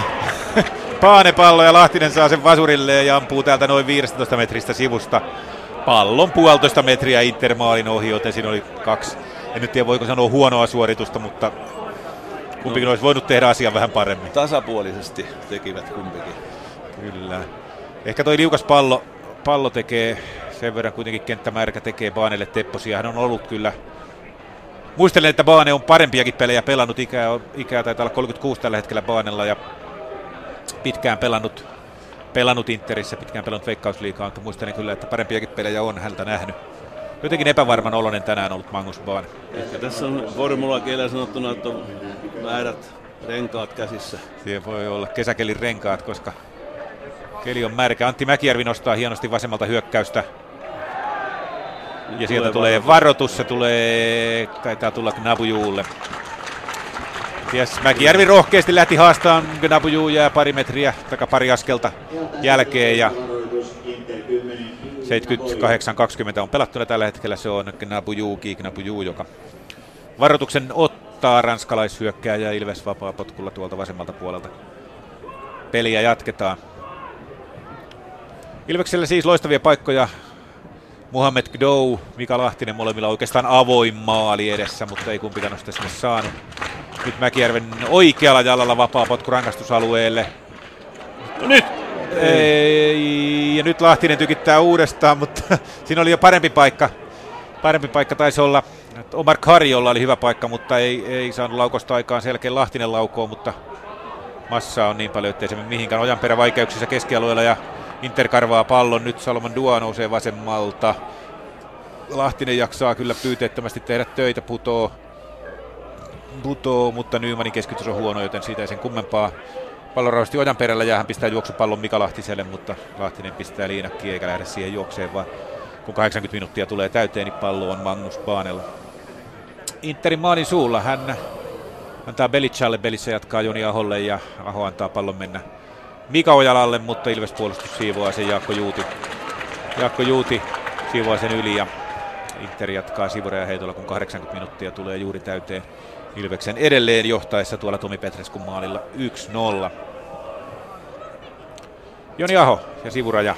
Baane pallo ja Lahtinen saa sen vasurille ja ampuu täältä noin 15 metristä sivusta. Pallon 1,5 metriä Intermaalin ohi, joten siinä oli 2. En nyt tiedä voiko sanoa huonoa suoritusta, mutta kumpikin olisi voinut tehdä asian vähän paremmin. Tasapuolisesti tekivät kumpikin. Kyllä. Ehkä toi liukas pallo tekee sen verran kuitenkin kenttämärkä tekee Baanelle tepposia. Hän on ollut kyllä. Muistelen, että Baane on parempiakin pelejä pelannut. Ikää taitaa olla 36 tällä hetkellä Baanella ja pitkään pelannut Interissä, pitkään pelannut Veikkausliigaa, mutta muistelen kyllä, että parempiakin pelejä on häntä nähnyt. Jotenkin epävarman oloinen tänään ollut Magnus Baane. Ehkä tässä on formulakielellä sanottuna, että on väärät renkaat käsissä. Siihen voi olla kesäkelin renkaat, koska keli on märkä. Antti Mäkijärvi nostaa hienosti vasemmalta hyökkäystä. Ja sieltä tulee varoitus, se taitaa tulla Gnabujuulle. Ties Mäkijärvi rohkeasti lähti haastamaan, Gnabujuu jää pari askelta jälkeen ja 78-20 on pelattuna tällä hetkellä, se on Gnabujuu, joka varoituksen ottaa ranskalaishyökkääjä Ilves vapaapotkulla tuolta vasemmalta puolelta. Peliä jatketaan. Ilveksellä siis loistavia paikkoja. Muhammed Gdou, Mika Lahtinen molemmilla oikeastaan avoin maali edessä, mutta ei kumpikaan ole sitä sinne saanut. Nyt Mäkijärven oikealla jalalla vapaa potku rangaistusalueelle. No nyt! Ei, ja nyt Lahtinen tykittää uudestaan, mutta siinä oli jo parempi paikka. Parempi paikka taisi olla. Omar Kharjolla oli hyvä paikka, mutta ei saanut laukosta aikaan. Selkeä Lahtinen laukoo, mutta massaa on niin paljon, ettei se mene mihinkään. Ojanperä vaikeuksissa keskialueella ja Inter karvaa pallon. Nyt Salman Dua nousee vasemmalta. Lahtinen jaksaa kyllä pyyteettömästi tehdä töitä, putoo, mutta Nymanin keskitys on huono, joten siitä ei sen kummempaa. Pallon rauhasti Ojanperällä ja hän pistää juoksupallon Mika Lahtiselle, mutta Lahtinen pistää liinakkiin eikä lähde siihen juokseen, vaan kun 80 minuuttia tulee täyteen, niin pallo on Magnus Baanella. Interin maalin suulla hän antaa Belicalle, Belica jatkaa Joni Aholle ja Aho antaa pallon mennä Mika Ojalalle, mutta Ilves puolustus siivoaa sen Jaakko Juuti siivoaa sen yli ja Inter jatkaa sivureja heitolla, kun 80 minuuttia tulee juuri täyteen. Ilveksen edelleen johtaessa tuolla Tomi Petreskun maalilla 1-0. Joni Aho ja sivuraja.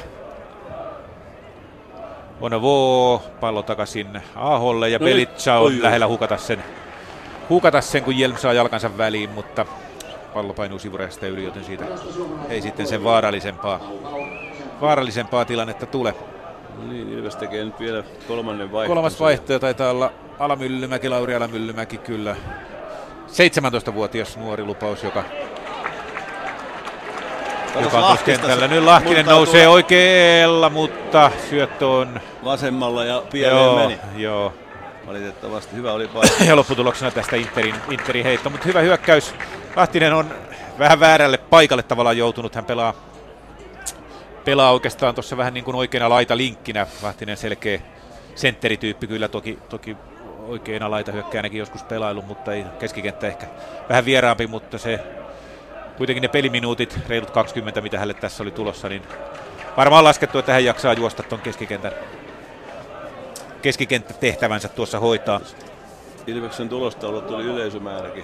Onovo, pallo takaisin Aholle ja Belica on lähellä hukata sen, kun Hjelm saa jalkansa väliin, mutta pallo painuu sivurajasta yli, joten siitä ei sitten sen vaarallisempaa tilannetta tule. Niin, Ilves tekee nyt vielä kolmannen vaihtoehto. Kolmas vaihtoehto taitaa olla Lauri Alamyllymäki, kyllä. 17-vuotias nuori lupaus, joka joka on kentällä. Nyt Lahtinen nousee oikealla, mutta syöttö on vasemmalla ja pieleen meni. Joo. Valitettavasti hyvä oli paikka. Ja lopputuloksena tästä Interin heitto, mutta hyvä hyökkäys. Lahtinen on vähän väärälle paikalle tavallaan joutunut. Hän pelaa oikeastaan tuossa vähän niin kuin oikeana laitalinkkinä. Lahtinen selkeä sentterityyppi kyllä, toki oikeana laitahyökkäänäkin joskus pelailu, mutta ei keskikenttä ehkä vähän vieraampi, mutta se kuitenkin ne peliminuutit, reilut 20, mitä hänelle tässä oli tulossa, niin varmaan laskettu, että hän jaksaa juosta tuon keskikenttätehtävänsä tuossa hoitaa. Ilveksen tulostaulut tuli yleisömääräkin.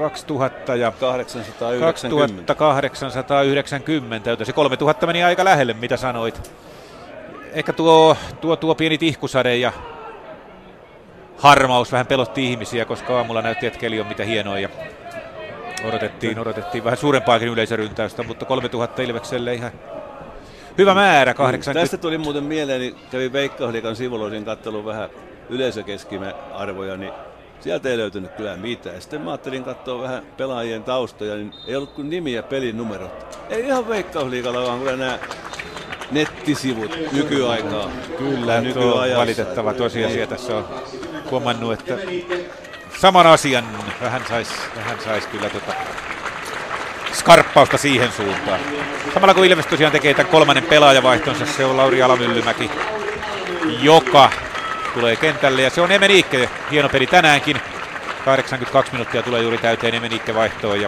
2890, joten se 3000 meni aika lähelle, mitä sanoit. Ehkä tuo pieni tihkusade ja harmaus vähän pelotti ihmisiä, koska aamulla näytti, että keli on mitä hienoa ja odotettiin vähän suurempaakin yleisöryntäystä, mutta 3000 Ilvekselle ihan hyvä määrä. 80. Tästä tuli muuten mieleen, niin kävin Veikkausliigan sivulla, olisin katsellut vähän yleisökeskiarvoja, niin sieltä ei löytynyt kyllä mitään. Sitten mä ajattelin katsoa vähän pelaajien taustoja, niin ei ollut kuin nimi ja pelinumerot. Ei ihan Veikkausliigalla, vaan kyllä nämä nettisivut nykyaikaa. Kyllä, nyt on valitettava tosiasia. Tässä on huomannut, että saman asian vähän sais kyllä skarppausta siihen suuntaan. Samalla kun Ilves tosiaan tekee tämän kolmannen pelaajavaihtonsa, se on Lauri Alamyllymäki, joka tulee kentälle ja se on Emeniikke. Hieno peli tänäänkin. 82 minuuttia tulee juuri täyteen Emeniikke vaihtoon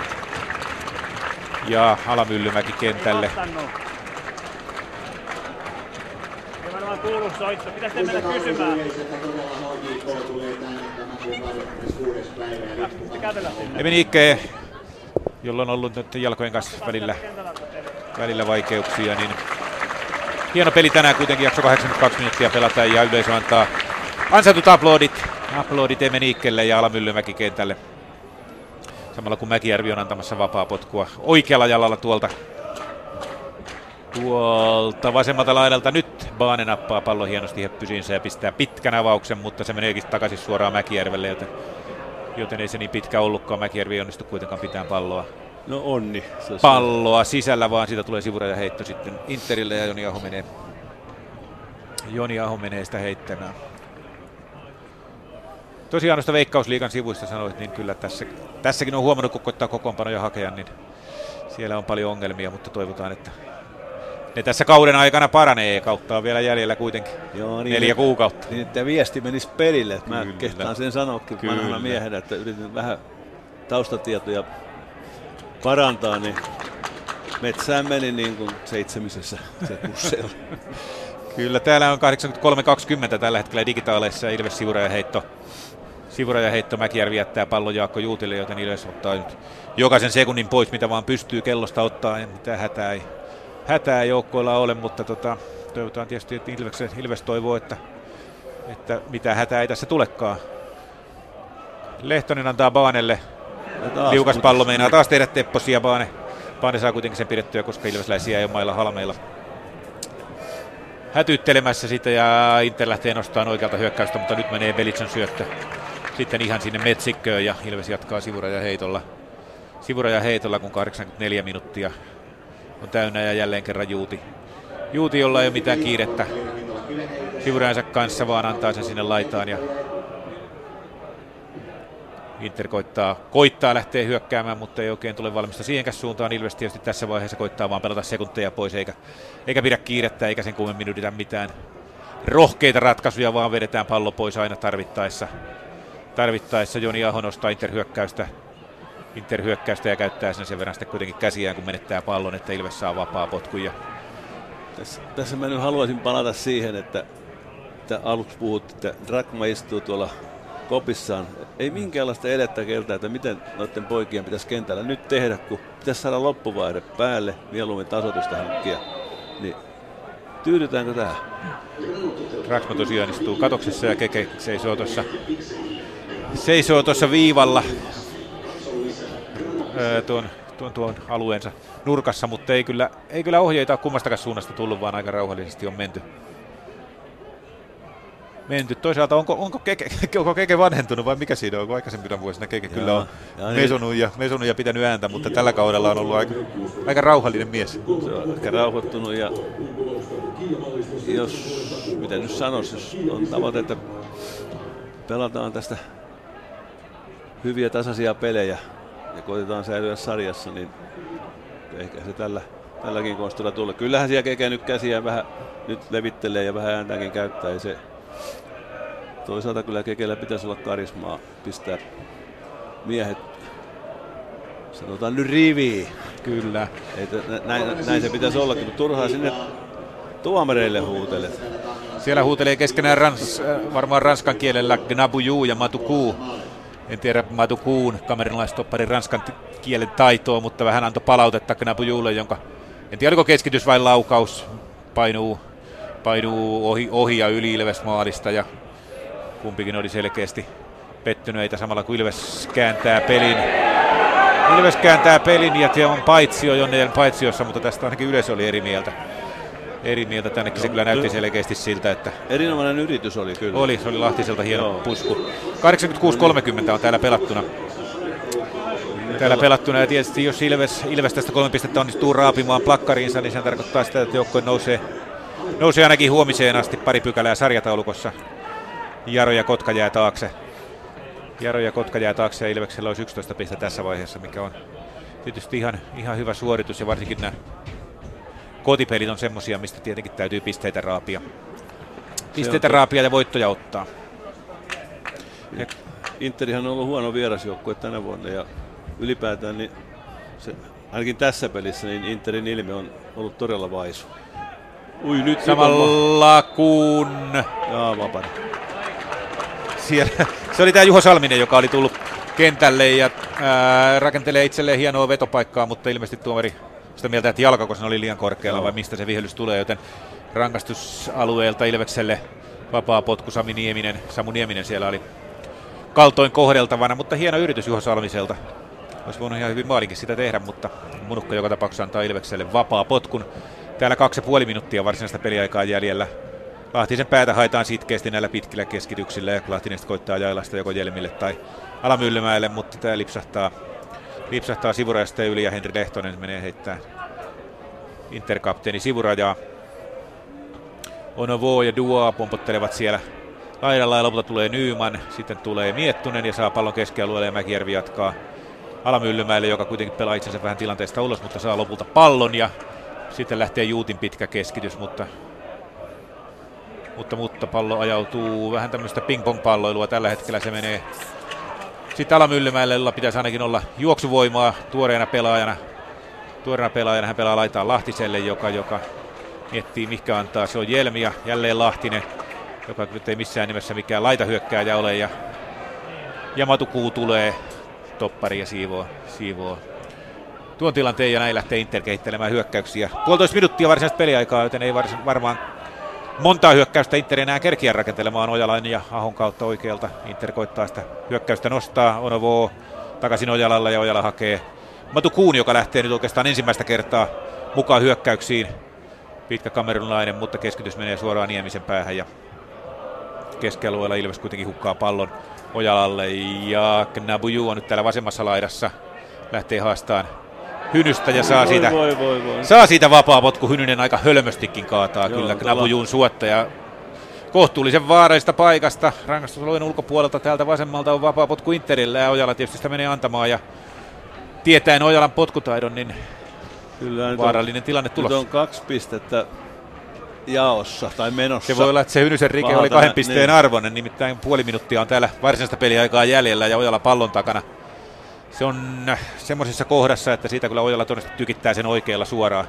ja Alamyllymäki kentälle. Kuuluu soitto. Pitäis te mennä kysymään? Emeniikke, jolla on ollut nyt jalkojen kanssa välillä vaikeuksia, niin hieno peli tänään kuitenkin, jakso 82 minuuttia pelata ja yleisö antaa ansaitut aplodit Emeniikkelle ja Alamyllymäki kentälle. Samalla kun Mäkijärvi on antamassa vapaa potkua oikealla jalalla tuolta vasemmalta laidalta. Nyt Baane nappaa pallon hienosti heppysiinsä ja pistää pitkän avauksen, mutta se meneekin takaisin suoraan Mäkijärvelle, joten ei se niin pitkä ollutkaan. Mäkijärvi ei onnistu kuitenkaan pitämään palloa sisällä, vaan siitä tulee sivuraja heitto sitten Interille ja Joni Aho menee sitä heittämään. Tosiaan noista Veikkausliigan sivuista sanoit, niin kyllä tässäkin on huomannut, kun koittaa kokoonpanoja hakea, niin siellä on paljon ongelmia, mutta toivotaan, että ne tässä kauden aikana paranee. Kautta on vielä jäljellä kuitenkin 4 kuukautta. Niin, että viesti menisi perille. Että mä kehtaan sen sanoakin vanhana miehenä, että yritin vähän taustatietoja parantaa, niin metsään meni niin kuin 7 se pusseilla. Kyllä, täällä on 83-20 tällä hetkellä digitaaleissa ja Ilves sivurajaheitto. Mäkijärvi jättää pallon Jaakko Juutille, joten Ilves ottaa nyt jokaisen sekunnin pois, mitä vaan pystyy kellosta ottaa. Ja mitään hätää joukkoilla ole, mutta toivotaan tietysti, että Ilves toivoo, että mitään hätää ei tässä tulekaan. Lehtonen antaa Baanelle. Liukas pallo meinaa taas tehdä tepposia. Baane saa kuitenkin sen pidettyä, koska ilvesläisiä ei ole mailla halmeilla hätyttelemässä sitä ja Inter lähtee nostamaan oikealta hyökkäystä, mutta nyt menee Belitson syöttö sitten ihan sinne metsikköön ja Ilves jatkaa sivurajaheitolla, kun 84 minuuttia on täynnä ja jälleen kerran Juuti, jolla ei ole mitään kiirettä sivurajansa kanssa, vaan antaa sen sinne laitaan ja Inter koittaa lähteä hyökkäämään, mutta ei oikein tule valmista siihenkään suuntaan. Ilves tietysti tässä vaiheessa koittaa vaan pelata sekunteja pois, eikä pidä kiirettä, eikä sen kummemmin yritä mitään rohkeita ratkaisuja, vaan vedetään pallo pois aina tarvittaessa. Joni Aho nostaa Inter-hyökkäystä ja käyttää sen verran sitten kuitenkin käsiään, kun menettää pallon, että Ilves saa vapaa potkun. Tässä mä nyt haluaisin palata siihen, että aluksi puhuttiin, että Drakma istuu tuolla kopissaan. Ei minkäänlaista elettä keltä, että miten noiden poikien pitäisi kentällä nyt tehdä, kun pitäisi saada loppuvaihde päälle, mieluummin tasoitusta hankkia. Niin tyydytäänkö tähän? Drakma tosiaan istuu katoksessa ja Keke seisoo tuossa viivalla tuon alueensa nurkassa, mutta ei kyllä ohjeita ole kummastakaan suunnasta tullut, vaan aika rauhallisesti on menty menty. Toisaalta onko Keke vanhentunut vai mikä siinä on? Onko aikaisempina vuosina Keke kyllä on mesonut ja pitänyt ääntä, mutta tällä kaudella on ollut aika rauhallinen mies. Se on ehkä rauhoittunut ja miten nyt sanoisi, jos on tavoite, että pelataan tästä hyviä tasaisia pelejä ja koitetaan säilyä sarjassa, niin ehkä se tälläkin konstilla tulee. Kyllähän siellä Keke nyt käsiä vähän nyt levittelee ja vähän ääntäänkin käyttää. Se, toisaalta kyllä Kekellä pitäisi olla karismaa pistää miehet, sanotaan nyt riviin. Kyllä. Näin se pitäisi olla, kun turhaa sinne tuomareille huutelet. Siellä huutelee keskenään varmaan ranskan kielellä Gnabujou ja Matuku. En tiedä Matukuun kamerunlaistopparin ranskan kielen taitoa, mutta vähän antoi palautetta Gnabujoulle, jonka en tiedä oliko keskitys vai laukaus, painuu ohi ja yli Ilves maalista ja kumpikin oli selkeästi pettyneitä samalla kun Ilves kääntää pelin ja se on paitsio Jonnejen paitsiossa, mutta tästä ainakin yleisö oli eri mieltä. Tännekin se kyllä näytti selkeästi siltä, että erinomainen yritys oli kyllä. Se oli Lahtiselta hieno pusku. 86-30 on täällä pelattuna ja tietysti jos Ilves tästä 3 pistettä onnistuu raapimaan plakkariinsa, niin se tarkoittaa sitä, että joukkue nousee ainakin huomiseen asti pari pykälää sarjataulukossa. Jaro ja Kotka jää taakse ja Ilveksellä olisi 11 pistettä tässä vaiheessa, mikä on tietysti ihan hyvä suoritus ja varsinkin nämä kotipelit on semmosia, mistä tietenkin täytyy pisteitä raapia ja voittoja ottaa. Interihan on ollut huono vierasjoukkue tänä vuonna ja ylipäätään niin ainakin tässä pelissä niin Interin ilme on ollut todella vaisu. Nyt samalla kun vapaa. Se oli tämä Juho Salminen, joka oli tullut kentälle ja rakentelee itselleen hienoa vetopaikkaa, mutta ilmeisesti tuomari sitä mieltä, että jalkakosen oli liian korkealla vai mistä se vihellys tulee, joten rangaistusalueelta Ilvekselle vapaa potku. Samu Nieminen siellä oli kaltoin kohdeltavana, mutta hieno yritys Juho Salmiselta. Olisi voinut ihan hyvin maalinkin sitä tehdä, mutta Munukka joka tapauksessa antaa Ilvekselle vapaa potkun. Täällä 2,5 minuuttia varsinaista peliaikaa jäljellä. Lahtisen päätä haetaan sitkeästi näillä pitkillä keskityksillä ja Lahtinen koittaa jailla sitä joko Jelmille tai Alamyllymäelle, mutta tämä lipsahtaa sivurajasta yli ja Henri Lehtonen menee heittää Interkapteeni sivurajaa. Onovo ja Dua pompottelevat siellä laidalla ja lopulta tulee Nyman, sitten tulee Miettunen ja saa pallon keskialueelle ja Mäkijärvi jatkaa Alamyllymäelle, joka kuitenkin pelaa itsensä vähän tilanteesta ulos, mutta saa lopulta pallon ja sitten lähtee Juutin pitkä keskitys, mutta pallo ajautuu vähän tämmöistä ping-pong-palloilua. Tällä hetkellä se menee sitten Alamyllymäelle, jolla pitäisi ainakin olla juoksuvoimaa tuoreena pelaajana. Hän pelaa laitaan Lahtiselle, joka miettii mikä antaa. Se on Jelmi ja jälleen Lahtinen, joka nyt ei missään nimessä mikään laitahyökkääjä ole. Ja Matukuu tulee toppari ja siivoo tuon tilanteen ja näin lähtee Inter kehittelemään hyökkäyksiä. 1,5 minuuttia varsinaista peliaikaa, joten ei varmaan montaa hyökkäystä Inter enää kerkiä rakentelemaan Ojalan ja Ahon kautta oikealta. Inter koittaa sitä hyökkäystä nostaa. Onovo takaisin Ojalalla ja Ojala hakee Matukuun, joka lähtee nyt oikeastaan ensimmäistä kertaa mukaan hyökkäyksiin. Pitkä kamerunlainen, mutta keskitys menee suoraan Niemisen päähän ja keskialueella Ilves kuitenkin hukkaa pallon Ojalalle ja Gnabujou on nyt täällä vasemmassa laidassa. Lähtee haastaan Hynystä ja saa siitä vapaa potku. Hynynen aika hölmöstikin kaataa kyllä Gnabujoun suottaja kohtuullisen vaarallisesta paikasta. Rangaistusalueen ulkopuolelta täältä vasemmalta on vapaa potku Interillä ja Ojala tietysti sitä menee antamaan ja tietäen Ojalan potkutaidon, niin kyllä vaarallinen tilanne tulossa. Nyt on 2 pistettä jaossa tai menossa. Se voi olla, että se Hynysen rike oli 2 pisteen arvoinen, nimittäin 0,5 minuuttia on täällä varsinaista peliaikaa jäljellä ja Ojala pallon takana. Se on semmoisessa kohdassa, että siitä kyllä Ojala todennäköisesti tykittää sen oikealla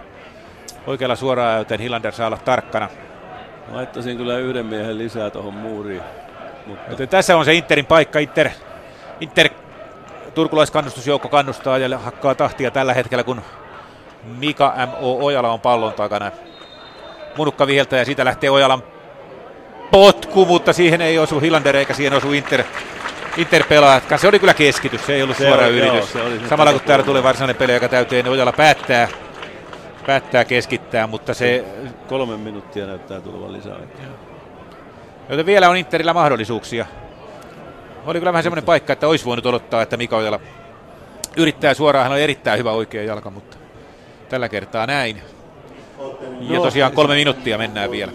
suoraan, joten Hilander saa olla tarkkana. Laittaisin kyllä 1 miehen lisää tuohon muuriin. Joten tässä on se Interin paikka. Inter turkulaiskannustusjoukko kannustaa ja hakkaa tahtia tällä hetkellä, kun Mika M.O. Ojala on pallon takana. Munukka viheltää ja siitä lähtee Ojalan potku, mutta siihen ei osu Hilander eikä siihen osu Inter-pelaajatkaan. Se oli kyllä keskitys, se ei ollut suora yritys. Samalla kun täällä tulee varsinainen peli, joka täytyy, niin Ojala päättää keskittää, mutta se 3 minuuttia näyttää tulevan lisää. Joten vielä on Interillä mahdollisuuksia. Oli kyllä vähän semmoinen paikka, että olisi voinut odottaa, että Mika Ojala yrittää suoraan. Hän on erittäin hyvä oikea jalka, mutta tällä kertaa näin. Ja tosiaan 3 minuuttia mennään vielä.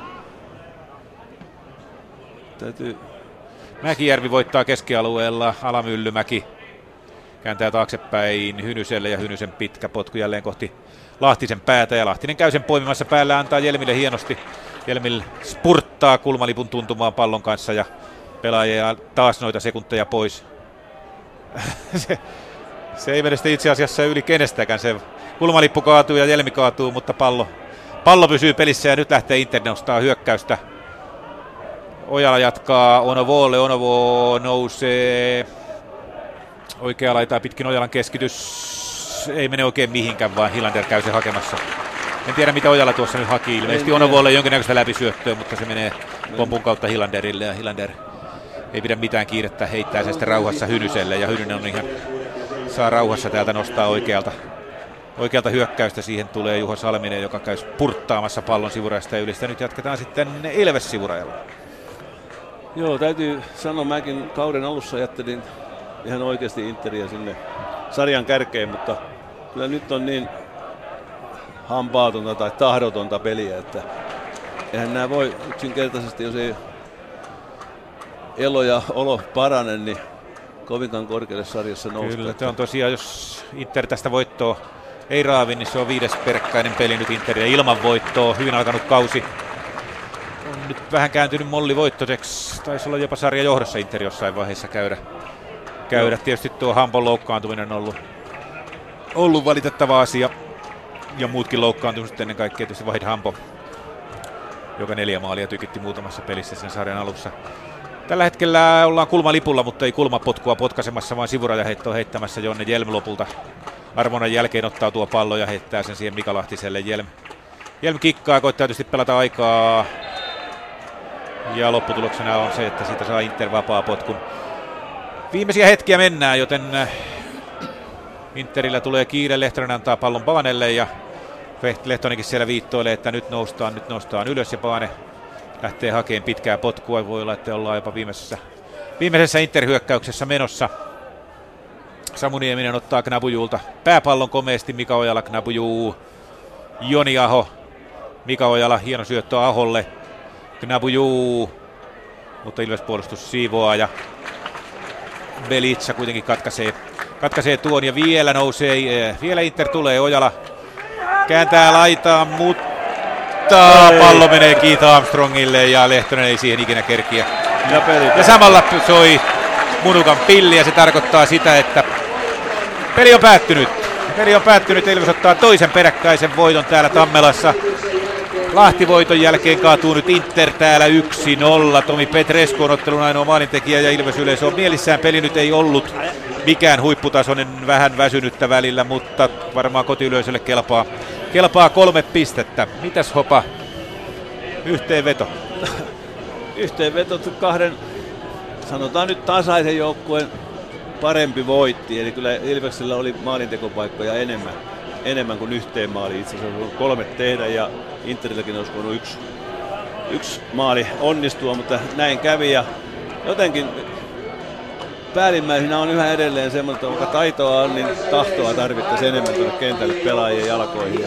Mäkijärvi voittaa keskialueella. Alamyllymäki kääntää taaksepäin Hynyselle ja Hynysen pitkä potku jälleen kohti Lahtisen päätä. Ja Lahtinen käy sen poimimassa päällä, antaa Jelmille hienosti. Jelmil spurttaa kulmalipun tuntumaan pallon kanssa ja pelaajia taas noita sekunteja pois. se ei mene sitten itse asiassa yli kenestäkään. Se kulmalippu kaatuu ja Jelmi kaatuu, mutta pallo pysyy pelissä ja nyt lähtee Inter nostaa hyökkäystä. Ojala jatkaa Onovolle, Onovo nousee oikea laitaa pitkin Ojalan keskitys. Ei mene oikein mihinkään, vaan Hilander käy se hakemassa. En tiedä mitä Ojala tuossa nyt haki, ilmeisesti Onovolle jonkinnäköistä läpisyöttöä, mutta se menee pompun kautta Hilanderille ja Hilander ei pidä mitään kiirettä, heittää sen sitten rauhassa Hynyselle ja Hynynen on ihan, saa rauhassa täältä nostaa oikealta hyökkäystä. Siihen tulee Juho Salminen, joka käy purttaamassa pallon sivurajasta ja ylistä. Nyt jatketaan sitten Ilves sivurajalla. Joo, täytyy sanoa, mäkin kauden alussa ajattelin ihan oikeasti Interia sinne sarjan kärkeen, mutta kyllä nyt on niin hampaatonta tai tahdotonta peliä, että eihän nämä voi yksinkertaisesti, jos ei elo ja olo parane, niin kovinkaan korkealle sarjassa nousta. Kyllä, se on tosiaan, jos Inter tästä voittoa ei raavi, niin se on 5. peräkkäinen peli nyt Interille ilman voittoa. Hyvin alkanut kausi. On nyt vähän kääntynyt mollivoittoiseksi. Taisi olla jopa sarjan johdossa Inter jossain vaiheessa käydä. Tietysti tuo Hampon loukkaantuminen on ollut valitettava asia. Ja muutkin loukkaantumiset ennen kaikkea tietysti Vahid Hampo, joka 4 maalia tykitti muutamassa pelissä sen sarjan alussa. Tällä hetkellä ollaan kulmalipulla, mutta ei kulmapotkua potkaisemassa, vaan sivurajaheittoa heittämässä Jonne Jelm lopulta. Armonan jälkeen ottaa tuo pallo ja heittää sen siihen Mika Lahtiselle. Jelm kikkaa, koittaa tietysti pelata aikaa. Ja lopputuloksena on se, että siitä saa Inter vapaa potkun. Viimeisiä hetkiä mennään, joten Interillä tulee kiire. Lehtonen antaa pallon Baanelle ja Lehtonenkin siellä viittoilee, että nyt noustaan ylös ja Baane lähtee hakemaan pitkää potkua. Voi olla, että ollaan jopa viimeisessä Inter-hyökkäyksessä menossa. Samu Nieminen ottaa Knabujulta pääpallon komeasti. Mika Ojala, Knabuju, Joni Aho. Mika Ojala, hieno syöttö Aholle. Knabuju, mutta Ilves puolustus siivoaa ja Belitsa kuitenkin katkaisee tuon ja vielä nousee. Vielä Inter tulee, Ojala kääntää laitaan, mutta pallo menee Keith Armstrongille ja Lehtonen ei siihen ikinä kerkiä. Ja samalla soi Munukan pilli ja se tarkoittaa sitä, että peli on päättynyt. Ilves ottaa toisen peräkkäisen voiton täällä Tammelassa. Lahti-voiton jälkeen kaatuu nyt Inter täällä 1-0. Tomi Petrescu on ottelun ainoa maalintekijä ja Ilves yleisö on mielissään. Peli nyt ei ollut mikään huipputasoinen, vähän väsynyttä välillä, mutta varmaan kotiyleisölle kelpaa 3 pistettä. Mitäs Hopa? Yhteenveto. Yhteenveto 2, sanotaan nyt tasaisen joukkueen parempi voitti. Eli kyllä Ilveksellä oli maalintekopaikkoja enemmän kuin yhteen maali. Itse asiassa on 3 tehdä ja Interilläkin olisi voinut yksi maali onnistua, mutta näin kävi ja jotenkin päällimmäisenä on yhä edelleen semmoinen, että vaikka taitoa on, niin tahtoa tarvittaisiin enemmän tuonne kentälle pelaajien jalkoihin.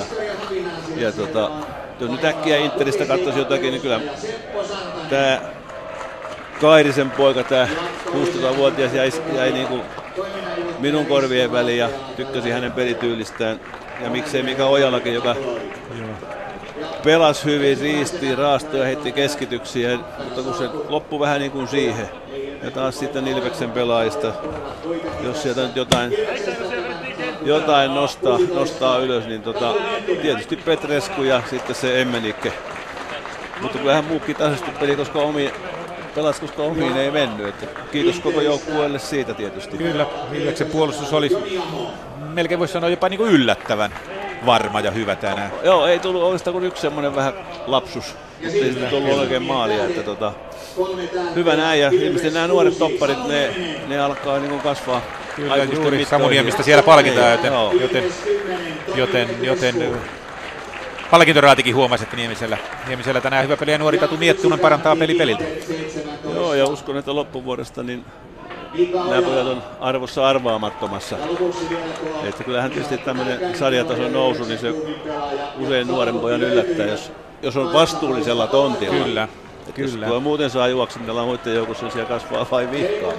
Jos nyt äkkiä Interistä katsoisi jotakin, niin kyllä tämä Kairisen poika, tämä 16-vuotias jäi niin kuin minun korvien väliin ja tykkäsin hänen pelityylistään. Ja miksei Mika Ojalakin, joka pelasi hyvin, riisti, raastoi ja heitti keskityksiä, mutta kun se loppui vähän niin kuin siihen. Ja taas sitten Ilveksen pelaajista, jos sieltä nyt jotain nostaa ylös, niin tietysti Petrescu ja sitten se Emmenikke. Mutta kyllähän muukin tasaisesti peli, koska omiin ei mennyt. Että kiitos koko joukkueelle siitä tietysti. Kyllä, Ilveksen puolustus oli melkein voisi sanoa jopa niin kuin yllättävän varma ja hyvä tänään. Joo, ei tullut oikeastaan kuin yksi semmoinen vähän lapsus, mutta ei tullut oikein maalia. Että hyvä näin ja ilmeisesti nämä nuoret topparit, ne alkaa niin kuin kasvaa. Kyllä, juuri Samu Niemistä siellä palkitaan, joten Palkintoraatikin huomasi, että Niemisellä tänään hyvä peli ja nuori Tatu Miettunen parantaa peli peliltä. Joo, ja uskon, että loppuvuodesta niin nämä pojat on arvossa arvaamattomassa. Että kyllähän tietysti tämmöinen sarjatason nousu, niin se usein nuoren pojan yllättää, jos on vastuullisella tontilla. Kyllä. Kyllä. Jos muuten saa juoksennella muiden joukossa, niin siellä kasvaa vain vihkaa.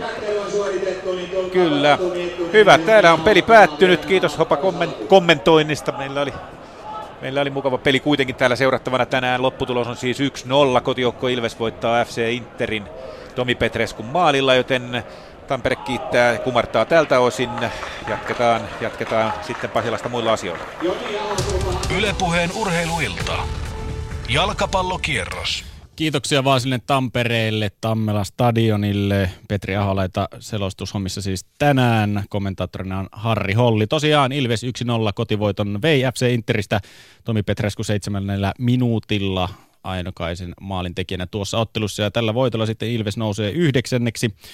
Kyllä. Hyvä. Täällä on peli päättynyt. Kiitos Hopa kommentoinnista. Meillä oli mukava peli kuitenkin täällä seurattavana tänään. Lopputulos on siis 1-0. Kotijoukko Ilves voittaa FC Interin Tomi Petreskun maalilla, joten Tampere kiittää ja kumartaa tältä osin. Jatketaan sitten Pasilasta muilla asioilla. Yle Puheen urheiluilta. Jalkapallokierros. Kiitoksia vaan sinne Tampereelle, Tammelan stadionille. Petri Aholaita selostushommissa siis tänään. Kommentaattorina on Harri Holli. Tosiaan Ilves 1-0 kotivoiton vei FC Interistä. Tomi Petrescu 7 minuutilla ainokaisen maalin tekijänä tuossa ottelussa. Ja tällä voitolla sitten Ilves nousee 9.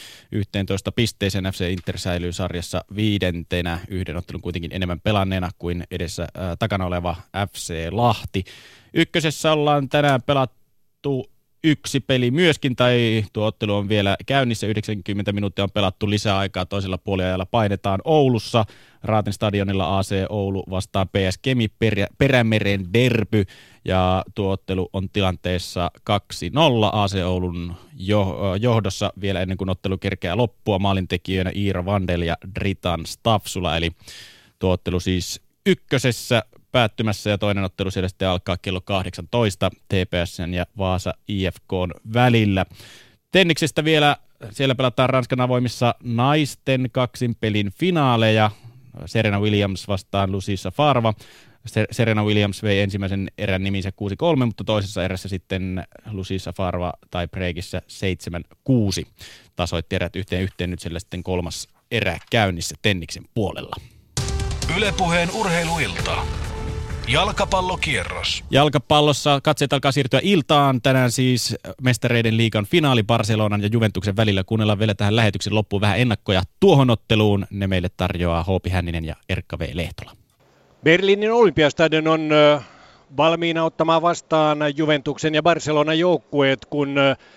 11 pisteeseen. FC Inter säilyy sarjassa 5. Yhden ottelun kuitenkin enemmän pelanneena kuin edessä takana oleva FC Lahti. Ykkösessä ollaan tänään pelattu yksi peli myöskin, tai tuo ottelu on vielä käynnissä. 90 minuuttia on pelattu lisää aikaa. Toisella puoliajalla painetaan Oulussa. Raaten stadionilla AC Oulu vastaa PS Kemi Perämeren derby. Ja tuo ottelu on tilanteessa 2-0 AC Oulun johdossa vielä ennen kuin ottelu kerkeää loppua. Maalintekijöinä Iira Vandel ja Dritan Stafsula. Eli tuo ottelu siis ykkösessä päättymässä ja toinen ottelu siellä sitten alkaa kello 18 TPS:n ja Vaasa IFK:n välillä. Tenniksestä vielä, siellä pelataan Ranskan avoimissa naisten kaksinpelin finaaleja. Serena Williams vastaan Lucia Farva. Serena Williams vei ensimmäisen erän niminsä 6-3, mutta toisessa erässä sitten Lucia Farva tai breakissä 7-6. Tasoitti erät yhteen nyt siellä sitten kolmas erä käynnissä tenniksen puolella. Yle Puheen urheiluilta. Jalkapallokierros. Jalkapallossa katseet alkaa siirtyä iltaan. Tänään siis Mestareiden liigan finaali Barcelonan ja Juventuksen välillä. Kuunnellaan vielä tähän lähetyksen loppuun vähän ennakkoja tuohon otteluun. Ne meille tarjoaa Hoopi Hänninen ja Erkka V. Lehtola. Berliinin Olympiastadion on valmiina ottamaan vastaan Juventuksen ja Barcelonan joukkueet, kun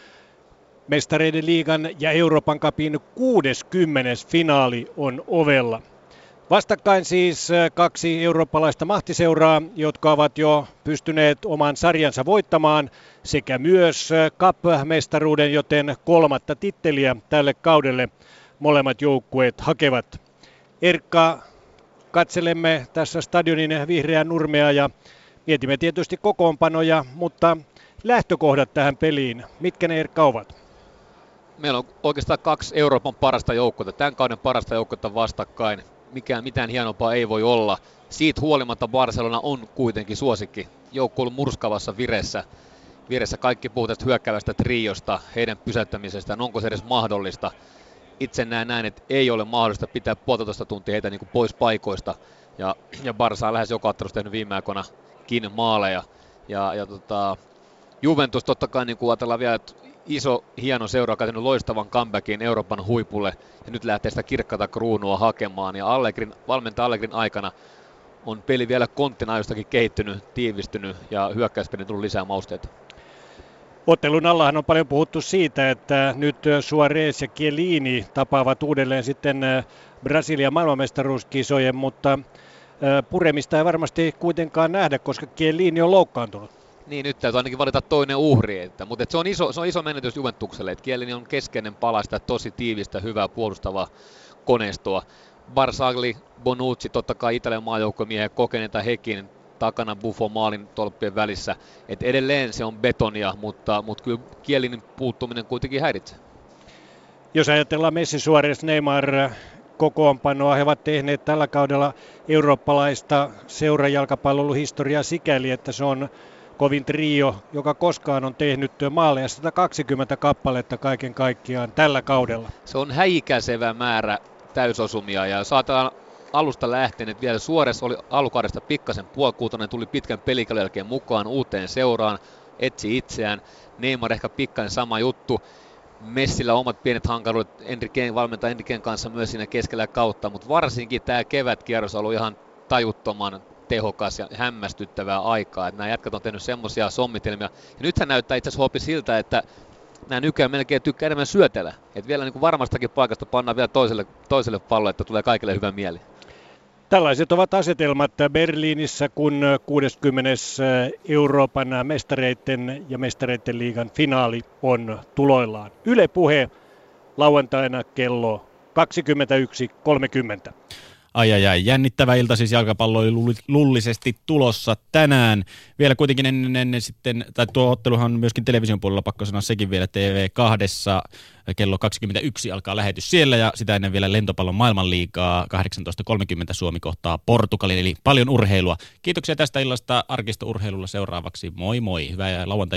Mestareiden liigan ja Euroopan cupin 60. finaali on ovella. Vastakkain siis kaksi eurooppalaista mahtiseuraa, jotka ovat jo pystyneet oman sarjansa voittamaan, sekä myös Cup-mestaruuden, joten 3. titteliä tälle kaudelle molemmat joukkueet hakevat. Erkka, katselemme tässä stadionin vihreää nurmea ja mietimme tietysti kokoonpanoja, mutta lähtökohdat tähän peliin, mitkä ne, Erkka, ovat? Meillä on oikeastaan kaksi Euroopan parasta joukkuetta, tämän kauden parasta joukkuetta vastakkain. Mitään hienompaa ei voi olla. Siitä huolimatta Barcelona on kuitenkin suosikki. Joukko on murskavassa vireessä kaikki puhuu tästä hyökkäävästä triosta, heidän pysäyttämisestään. Onko se edes mahdollista? Itse näen, että ei ole mahdollista pitää 1,5 tuntia heitä niin kuin pois paikoista. Ja Barca on lähes joka ottelussa tehnyt viime aikoinakin maaleja. Juventus totta kai, niin kuin ajatellaan vielä, että iso, hieno seura, joka on tehnyt loistavan comebackin Euroopan huipulle ja nyt lähtee sitä kirkkaata kruunua hakemaan. Ja valmentaja Allegrin aikana on peli vielä konttinaajostakin kehittynyt, tiivistynyt ja hyökkäyspelin tullut lisää mausteita. Ottelun allahan on paljon puhuttu siitä, että nyt Suarez ja Chiellini tapaavat uudelleen sitten Brasilian maailmanmestaruuskisojen, mutta puremista ei varmasti kuitenkaan nähdä, koska Chiellini on loukkaantunut. Niin, nyt täytyy ainakin valita toinen uhri, mutta se on iso menetys Juventukselle, että Chiellini on keskeinen pala sitä tosi tiivistä, hyvää puolustavaa koneistoa. Barzagli, Bonucci, totta kai Italian maajoukkomiehiä kokeneita hekin, takana Buffon maalin tolppien välissä, että edelleen se on betonia, mutta kyllä Chiellinin puuttuminen kuitenkin häiritsee. Jos ajatellaan Messi, Suarez, Neymar kokoonpanoa, he ovat tehneet tällä kaudella eurooppalaista seurajalkapallon historiaa sikäli, että se on kovin trio, joka koskaan on tehnyt maaleja 120 kappaletta kaiken kaikkiaan tällä kaudella. Se on häikäisevä määrä täysosumia ja saatellaan alusta lähtien, että vielä Suarez oli alukaudesta pikkasen puolikuutoinen, tuli pitkän pelikauden jälkeen mukaan uuteen seuraan, etsi itseään. Neymar ehkä pikkainen sama juttu. Messillä omat pienet hankaluudet valmentaja Enriquen kanssa myös siinä keskellä kautta, mutta varsinkin tämä kevätkierros on ollut ihan tehokas ja hämmästyttävää aikaa. Että nämä jätkät on tehnyt semmoisia sommitelmia. Ja nythän näyttää itse asiassa Hopi siltä, että nämä nykyään melkein tykkää enemmän syötellä. Että vielä niin kuin varmastakin paikasta pannaan vielä toiselle pallolle, että tulee kaikille hyvä mieli. Tällaiset ovat asetelmat Berliinissä, kun 60. Euroopan mestareiden ja mestareiden liigan finaali on tuloillaan. Yle Puhe lauantaina kello 21.30. Ai, jännittävä ilta siis jalkapalloilullisesti tulossa tänään. Vielä kuitenkin ennen sitten, tai tuo otteluhan on myöskin television puolella, pakko sanoa sekin vielä TV2, kello 21 alkaa lähetys siellä ja sitä ennen vielä lentopallon maailmanliigaa 18.30 Suomi kohtaa Portugalin, eli paljon urheilua. Kiitoksia tästä illasta Arkisto Urheilulla seuraavaksi, moi moi, hyvää lauantai.